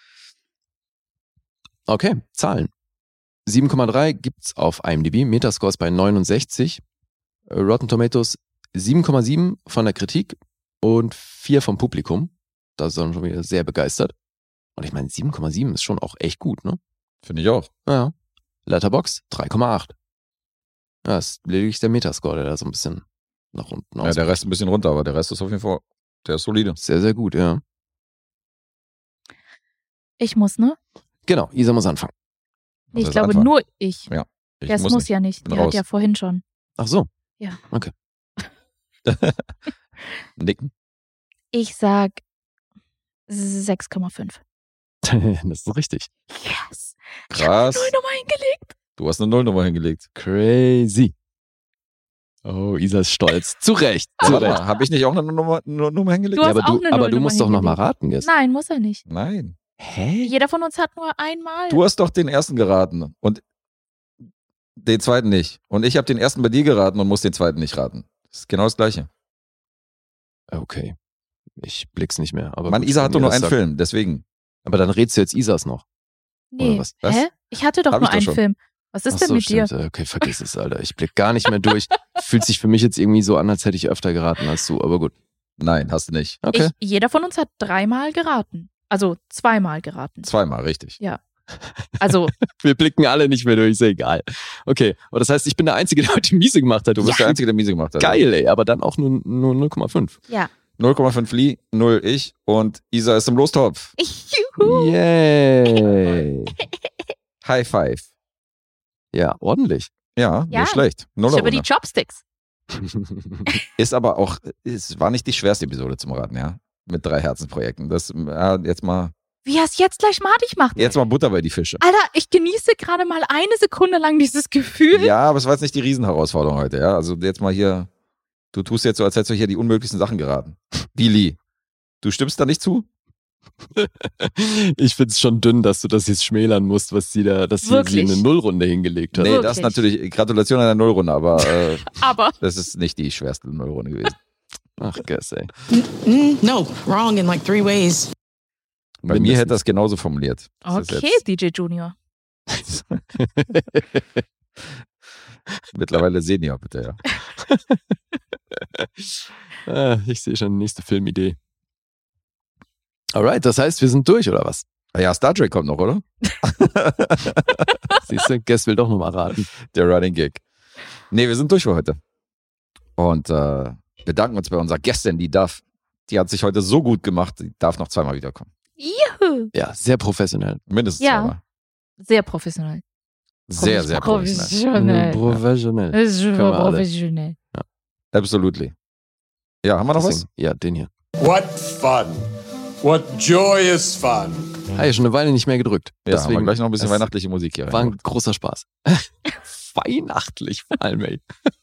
Okay, Zahlen. sieben Komma drei gibt's auf IMDb, Metascores bei neunundsechzig, Rotten Tomatoes sieben Komma sieben von der Kritik und vier vom Publikum. Da ist dann schon wieder sehr begeistert. Und ich meine, sieben Komma sieben ist schon auch echt gut, ne? Finde ich auch. Ja. Letterboxd drei Komma acht. Ja, ist lediglich der Metascore, der da so ein bisschen nach unten Ja, der Rest ein bisschen runter, aber der Rest ist auf jeden Fall, der ist solide. Sehr, sehr gut, ja. Ich muss, ne? Genau, Isa muss anfangen. Nee, ich heißt glaube anfangen? nur ich. Ja. Ich Das muss, muss nicht. ja nicht. Bin Der raus. hat ja vorhin schon. Ach so. Ja. Okay. Nicken. Ich sag sechs Komma fünf. Das ist richtig. Yes. Krass. Ich hab die Nullnummer hingelegt. Du hast eine Nullnummer hingelegt. Crazy. Oh, Isa ist stolz. Zu Recht. Zu Warte Recht. mal, habe ich nicht auch eine Nummer, eine Nummer hingelegt? Du Ja, hast aber auch du, eine aber du Nullnummer musst doch noch mal hingelegt. raten jetzt. Nein, muss er nicht. Nein. Hä? Jeder von uns hat nur einmal. Du hast doch den ersten geraten und den zweiten nicht. Und ich habe den ersten bei dir geraten und muss den zweiten nicht raten. Das ist genau das Gleiche. Okay. Ich blick's nicht mehr. Aber Mann, gut, Isa wenn hat doch ihr nur das einen sagt. Film, deswegen. Aber dann rätst du jetzt Isas noch. nee. oder was? Was? Hä? Ich hatte doch Hab nur ich doch einen schon. Film. Was ist Ach denn so, mit stimmt. dir? Okay, vergiss es, Alter. Ich blick gar nicht mehr durch. Fühlt sich für mich jetzt irgendwie so an, als hätte ich öfter geraten als du. Aber gut. Nein, hast du nicht. Okay. Ich, jeder von uns hat dreimal geraten. Also zweimal geraten. Zweimal, richtig. Ja. Also. Wir blicken alle nicht mehr durch, ist ja egal. Okay, aber das heißt, ich bin der Einzige, der heute miese gemacht hat. Du bist ja. der Einzige, der miese gemacht hat. Geil, ey, aber dann auch nur, nur null Komma fünf. Ja. null Komma fünf Lee, null ich und Isa ist im Lostopf. Juhu. Yay. High five. Ja, ordentlich. Ja, Ja. nicht schlecht. Null Über die Chopsticks. Ist aber auch, es war nicht die schwerste Episode zum Raten, ja. Mit drei Herzensprojekten. Das, ja, jetzt mal, Wie er es jetzt gleich madig macht. jetzt mal Butter bei die Fische. Alter, ich genieße gerade mal eine Sekunde lang dieses Gefühl. Ja, aber es war jetzt nicht die Riesenherausforderung heute, ja. Also jetzt mal hier, du tust jetzt so, als hättest du hier die unmöglichsten Sachen geraten. Wie Lee. Du stimmst da nicht zu? Ich find's schon dünn, dass du das jetzt schmälern musst, was sie da, dass sie, sie Wirklich? eine Nullrunde hingelegt hat. Nee, Wirklich? das natürlich, Gratulation an der Nullrunde, aber äh, Aber. das ist nicht die schwerste Nullrunde gewesen. Ach, guess, ey. Mm, no, wrong in like three ways. Bei mir Mindestens. hätte er es genauso formuliert. Das ist Okay, D J Junior. jetzt mittlerweile Senior, bitte, ja. Ah, ich sehe schon, nächste Filmidee. Alright, das heißt, wir sind durch, oder was? Ah ja, Star Trek kommt noch, oder? Siehst du, Guess will doch nochmal raten. Der Running Gag. Nee, wir sind durch für heute. Und äh, bedanken uns bei unserer Gästin, die darf. Die hat sich heute so gut gemacht, die darf noch zweimal wiederkommen. Juhu. Ja, sehr professionell. Mindestens Ja. zweimal. Sehr professionell. Sehr, sehr professionell. Professionell. Professionell. Das ist Können wir alle. professionell. Absolutely. Ja, haben wir noch was? Deswegen, ja, den hier. What fun. What joyous fun. Habe ich schon eine Weile nicht mehr gedrückt. Ja, haben wir Deswegen, gleich noch ein bisschen es weihnachtliche Musik hier War rein. ein großer Spaß. Weihnachtlich vor allem, ey.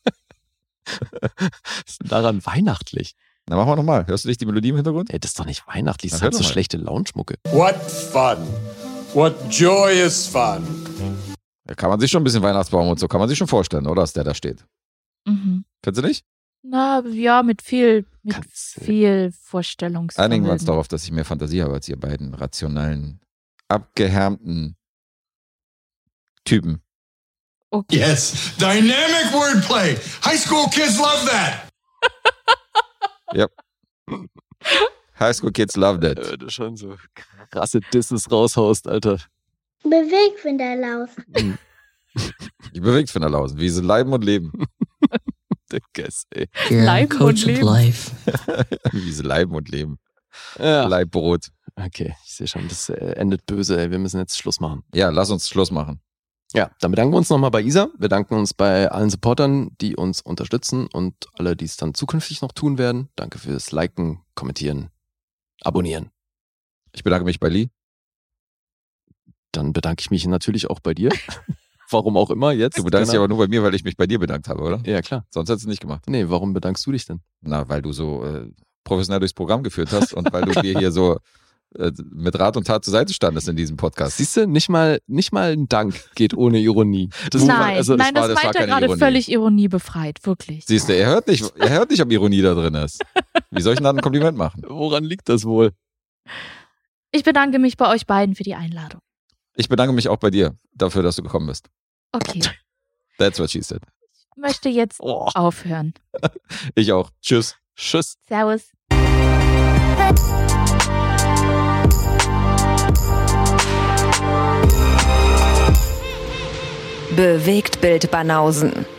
Was ist denn daran weihnachtlich? Na, machen wir nochmal. Hörst du nicht die Melodie im Hintergrund? Ey, das ist doch nicht weihnachtlich. Das Na, hör ist halt so doch mal. schlechte Lounge-Mucke. What fun. What joyous fun. Da kann man sich schon ein bisschen Weihnachtsbaum und so, kann man sich schon vorstellen, oder? Dass der da steht. Mhm. Findest du nicht? Na, ja, mit viel, mit Kannst du- viel Vorstellungsvermögen. Einigen wir uns darauf, dass ich mehr Fantasie habe als ihr beiden rationalen, abgehärmten Typen. Okay. Yes, dynamic wordplay. High school kids love that. Yep. High School Kids love that. Äh, du schon so krasse Disses raushaust, Alter. Bewegfinderlausen. Die bewegt von der Lausen, wie sie leiben und leben. Der Guess, ey. You're a Life coach und of Leben. life. Wie sie leiben und leben. Ja. Leibbrot. Okay, ich sehe schon, das äh, endet böse, ey. Wir müssen jetzt Schluss machen. Ja, lass uns Schluss machen. Ja, dann bedanken wir uns nochmal bei Isa. Wir danken uns bei allen Supportern, die uns unterstützen und alle, die es dann zukünftig noch tun werden. Danke fürs Liken, Kommentieren, Abonnieren. Ich bedanke mich bei Lee. Dann bedanke ich mich natürlich auch bei dir. Warum auch immer jetzt. Du bedankst dich Keine aber nur bei mir, weil ich mich bei dir bedankt habe, oder? Ahnung. Ja, klar. Sonst hättest du es nicht gemacht. Nee, warum bedankst du dich denn? Na, weil du so äh, professionell durchs Programm geführt hast und weil du dir hier so äh, mit Rat und Tat zur Seite standest in diesem Podcast. Siehst du, nicht mal, nicht mal ein Dank geht ohne Ironie. Das Nein, also, nein, war- das, das war meint er keine gerade Ironie. völlig ironiebefreit, wirklich. Siehst du, er hört nicht, er hört nicht, ob Ironie da drin ist. Wie soll ich denn dann ein Kompliment machen? Woran liegt das wohl? Ich bedanke mich bei euch beiden für die Einladung. Ich bedanke mich auch bei dir dafür, dass du gekommen bist. Okay, That's what she said. ich möchte jetzt Oh. aufhören. Ich auch. Tschüss. Tschüss. Servus. Bewegt Bild Banausen.